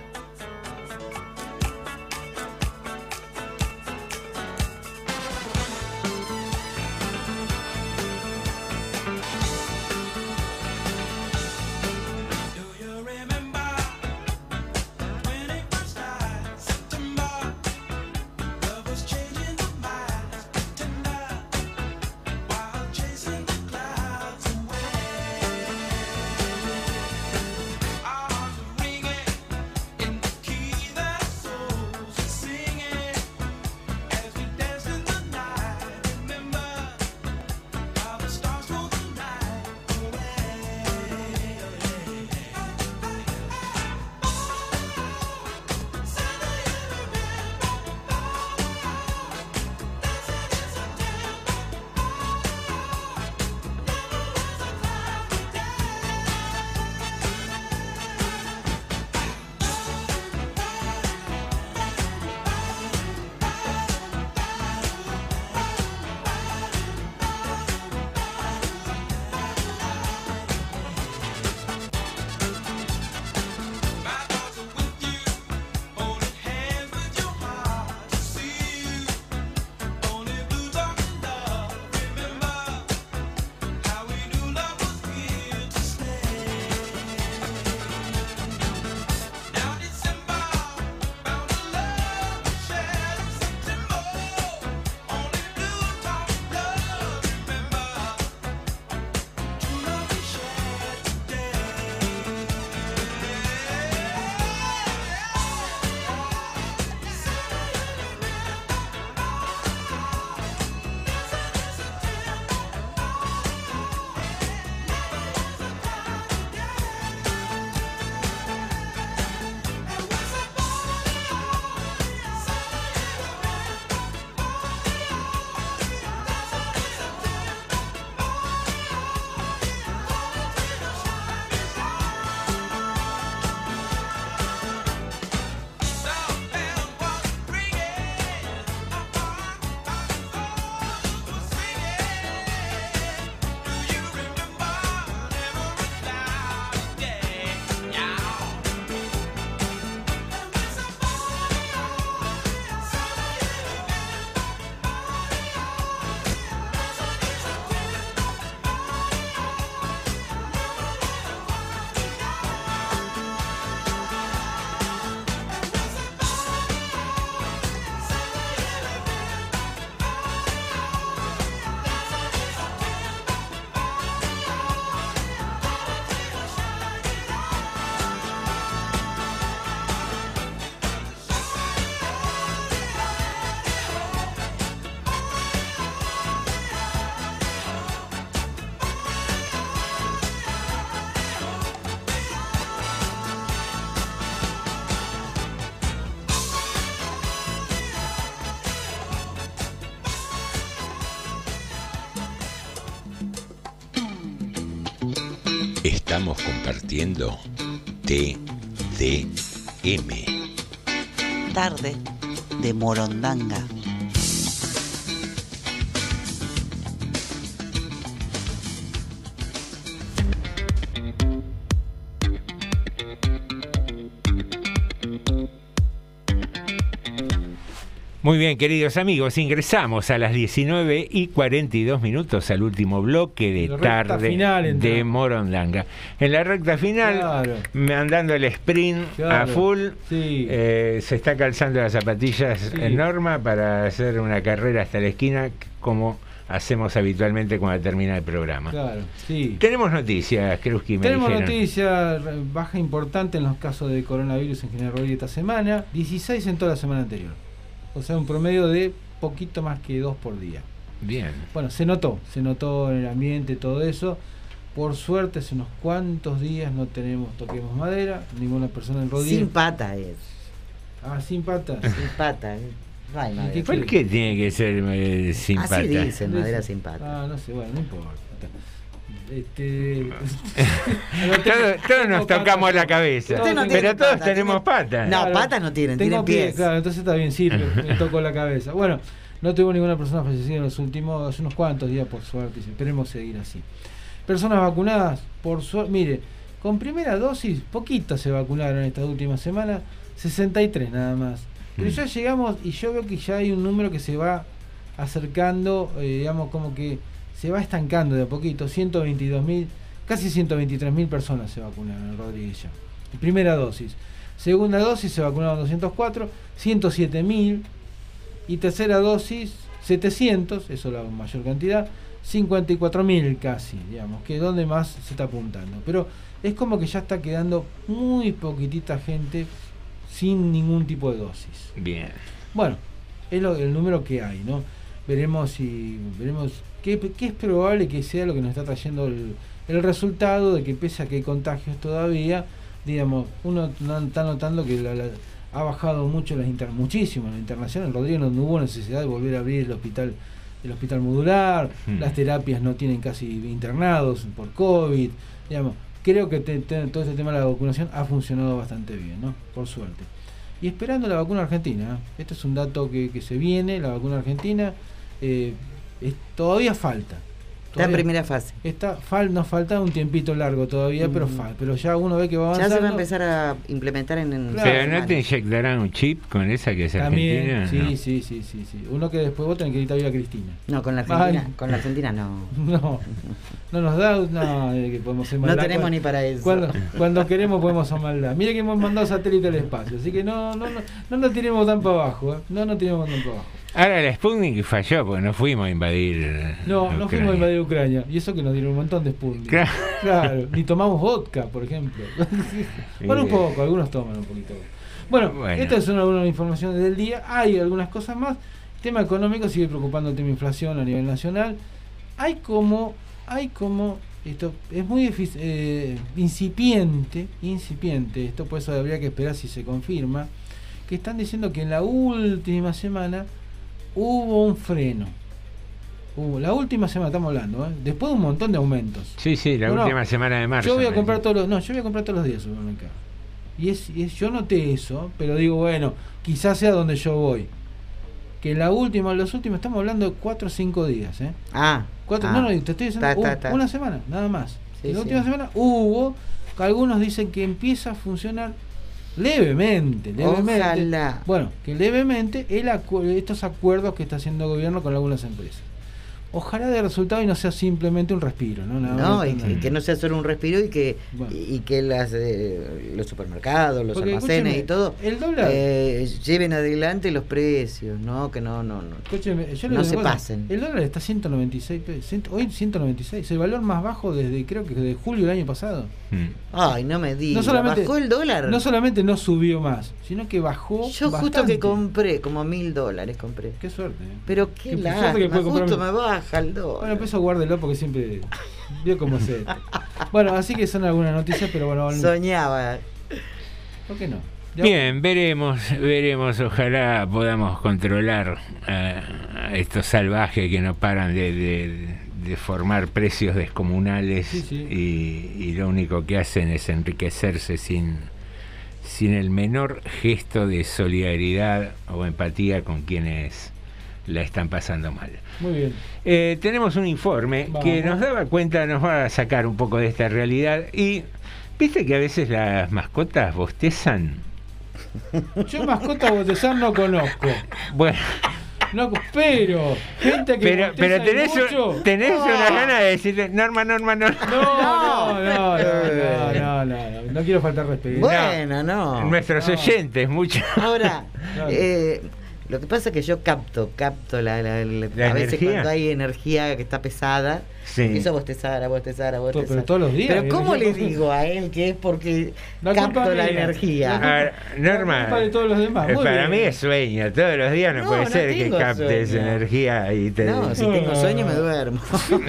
[SPEAKER 3] Estamos compartiendo TDM.
[SPEAKER 1] Tarde de Morondanga.
[SPEAKER 3] Muy bien, queridos amigos, ingresamos a las 19:42 al último bloque de Tarde de Morondanga. En la recta final,
[SPEAKER 6] Claro.
[SPEAKER 3] andando el sprint a
[SPEAKER 6] Claro.
[SPEAKER 3] full,
[SPEAKER 6] Sí.
[SPEAKER 3] se está calzando las zapatillas
[SPEAKER 6] Sí.
[SPEAKER 3] en Norma para hacer una carrera hasta la esquina, como hacemos habitualmente cuando termina el programa.
[SPEAKER 6] Claro, sí.
[SPEAKER 3] Tenemos noticias, Krusky, me
[SPEAKER 6] Tenemos
[SPEAKER 3] dijeron.
[SPEAKER 6] noticias, baja importante en los casos de coronavirus en General Rodríguez esta semana, 16 en toda la semana anterior. O sea, un promedio de poquito más que 2 por día.
[SPEAKER 3] Bien.
[SPEAKER 6] Bueno, se notó en el ambiente todo eso. Por suerte, hace unos cuantos días no tenemos, toquemos madera, ninguna persona en Rodríguez.
[SPEAKER 5] Sin pata es.
[SPEAKER 6] Ah, sin pata.
[SPEAKER 5] Sin pata. No hay madera.
[SPEAKER 3] ¿Por qué tiene que ser sin
[SPEAKER 5] Así
[SPEAKER 3] pata?
[SPEAKER 5] dicen, madera sin pata.
[SPEAKER 6] Ah, no sé, bueno, no importa.
[SPEAKER 3] Todos nos tocamos la cabeza,
[SPEAKER 6] Usted no
[SPEAKER 3] pero
[SPEAKER 6] tiene
[SPEAKER 3] todos
[SPEAKER 5] pata,
[SPEAKER 3] tenemos patas.
[SPEAKER 5] No, patas no tienen,
[SPEAKER 6] Tengo
[SPEAKER 5] tienen pies.
[SPEAKER 6] Claro, entonces está bien, sirve, me tocó la cabeza. Bueno, No tuvo ninguna persona fallecida en los últimos, hace unos cuantos días, por suerte. Esperemos seguir así. Personas vacunadas, por suerte, mire, con primera dosis, poquitas se vacunaron estas últimas semanas, 63 nada más. Pero ya llegamos y yo veo que ya hay un número que se va acercando, digamos, como que se va estancando de a poquito. 122.000, casi 123.000 personas se vacunaron en Rodríguez ya. Primera dosis. Segunda dosis se vacunaron 204, 107.000. Y tercera dosis, 700, eso es la mayor cantidad, 54.000 casi, digamos, que es donde más se está apuntando. Pero es como que ya está quedando muy poquitita gente sin ningún tipo de dosis.
[SPEAKER 3] Bien.
[SPEAKER 6] Bueno, es el número que hay, ¿no? Veremos qué es probable que sea lo que nos está trayendo el resultado de que pese a que hay contagios todavía, digamos, uno está notando que ha bajado mucho muchísimo la internación. En Rodríguez no hubo necesidad de volver a abrir el hospital modular, las terapias no tienen casi internados por COVID, digamos. Creo que todo este tema de la vacunación ha funcionado bastante bien, ¿no? Por suerte. Y esperando la vacuna argentina, este es un dato que se viene, la vacuna argentina, todavía falta.
[SPEAKER 5] Está en primera fase.
[SPEAKER 6] Nos falta un tiempito largo todavía, pero ya uno ve que va avanzando.
[SPEAKER 5] Ya se va a empezar a implementar en
[SPEAKER 3] claro. Pero ¿no te inyectarán un chip con esa que es
[SPEAKER 6] también,
[SPEAKER 3] argentina?
[SPEAKER 6] Sí, no. sí. Uno que después vos tenés que ir a Cristina.
[SPEAKER 5] No, con la Argentina, con la Argentina no.
[SPEAKER 6] No nos da, que podemos ser maldad.
[SPEAKER 5] No tenemos ni para eso.
[SPEAKER 6] Cuando queremos podemos hacer maldad. Mire que hemos mandado satélite al espacio, así que no nos tiremos tan para abajo, no tiremos tan para abajo.
[SPEAKER 3] Ahora la Sputnik falló porque no fuimos a invadir
[SPEAKER 6] no fuimos a invadir Ucrania. Y eso que nos dieron un montón de Sputnik. Claro. Ni tomamos vodka, por ejemplo. Bueno, un poco, algunos toman un poquito. Bueno. Esta es una información del día. Hay algunas cosas más. El tema económico sigue preocupando el tema inflación a nivel nacional. Hay como esto es muy incipiente esto, por eso habría que esperar si se confirma, que están diciendo que en la última semana hubo un freno. La última semana estamos hablando, después de un montón de aumentos.
[SPEAKER 3] Sí, la última semana de marzo.
[SPEAKER 6] Yo voy a comprar todos los días al supermercado. Y yo noté eso, pero digo, bueno, quizás sea donde yo voy. Que los últimos, estamos hablando de 4 o 5 días, te estoy diciendo una semana, nada más. Sí, en la última semana hubo, algunos dicen que empieza a funcionar levemente.
[SPEAKER 5] Ojalá.
[SPEAKER 6] Bueno, que levemente estos acuerdos que está haciendo el gobierno con algunas empresas. Ojalá de resultado y no sea simplemente un respiro, ¿no?
[SPEAKER 5] Y que no sea solo un respiro y que los supermercados, los almacenes y todo
[SPEAKER 6] el dólar
[SPEAKER 5] lleven adelante los precios, ¿no? Que no se pasen.
[SPEAKER 6] El dólar está 196 pesos, hoy 196, el valor más bajo desde creo que de julio del año pasado.
[SPEAKER 5] Ay, no me digas. ¿Bajó el dólar?
[SPEAKER 6] No solamente no subió más, sino que bajó
[SPEAKER 5] Yo
[SPEAKER 6] bastante.
[SPEAKER 5] Justo que compré, como $1.000 compré.
[SPEAKER 6] Qué suerte.
[SPEAKER 5] Pero qué lástima, justo me baja el dólar.
[SPEAKER 6] Bueno, pues eso guárdelo porque siempre vio cómo se. Bueno, así que son algunas noticias, pero bueno.
[SPEAKER 5] Soñaba.
[SPEAKER 6] ¿Por qué no?
[SPEAKER 3] Bien, veremos, ojalá podamos controlar a estos salvajes que no paran de formar precios descomunales y lo único que hacen es enriquecerse sin el menor gesto de solidaridad o empatía con quienes la están pasando mal.
[SPEAKER 6] Muy bien.
[SPEAKER 3] Tenemos un informe que nos daba cuenta, nos va a sacar un poco de esta realidad y ¿viste que a veces las mascotas bostezan?
[SPEAKER 6] Yo mascotas bostezar no conozco.
[SPEAKER 3] Bueno.
[SPEAKER 6] No, pero gente que
[SPEAKER 3] pero tenés una gana de decirle Norma. No
[SPEAKER 6] quiero faltar respeto.
[SPEAKER 5] Bueno, no.
[SPEAKER 3] Nuestros oyentes, mucho.
[SPEAKER 5] Ahora, lo que pasa es que yo capto a veces cuando hay energía que está pesada, empiezo a bostezar.
[SPEAKER 6] Pero todos los días.
[SPEAKER 5] Pero ¿cómo le digo a él que es porque capto la energía?
[SPEAKER 3] Norma,
[SPEAKER 6] de todos los demás.
[SPEAKER 3] Para mí es sueño, todos los días no puede ser que captes sueño. Energía y te...
[SPEAKER 5] No, si tengo sueño me duermo.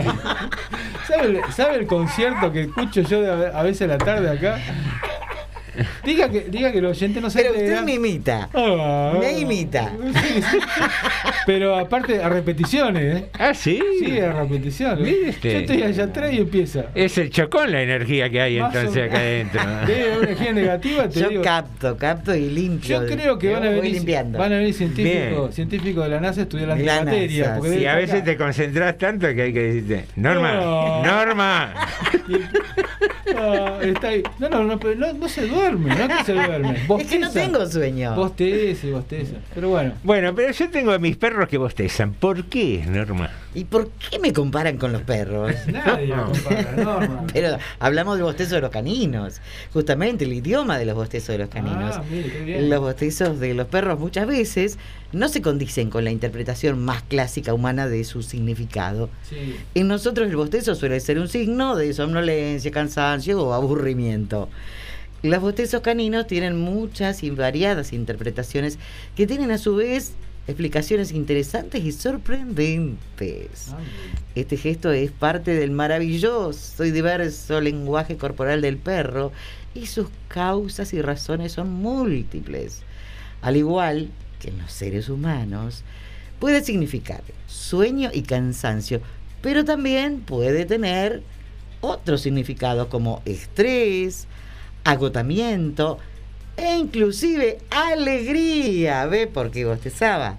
[SPEAKER 6] ¿Sabe el concierto que escucho yo a veces a la tarde acá? Diga que el oyente no se
[SPEAKER 5] Pero
[SPEAKER 6] entera.
[SPEAKER 5] usted me imita. Me imita.
[SPEAKER 6] Pero aparte a repeticiones, ¿eh?
[SPEAKER 3] Ah, sí.
[SPEAKER 6] Sí, a repeticiones.
[SPEAKER 3] Mire usted.
[SPEAKER 6] Yo estoy allá atrás y empieza.
[SPEAKER 3] Es el chocón la energía que hay
[SPEAKER 6] Más
[SPEAKER 3] entonces
[SPEAKER 6] o-
[SPEAKER 3] acá adentro.
[SPEAKER 6] Debe haber energía negativa, te
[SPEAKER 5] Yo
[SPEAKER 6] digo.
[SPEAKER 5] capto y limpio.
[SPEAKER 6] Yo creo que
[SPEAKER 5] Yo
[SPEAKER 6] van a
[SPEAKER 5] voy
[SPEAKER 6] venir
[SPEAKER 5] limpiando.
[SPEAKER 6] científicos de la NASA a estudiar la
[SPEAKER 5] De la
[SPEAKER 6] antimateria.
[SPEAKER 5] NASA,
[SPEAKER 6] porque
[SPEAKER 5] sí.
[SPEAKER 6] debe
[SPEAKER 3] Y a
[SPEAKER 6] estar
[SPEAKER 3] veces
[SPEAKER 6] acá.
[SPEAKER 3] te concentras tanto que hay que decirte, Norma,
[SPEAKER 6] No.
[SPEAKER 3] Norma.
[SPEAKER 6] No, está ahí. No, pero no se duerme, no es que se duerme.
[SPEAKER 5] Es que no tengo sueño.
[SPEAKER 6] Bosteza. Pero bueno.
[SPEAKER 3] Bueno, pero yo tengo a mis perros que bostezan. ¿Por qué, Norma?
[SPEAKER 5] ¿Y por qué me comparan con los perros?
[SPEAKER 6] Nadie la compara, Norma.
[SPEAKER 5] Pero hablamos del bostezo de los caninos. Justamente el idioma de los bostezos de los caninos.
[SPEAKER 6] Mire, qué bien.
[SPEAKER 5] Los bostezos de los perros muchas veces no se condicen con la interpretación más clásica humana de su significado.
[SPEAKER 6] Sí.
[SPEAKER 5] En nosotros el bostezo suele ser un signo de somnolencia, cansancio o aburrimiento. Los bostezos caninos tienen muchas y variadas interpretaciones que tienen a su vez explicaciones interesantes y sorprendentes. Este gesto es parte del maravilloso y diverso lenguaje corporal del perro y sus causas y razones son múltiples. Al igual que en los seres humanos, puede significar sueño y cansancio, pero también puede tener otros significados como estrés, agotamiento e inclusive alegría. ¿Ve por qué bostezaba?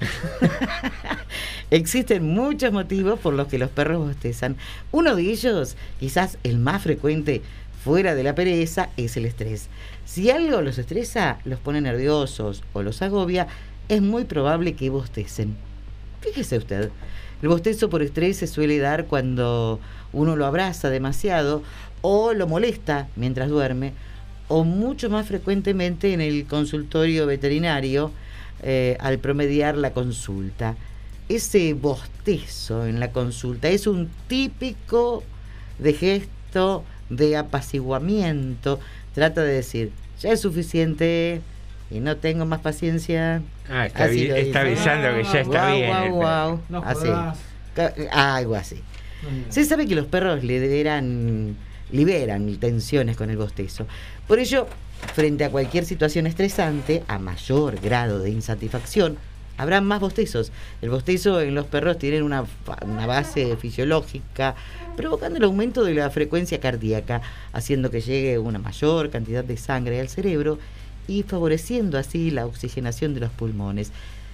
[SPEAKER 5] Existen muchos motivos por los que los perros bostezan. Uno de ellos, quizás el más frecuente fuera de la pereza, es el estrés. Si algo los estresa, los pone nerviosos o los agobia, es muy probable que bostecen. Fíjese usted, el bostezo por estrés se suele dar cuando uno lo abraza demasiado o lo molesta mientras duerme, o mucho más frecuentemente en el consultorio veterinario al promediar la consulta. Ese bostezo en la consulta es un típico de gesto de apaciguamiento. Trata de decir, ya es suficiente y no tengo más paciencia.
[SPEAKER 3] Ah, está
[SPEAKER 5] Así
[SPEAKER 3] avisando que ya está bien. el perro.
[SPEAKER 5] Guau.
[SPEAKER 6] No
[SPEAKER 5] Así.
[SPEAKER 6] jodas.
[SPEAKER 5] Algo así. Se sabe que los perros liberan tensiones con el bostezo. Por ello, frente a cualquier situación estresante, a mayor grado de insatisfacción, habrá más bostezos. El bostezo en los perros tiene una base fisiológica, provocando el aumento de la frecuencia cardíaca, haciendo que llegue una mayor cantidad de sangre al cerebro y favoreciendo así la oxigenación de los pulmones.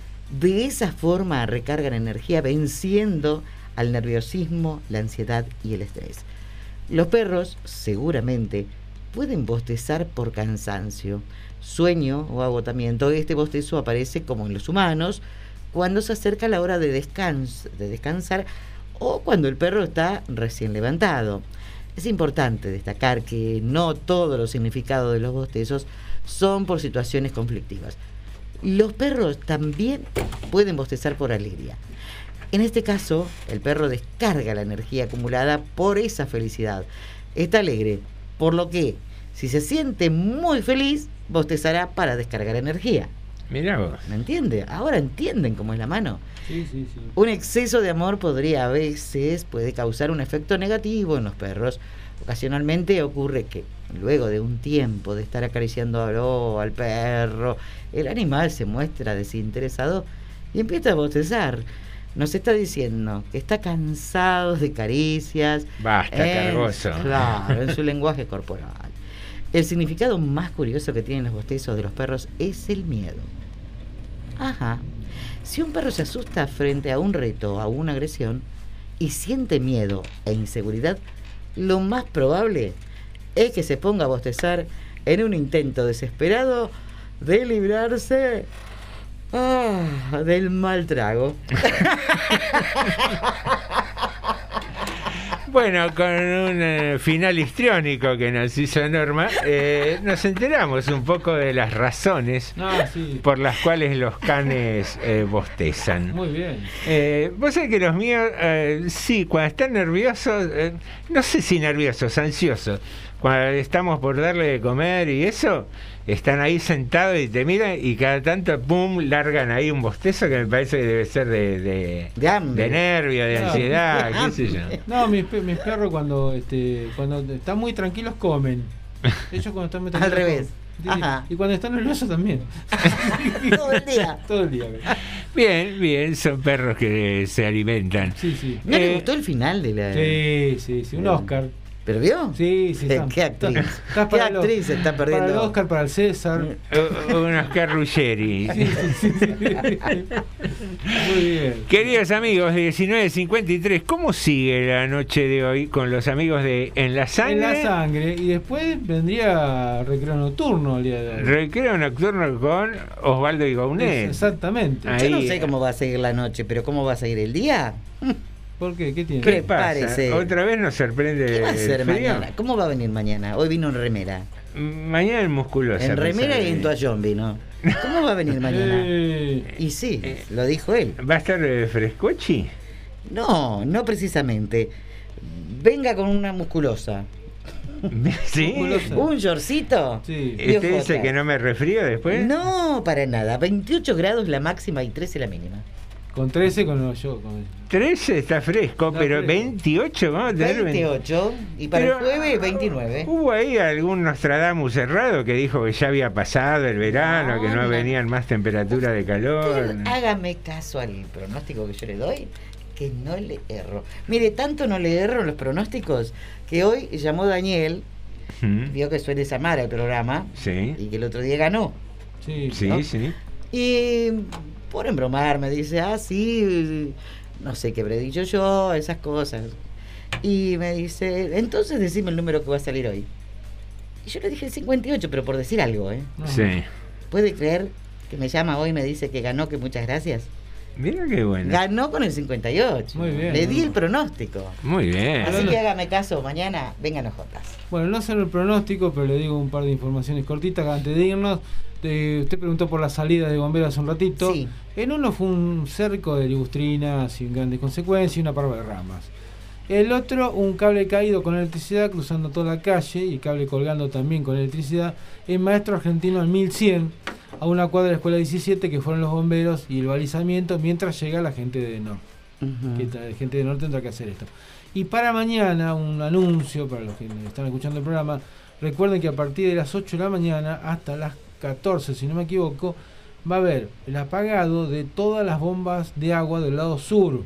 [SPEAKER 5] De esa forma recargan energía, venciendo al nerviosismo, la ansiedad y el estrés. Los perros seguramente pueden bostezar por cansancio, sueño o agotamiento. Este bostezo aparece, como en los humanos, cuando se acerca la hora de descansar o cuando el perro está recién levantado. Es importante destacar que no todos los significados de los bostezos son por situaciones conflictivas. Los perros también pueden bostezar por alegría. En este caso, el perro descarga la energía acumulada por esa felicidad. Está alegre, por lo que, si se siente muy feliz, bostezará para descargar energía.
[SPEAKER 3] Mirá vos.
[SPEAKER 5] ¿Me entiende? Ahora entienden cómo es la mano.
[SPEAKER 6] Sí.
[SPEAKER 5] Un exceso de amor puede causar un efecto negativo en los perros. Ocasionalmente ocurre que luego de un tiempo de estar acariciando al perro, el animal se muestra desinteresado y empieza a bostezar. Nos está diciendo que está cansado de caricias.
[SPEAKER 3] Basta, cargoso.
[SPEAKER 5] Claro, en su lenguaje corporal. El significado más curioso que tienen los bostezos de los perros es el miedo. Ajá. Si un perro se asusta frente a un reto o a una agresión y siente miedo e inseguridad, lo más probable es que se ponga a bostezar en un intento desesperado de librarse del mal trago.
[SPEAKER 3] Bueno, con un final histriónico que nos hizo Norma, nos enteramos un poco de las razones por las cuales los canes bostezan.
[SPEAKER 6] Muy bien.
[SPEAKER 3] Vos sabés que los míos, sí, cuando están nerviosos, no sé si nerviosos, ansiosos, cuando estamos por darle de comer y eso, están ahí sentados y te miran y cada tanto, pum, largan ahí un bostezo que me parece que debe ser de nervio, de ansiedad, qué sé yo.
[SPEAKER 6] No, mis perros cuando están muy tranquilos comen. Ellos cuando están
[SPEAKER 5] Al revés.
[SPEAKER 6] Ajá. Y cuando están nerviosos también.
[SPEAKER 5] Todo el día.
[SPEAKER 6] Todo el día.
[SPEAKER 3] Bien, bien, son perros que se alimentan.
[SPEAKER 6] Sí, sí.
[SPEAKER 5] ¿No le gustó el final de la...?
[SPEAKER 6] Sí, un Oscar.
[SPEAKER 5] ¿Pero vio?
[SPEAKER 6] Sí.
[SPEAKER 5] ¿Qué actriz? ¿Qué actriz se está perdiendo?
[SPEAKER 6] Para el Oscar, para el César.
[SPEAKER 3] Un Oscar Ruggeri.
[SPEAKER 6] Sí. Muy bien.
[SPEAKER 3] Queridos amigos, 19:53, ¿cómo sigue la noche de hoy con los amigos de En la Sangre?
[SPEAKER 6] En la Sangre, y después vendría Recreo Nocturno el día de hoy.
[SPEAKER 3] Recreo Nocturno con Osvaldo y Gaunet.
[SPEAKER 6] Exactamente.
[SPEAKER 5] Yo no sé cómo va a seguir la noche, pero ¿cómo va a seguir el día?
[SPEAKER 6] ¿Por qué? ¿Qué tiene?
[SPEAKER 3] ¿Qué pasa? ¿Otra vez nos sorprende?
[SPEAKER 5] ¿Qué va a ser
[SPEAKER 3] el frío?
[SPEAKER 5] mañana? ¿Cómo va a venir mañana? Hoy vino en remera.
[SPEAKER 3] Mañana en musculosa.
[SPEAKER 5] En remera y en toallón vino. ¿Cómo va a venir mañana? Y sí, lo dijo él.
[SPEAKER 3] ¿Va a estar frescochi?
[SPEAKER 5] No precisamente. Venga con una musculosa.
[SPEAKER 3] ¿Sí?
[SPEAKER 5] ¿Un shortcito?
[SPEAKER 6] Sí.
[SPEAKER 3] ¿Usted dice que no me resfrío después?
[SPEAKER 5] No, para nada. 28 grados la máxima y 13 la mínima.
[SPEAKER 6] Con 13 con yo.
[SPEAKER 3] 13 está fresco, pero 28 vamos a tener
[SPEAKER 5] 28 y para el jueves 29.
[SPEAKER 3] Hubo ahí algún Nostradamus errado que dijo que ya había pasado el verano, que no venían más temperaturas de calor.
[SPEAKER 5] Hágame caso al pronóstico que yo le doy, que no le erro. Mire, tanto no le erro en los pronósticos que hoy llamó Daniel, vio que suele llamar al programa, y que el otro día ganó.
[SPEAKER 6] Sí.
[SPEAKER 5] Y por embromar me dice, sí, no sé qué habré dicho yo, esas cosas. Y me dice, entonces decime el número que va a salir hoy. Y yo le dije el 58, pero por decir algo,
[SPEAKER 3] Sí.
[SPEAKER 5] ¿Puede creer que me llama hoy y me dice que ganó, que muchas gracias?
[SPEAKER 3] Mira qué bueno.
[SPEAKER 5] Ganó con el 58.
[SPEAKER 6] Muy bien.
[SPEAKER 5] Le di el pronóstico.
[SPEAKER 3] Muy bien.
[SPEAKER 5] Así que hágame caso, mañana vengan los Jotas.
[SPEAKER 6] Bueno, no sé el pronóstico, pero le digo un par de informaciones cortitas antes de irnos. Usted preguntó por la salida de bomberos hace un ratito.
[SPEAKER 5] Sí.
[SPEAKER 6] En uno fue un cerco de ligustrina sin grandes consecuencias y una parva de ramas. El otro, un cable caído con electricidad cruzando toda la calle y cable colgando también con electricidad en Maestro Argentino al 1100, a una cuadra de la Escuela 17, que fueron los bomberos y el balizamiento mientras llega la gente de Norte. La gente de Norte tendrá que hacer esto. Y para mañana, un anuncio para los que están escuchando el programa. Recuerden que a partir de las 8 de la mañana hasta las 14, si no me equivoco, va a haber el apagado de todas las bombas de agua del lado sur.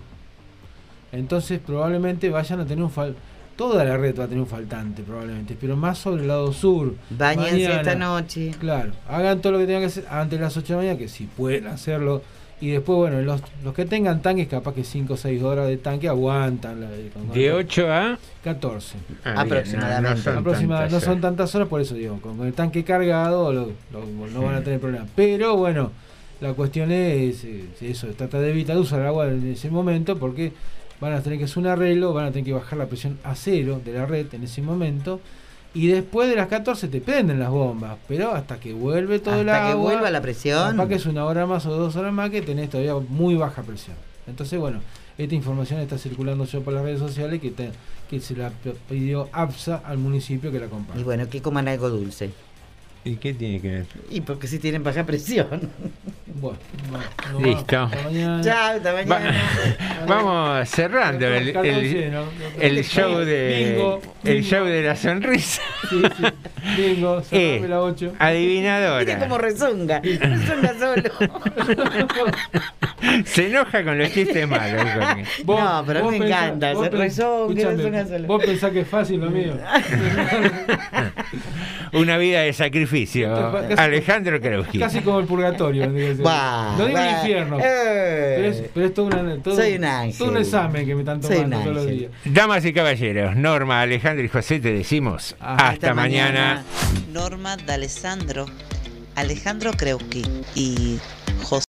[SPEAKER 6] Entonces probablemente vayan a tener toda la red va a tener un faltante probablemente, pero más sobre el lado sur.
[SPEAKER 5] Báñense esta noche.
[SPEAKER 6] Claro, hagan todo lo que tengan que hacer antes de las 8 de la mañana, que si pueden hacerlo. Y después, bueno, los que tengan tanques, capaz que 5 o 6 horas de tanque aguantan.
[SPEAKER 3] ¿De 8 a
[SPEAKER 6] 14?
[SPEAKER 5] Aproximadamente.
[SPEAKER 6] No son tantas horas, por eso digo, con el tanque cargado no van a tener problema. Pero bueno, la cuestión es eso, trata de evitar usar agua en ese momento, porque van a tener que hacer un arreglo, van a tener que bajar la presión a 0 de la red en ese momento. Y después de las 14 te prenden las bombas, pero hasta que vuelve todo el agua,
[SPEAKER 5] hasta que vuelva la presión,
[SPEAKER 6] capaz que es 1 hora más o 2 horas más que tenés todavía muy baja presión. Entonces, bueno, esta información está circulando yo por las redes sociales que se la pidió APSA al municipio que la comparta.
[SPEAKER 5] Y bueno, que coman algo dulce.
[SPEAKER 3] ¿Y qué tiene que ver?
[SPEAKER 5] Y porque si tienen baja presión.
[SPEAKER 6] Bueno,
[SPEAKER 3] listo.
[SPEAKER 5] Chao, hasta mañana.
[SPEAKER 3] Vamos cerrando el show de la sonrisa.
[SPEAKER 6] Sí. Bingo, la 8.
[SPEAKER 3] Adivinadora.
[SPEAKER 5] Mire como rezonga solo.
[SPEAKER 3] Se enoja con los chistes malos.
[SPEAKER 5] No, pero a mí me encanta. Se rezonga solo.
[SPEAKER 6] Vos pensás que es fácil lo mío.
[SPEAKER 3] Una vida de sacrificio. Alejandro Krauski.
[SPEAKER 6] Casi como el purgatorio. No digo el infierno. Pero es todo un ángel. Todo un examen que me están tomando todos los días.
[SPEAKER 3] Damas y caballeros, Norma, Alejandro y José, te decimos hasta mañana.
[SPEAKER 1] Norma D'Alessandro, Alejandro Krauski y José